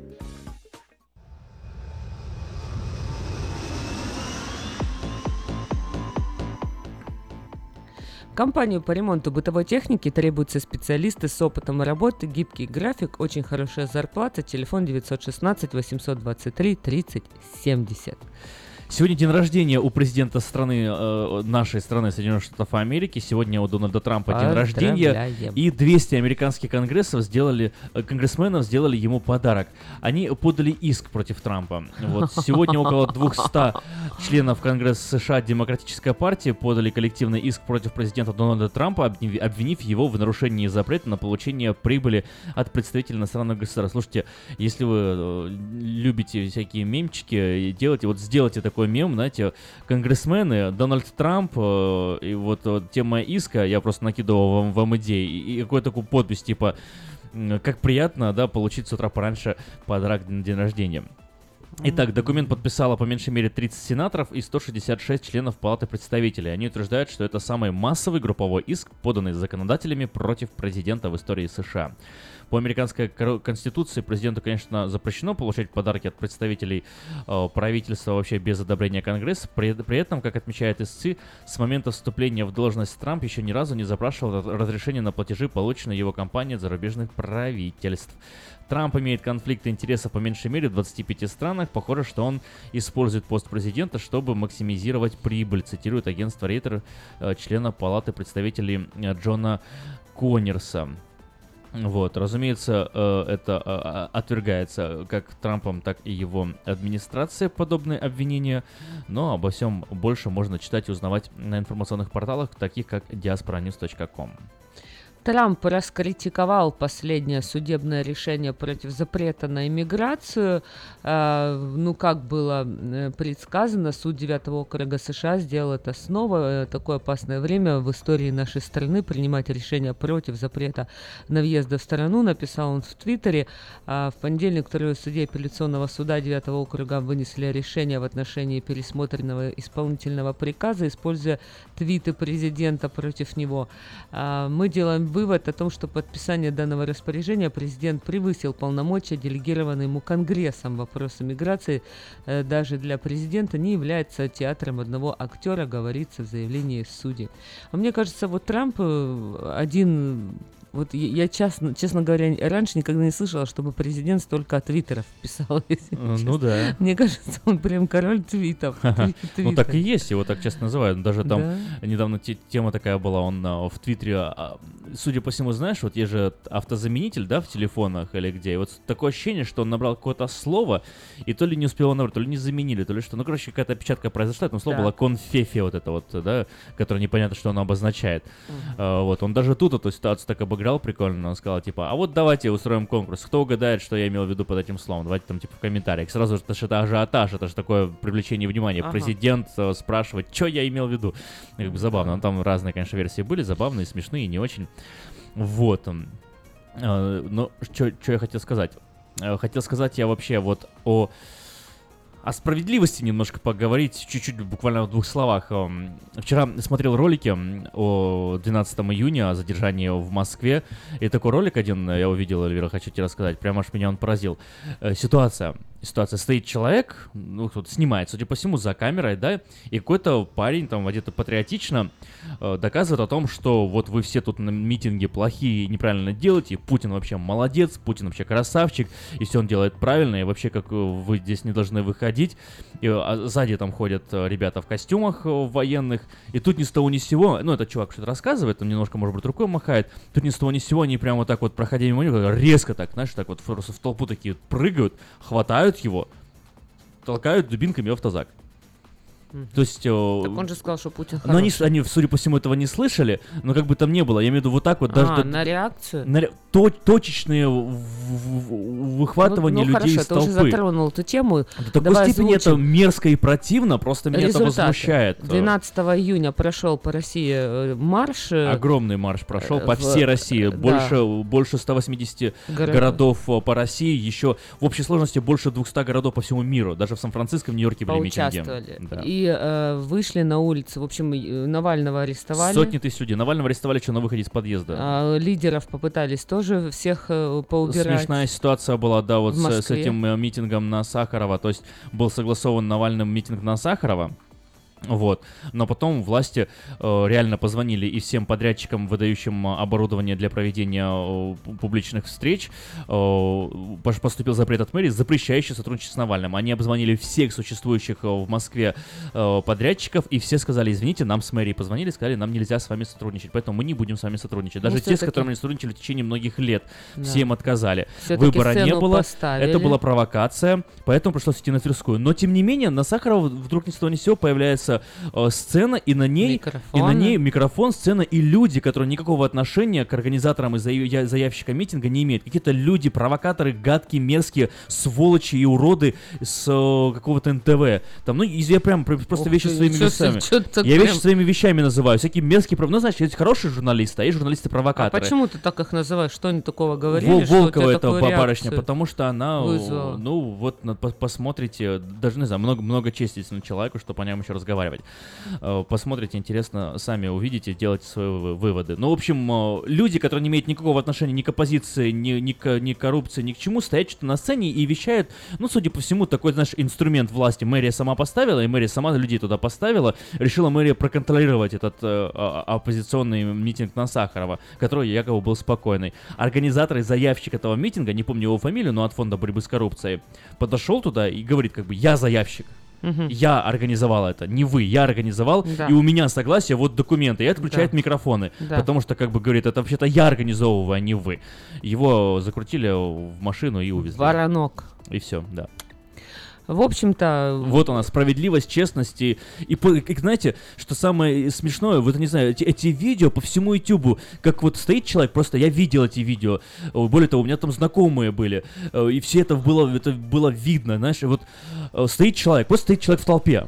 В компанию по ремонту бытовой техники требуются специалисты с опытом работы, гибкий график, очень хорошая зарплата, телефон девятьсот шестнадцать восемьсот двадцать три тридцать семьдесят. Сегодня день рождения у президента страны, э, нашей страны, Соединенных Штатов Америки. Сегодня у Дональда Трампа день рождения. И двести американских конгрессов сделали, э, конгрессменов сделали ему подарок. Они подали иск против Трампа. Вот. Сегодня около двухсот членов Конгресса США Демократической партии подали коллективный иск против президента Дональда Трампа, обвинив его в нарушении запрета на получение прибыли от представителей иностранного государства. Слушайте, если вы э, любите всякие мемчики, делайте, вот сделайте такой мем, знаете, конгрессмены, Дональд Трамп, э, и вот, вот тема иска, я просто накидывал вам, вам идеи, и, и какую-то такую подпись, типа, как приятно, да, получить с утра пораньше подарок на день рождения. Итак, документ подписало по меньшей мере тридцать сенаторов и сто шестьдесят шесть членов Палаты представителей. Они утверждают, что это самый массовый групповой иск, поданный законодателями против президента в истории США. По американской конституции президенту, конечно, запрещено получать подарки от представителей э, правительства вообще без одобрения Конгресса. При, при этом, как отмечает истцы, с момента вступления в должность Трамп еще ни разу не запрашивал разрешение на платежи, полученные его компанией от зарубежных правительств. Трамп имеет конфликты интересов по меньшей мере в двадцати пяти странах. Похоже, что он использует пост президента, чтобы максимизировать прибыль, цитирует агентство Рейтер, э, члена Палаты представителей э, Джона Коннерса. Вот, разумеется, это отвергается как Трампом, так и его администрацией, подобные обвинения, но обо всем больше можно читать и узнавать на информационных порталах, таких как диаспора ньюс точка ком. Трамп раскритиковал последнее судебное решение против запрета на иммиграцию. Э, ну, как было предсказано, суд девятого округа США сделал это снова. Такое опасное время в истории нашей страны принимать решение против запрета на въезд в страну, написал он в Твиттере. А в понедельник трое судей апелляционного суда девятого округа вынесли решение в отношении пересмотренного исполнительного приказа, используя твиты президента против него. А, мы делаем вывод о том, что подписание данного распоряжения президент превысил полномочия, делегированные ему Конгрессом. Вопрос миграции э, даже для президента не является театром одного актера, говорится в заявлении судей. А мне кажется, вот Трамп э, один... Вот я, честно, честно говоря, раньше никогда не слышала, чтобы президент столько твиттеров писал. Ну да. Мне кажется, он прям король твитов. Ну так и есть, его так часто называют. Даже там недавно тема такая была, он в Твиттере, судя по всему, знаешь, вот есть же автозаменитель, да, в телефонах или где, и вот такое ощущение, что он набрал какое-то слово, и то ли не успел набрать, то ли не заменили, то ли что. Ну, короче, какая-то опечатка произошла, там слово было конфефия вот это вот, да, которое непонятно, что оно обозначает. Вот, он даже тут эту ситуацию так обыграл, играл прикольно, он сказал, типа, а вот давайте устроим конкурс, кто угадает, что я имел в виду под этим словом, давайте там, типа, в комментариях. Сразу же, это же это ажиотаж, это же такое привлечение внимания. Ага. Президент э, спрашивает, что я имел в виду. И, как бы забавно, ну, там разные, конечно, версии были, забавные, смешные, не очень. Вот. Э, но что я хотел сказать? Э, хотел сказать я вообще вот о... О справедливости немножко поговорить, чуть-чуть, буквально в двух словах. Вчера смотрел ролики о двенадцатого июня, о задержании в Москве. И такой ролик один я увидел, Эльвира, хочу тебе рассказать. Прямо аж меня он поразил. Ситуация. Ситуация. Стоит человек, ну, кто-то снимает, судя по всему, за камерой, да, и какой-то парень там одето патриотично э, доказывает о том, что вот вы все тут на митинге плохие и неправильно делаете, Путин вообще молодец, Путин вообще красавчик, и все он делает правильно, и вообще как вы здесь не должны выходить. И, а сзади там ходят ребята в костюмах военных, и тут ни с того ни с сего, ну, этот чувак что-то рассказывает, он немножко, может быть, рукой махает, тут ни с того ни с сего они прямо вот так вот, проходя мимо него, резко так, знаешь, так вот просто в толпу такие прыгают, хватают его, толкают дубинками в автозак. Mm-hmm. То есть... О, так он же сказал, что Путин хороший. Но они, они, судя по всему, этого не слышали, но как бы там не было. Я имею в виду вот так вот. А, даже на реакцию? На, то, точечные в, в, выхватывания ну, ну, людей хорошо, из толпы. Ну хорошо, ты уже затронул эту тему. До такой Давай степени озвучим. Это мерзко и противно, просто меня Результаты. Это возмущает. двенадцатого июня прошел по России марш. Огромный марш прошел по в... всей России. Да. Больше, больше ста восьмидесяти Город. городов по России. Еще в общей сложности больше двухсот городов по всему миру. Даже в Сан-Франциско, в Нью-Йорке были митинги. Да. И э, вышли на улицы. В общем, Навального арестовали. Сотни тысяч людей. Навального арестовали еще на выходе из подъезда. А, лидеров попытались тоже всех э, поубирать. Смешная ситуация была, да, вот с, с этим э, митингом на Сахарова. То есть был согласован Навальным митинг на Сахарова. Вот, но потом власти э, реально позвонили и всем подрядчикам, выдающим оборудование для проведения э, публичных встреч, э, поступил запрет от мэрии, запрещающий сотрудничать с Навальным. Они обзвонили всех существующих э, в Москве э, подрядчиков, и все сказали, извините, нам с мэрией позвонили, сказали, нам нельзя с вами сотрудничать, поэтому мы не будем с вами сотрудничать. Даже ну, те, с которыми мы сотрудничали в течение многих лет, да. все им отказали. Все-таки выбора не было, поставили. Это была провокация, поэтому пришлось идти на Тверскую. Но, тем не менее, на Сахарова вдруг ни с того ни с сего появляется сцена, и на ней и на ней микрофон, сцена и люди, которые никакого отношения к организаторам и заявщикам митинга не имеют. Какие-то люди, провокаторы, гадкие, мерзкие, сволочи и уроды с э, какого-то эн тэ вэ. Там, ну, я прям просто Ух вещи ты, своими вещами. Я прям... вещи своими вещами называю. Всякие мерзкие, ну, знаешь, есть хорошие журналисты, а есть журналисты-провокаторы. А почему ты так их называешь? Что они такого говорили? Вол- Волкова это барышня, потому что она, вызвала. Ну, вот, посмотрите, даже, не знаю, много, много чести человеку, чтобы о нем еще разговаривать. Посмотрите, интересно, сами увидите, делайте свои выводы. Ну, в общем, люди, которые не имеют никакого отношения ни к оппозиции, ни, ни, к, ни к коррупции, ни к чему, стоят что-то на сцене и вещают, ну, судя по всему, такой, знаешь, инструмент власти мэрия сама поставила, и мэрия сама людей туда поставила, решила мэрия проконтролировать этот э, оппозиционный митинг на Сахарова, который якобы был спокойный. Организатор и заявщик этого митинга, не помню его фамилию, но от фонда борьбы с коррупцией, подошел туда и говорит, как бы, я заявщик. Угу. Я организовал это, не вы, я организовал, да. И у меня согласие, вот документы, и отключает да. микрофоны, да. Потому что, как бы, говорит, это вообще-то я организовываю, а не вы. Его закрутили в машину и увезли. Воронок. И все, да. В общем-то... Вот у нас справедливость, честность и, и, и знаете, что самое смешное, вот, не знаю, эти, эти видео по всему ютубу, как вот стоит человек, просто я видел эти видео, более того, у меня там знакомые были, и все это было, это было видно, знаешь, вот стоит человек, просто стоит человек в толпе.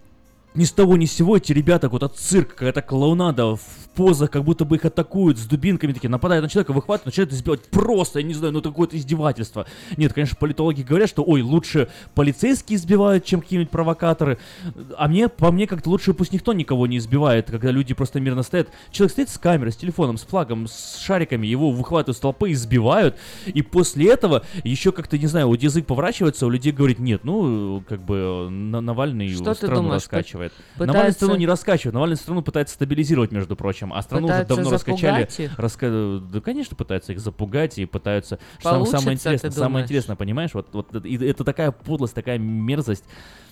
Ни с того ни с сего эти ребята, вот от цирка, какая-то клоунада, в позах, как будто бы их атакуют с дубинками, такие, нападают на человека, выхватывают, начинают избивать. Просто, я не знаю, ну это какое-то издевательство. Нет, конечно, политологи говорят, что, ой, лучше полицейские избивают, чем какие-нибудь провокаторы. А мне, по мне, как-то лучше пусть никто никого не избивает, когда люди просто мирно стоят. Человек стоит с камерой, с телефоном, с флагом, с шариками, его выхватывают с толпы, избивают. И после этого еще как-то, не знаю, вот язык поворачивается, у людей говорит, нет, ну, как бы Навальный что страну раскачивает. Пытается... Навальный страну не раскачивает, Навальный страну пытается стабилизировать, между прочим, а страну пытается уже давно раскачали. Раска... Да, конечно, пытаются их запугать и пытаются... Что самое интересное, самое интересное, понимаешь, вот, вот это такая подлость, такая мерзость.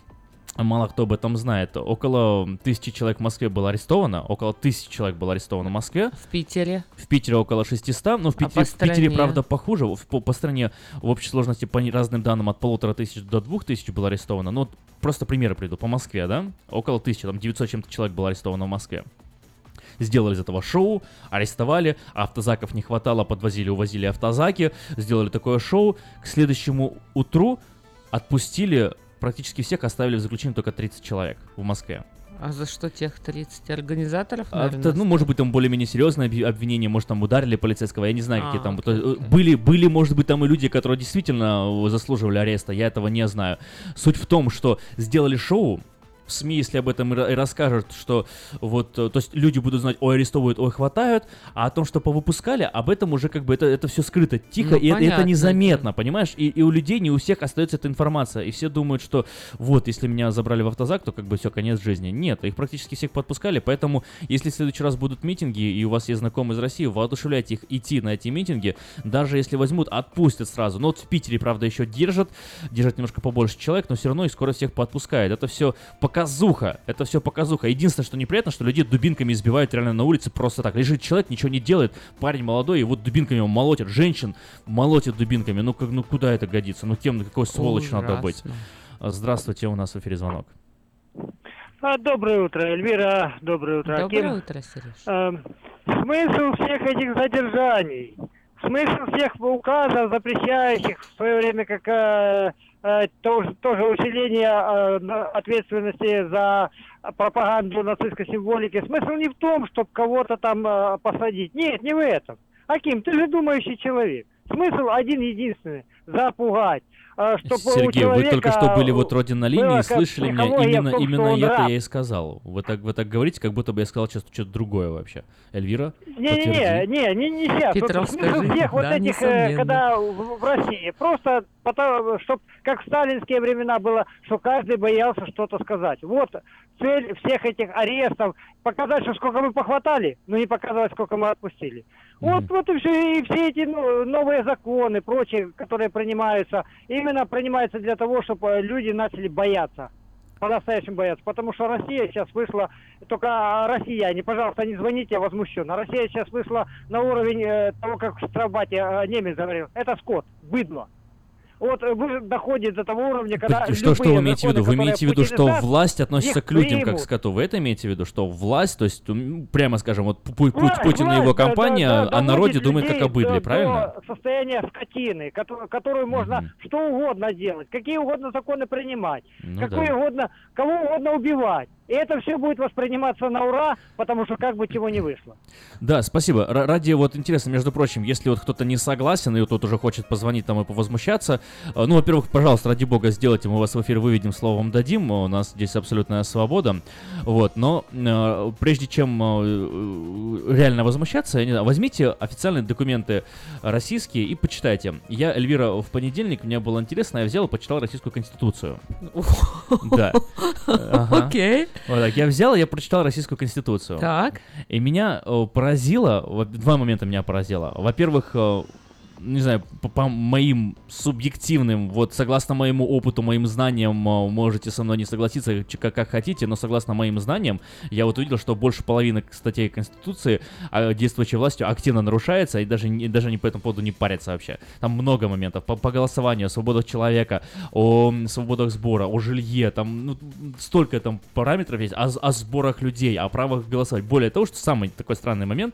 Мало кто об этом знает. Около тысячи человек в Москве было арестовано. Около тысячи человек было арестовано в Москве. В Питере? В Питере около шестисот. Но в Питере, а в Питере правда, похуже. По, по стране в общей сложности, по разным данным, от полутора тысяч до двух тысяч было арестовано. Ну, просто примеры приведу. По Москве, да? Около тысячи, там девятьсот чем-то человек было арестовано в Москве. Сделали из этого шоу, арестовали, автозаков не хватало, подвозили, увозили автозаки, сделали такое шоу. К следующему утру отпустили... Практически всех, оставили в заключении только тридцать человек в Москве. А за что тех тридцать организаторов, а, то, ну, может быть, там более-менее серьезное обвинение, может, там ударили полицейского, я не знаю, а, какие там... Okay, okay. Были, были, может быть, там и люди, которые действительно заслуживали ареста, я этого не знаю. Суть в том, что сделали шоу, в СМИ, если об этом и расскажут, что вот, то есть люди будут знать, ой, арестовывают, ой, хватают, а о том, что повыпускали, об этом уже как бы это, это все скрыто, тихо, ну, и понятно, это незаметно, понимаешь? И, и у людей, не у всех остается эта информация, и все думают, что вот, если меня забрали в автозак, то как бы все, конец жизни. Нет, их практически всех подпускали, поэтому, если в следующий раз будут митинги, и у вас есть знакомые из России, воодушевляйте их идти на эти митинги, даже если возьмут, отпустят сразу. Но вот в Питере, правда, еще держат, держат немножко побольше человек, но все равно их скоро всех подпускают. Это все пока Показуха, это все показуха. Единственное, что неприятно, что людей дубинками избивают реально на улице просто так. Лежит человек, ничего не делает, парень молодой, и вот дубинками его молотят, женщин молотят дубинками. Ну, как, ну куда это годится? Ну кем, какой сволочь надо быть? Здравствуйте, у нас в эфире звонок. А, доброе утро, Эльвира, доброе утро. Доброе Аким. утро, Сереж. А, смысл всех этих задержаний, смысл всех указов, запрещающих в свое время, как... А, тоже, тоже усиление э, ответственности за пропаганду нацистской символики. Смысл не в том, чтобы кого-то там э, посадить. Нет, не в этом. Аким, ты же думающий человек. Смысл один единственный – запугать. Сергей, вы только что были вот вроде на линии и слышали меня, именно, том, именно это раб. Я и сказал. Вы так, вы так говорите, как будто бы я сказал сейчас что-то другое вообще. Эльвира, Не-не-не, не, не, не сейчас. Петров, вот смысл всех вот да, этих, когда в, в России, просто потому, чтобы, как в сталинские времена было, что каждый боялся что-то сказать. Вот цель всех этих арестов, показать, что сколько мы похватали, но не показывать, сколько мы отпустили. Вот, mm-hmm. вот и все, и все эти ну, новые законы, прочие, которые принимаются, именно принимаются для того, чтобы люди начали бояться, по-настоящему бояться. Потому что Россия сейчас вышла, только россияне, пожалуйста, не звоните, я возмущен. Россия сейчас вышла на уровень э, того, как в Штрафбате э, немец говорил, это скот, быдло. Вот вы доходите до того уровня, когда что, что вы имеете в виду? Вы имеете в виду, что власть относится к людям как к скоту? Вы это имеете в виду, что власть, то есть, прямо скажем, вот Пу- власть, Путин власть, и его компания да, да, да, о народе думает как о быдле, правильно? Состояние скотины, которую, которую можно mm-hmm. что угодно делать, какие угодно законы принимать, ну, какое да. угодно, кого угодно убивать. И это все будет восприниматься на ура, потому что как бы чего не вышло. Да, спасибо. Р- ради вот интересно, между прочим, если вот кто-то не согласен и вот тут уже хочет позвонить там и повозмущаться, э, ну, во-первых, пожалуйста, ради бога, сделайте, мы вас в эфир выведем, слово вам дадим, у нас здесь абсолютная свобода, вот, но э, прежде чем э, реально возмущаться, я не знаю, возьмите официальные документы российские и почитайте. Я, Эльвира, в понедельник, мне было интересно, я взял и почитал Российскую Конституцию. Да. Окей. Вот так, я взял, я прочитал Российскую Конституцию. Так. И меня э, поразило, два момента меня поразило. Во-первых, э, не знаю, по, по моим субъективным, вот согласно моему опыту, моим знаниям, можете со мной не согласиться, как, как хотите, но согласно моим знаниям, я вот увидел, что больше половины статей Конституции действующей властью активно нарушается, и даже, и даже не по этому поводу не парятся вообще. Там много моментов. По, по голосованию, о свободах человека, о свободах сбора, о жилье, там ну, столько там параметров есть, о, о сборах людей, о правах голосовать. Более того, что самый такой странный момент,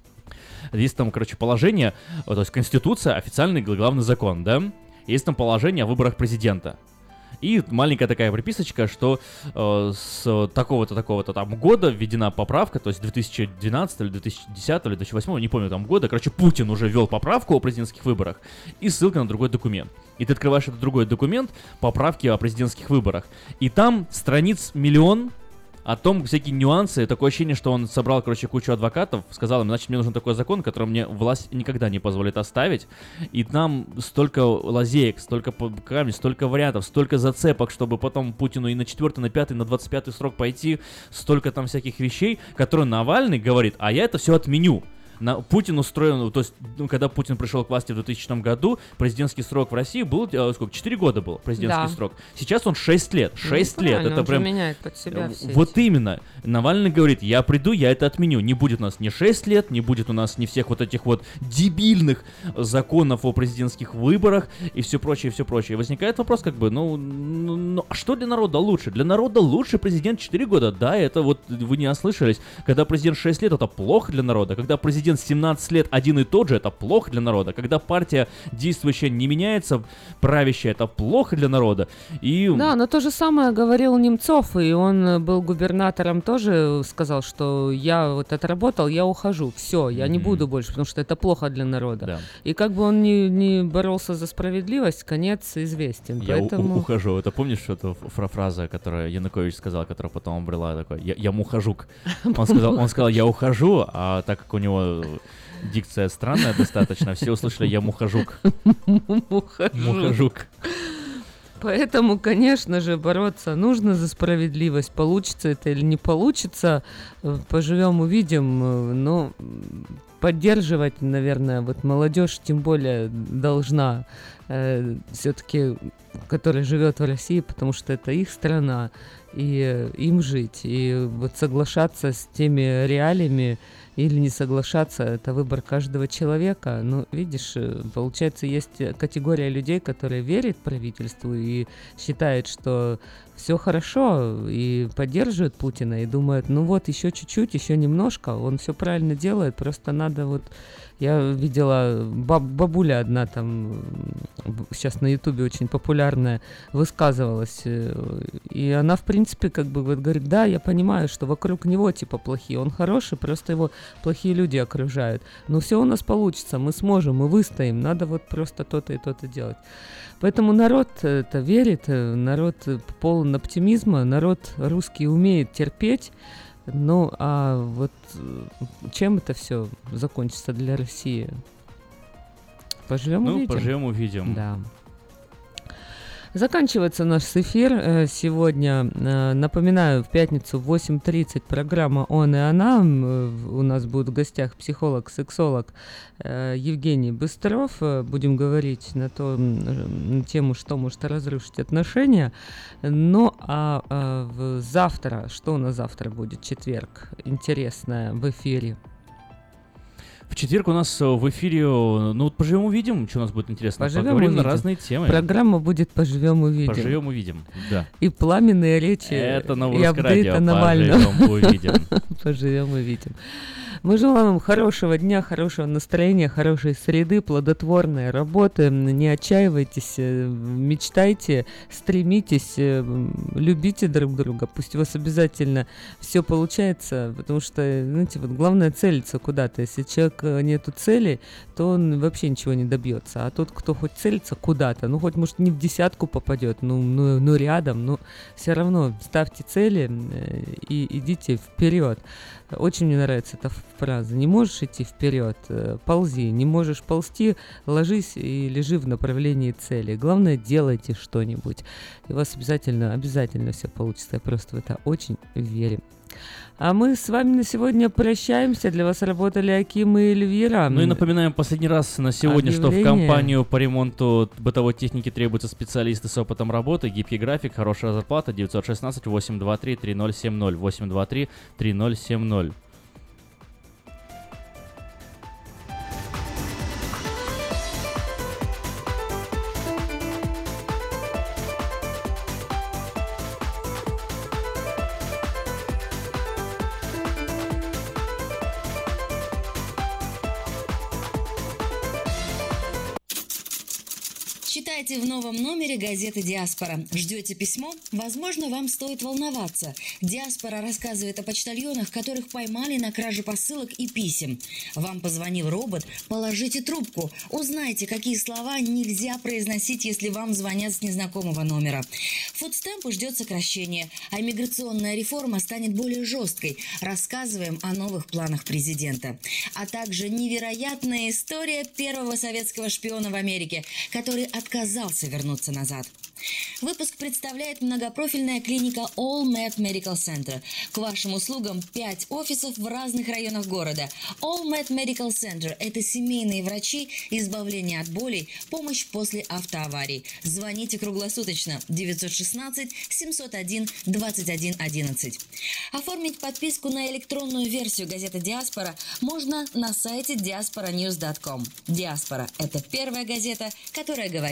есть там, короче, положение, то есть Конституция, официальный главный закон, да? Есть там положение о выборах президента. И маленькая такая приписочка, что э, с такого-то, такого-то там года введена поправка, то есть две тысячи двенадцатого или две тысячи десятого или две тысячи восьмого, не помню там года, короче, Путин уже ввел поправку о президентских выборах, и ссылка на другой документ. И ты открываешь этот другой документ, поправки о президентских выборах, и там страниц миллион, о том, всякие нюансы. Такое ощущение, что он собрал, короче, кучу адвокатов, сказал им, значит, мне нужен такой закон, который мне власть никогда не позволит оставить. И там столько лазеек, столько камней, столько вариантов, столько зацепок, чтобы потом Путину и на четвертый, на пятый, на двадцать пятый срок пойти. Столько там всяких вещей, которые Навальный говорит, а я это все отменю. На, Путин устроен, то есть, ну, когда Путин пришел к власти в двухтысячном году, президентский срок в России был, э, сколько, четыре года был президентский да. срок. Сейчас он шесть лет, шесть ну, лет, это он прям... меняет под себя все Вот эти. именно, Навальный говорит, я приду, я это отменю, не будет у нас ни шесть лет, не будет у нас ни всех вот этих вот дебильных законов о президентских выборах и все прочее, и все прочее. И возникает вопрос, как бы, ну, ну, ну, а что для народа лучше? Для народа лучше президент четыре года, да, это вот, вы не ослышались, когда президент шесть лет, это плохо для народа, когда президент семнадцать лет один и тот же, это плохо для народа. Когда партия действующая не меняется, правящая, это плохо для народа. И... Да, но то же самое говорил Немцов, и он был губернатором, тоже сказал, что я вот отработал, я ухожу, все, я mm-hmm. не буду больше, потому что это плохо для народа. Да. И как бы он не, не боролся за справедливость, конец известен. Я Поэтому... у- ухожу. Это помнишь, что это фраза, которую Янукович сказал, которая потом обрела такой, я, я мухожук. Он сказал, он сказал, я ухожу, а так как у него... Дикция странная достаточно, все услышали «я мухожук». Мухожук. Поэтому, конечно же, бороться нужно за справедливость. Получится это или не получится, поживем, увидим. Но поддерживать, наверное, вот молодежь тем более должна э, все-таки, которая живет в России, потому что это их страна, и им жить. И вот соглашаться с теми реалиями, или не соглашаться, это выбор каждого человека. Но, видишь, получается, есть категория людей, которые верят правительству и считают, что все хорошо, и поддерживают Путина, и думают, ну вот, еще чуть-чуть, еще немножко, он все правильно делает, просто надо вот... Я видела, баб, бабуля одна там, сейчас на Ютубе очень популярная, высказывалась, и она, в принципе, как бы вот говорит, да, я понимаю, что вокруг него типа плохие, он хороший, просто его плохие люди окружают, но все у нас получится, мы сможем, мы выстоим, надо вот просто то-то и то-то делать. Поэтому народ это верит, народ полон оптимизма, народ русский умеет терпеть. Ну, а вот чем это все закончится для России? Поживем, ну, увидим. Ну, поживем, увидим. Да. Заканчивается наш эфир сегодня. Напоминаю, в пятницу в восемь тридцать программа «Он и она». У нас будет в гостях психолог, сексолог Евгений Быстров. Будем говорить на, то, на тему, что может разрушить отношения. Ну, а, а завтра, что у нас завтра будет? Четверг. Интересное в эфире. В четверг у нас в эфире, ну вот поживем увидим, что у нас будет интересно. Поживем, Поговорим увидим. на разные темы. Программа будет «Поживем увидим». Поживем увидим, да. И пламенные речи. Это на и Русское радио. Навального. Поживем увидим. Поживем увидим. Мы желаем вам хорошего дня, хорошего настроения, хорошей среды, плодотворной работы. Не отчаивайтесь, мечтайте, стремитесь, любите друг друга. Пусть у вас обязательно все получается, потому что, знаете, вот главное целиться куда-то. Если человек нету цели, то он вообще ничего не добьется. А тот, кто хоть целится куда-то, ну хоть может не в десятку попадет, ну, ну, ну рядом, но все равно ставьте цели и идите вперед. Очень мне нравится эта фраза. Не можешь идти вперед, э, ползи. Не можешь ползти, ложись и лежи в направлении цели. Главное, делайте что-нибудь. И у вас обязательно, обязательно все получится. Я просто в это очень верю. А мы с вами на сегодня прощаемся. Для вас работали Аким и Эльвира. Ну и напоминаем последний раз на сегодня, Объявление. что в компанию по ремонту бытовой техники требуются специалисты с опытом работы, гибкий график, хорошая зарплата. девятьсот шестнадцать восемьсот двадцать три тридцать семьдесят, восемьсот двадцать три тридцать семьдесят. Читайте в новом номере газеты «Диаспора». Ждете письмо? Возможно, вам стоит волноваться. «Диаспора» рассказывает о почтальонах, которых поймали на краже посылок и писем. Вам позвонил робот? Положите трубку. Узнайте, какие слова нельзя произносить, если вам звонят с незнакомого номера. Фудстемпу ждет сокращение, а миграционная реформа станет более жесткой. Рассказываем о новых планах президента. А также невероятная история первого советского шпиона в Америке, который отказался вернуться назад. Выпуск представляет многопрофильная клиника All Med Medical Center. К вашим услугам пять офисов в разных районах города. All Med Medical Center – это семейные врачи, избавление от болей, помощь после автоаварий. Звоните круглосуточно девятьсот шестнадцать семьсот один двадцать один одиннадцать. Оформить подписку на электронную версию газеты «Диаспора» можно на сайте диаспора ньюс точка ком. «Диаспора» – это первая газета, которая говорит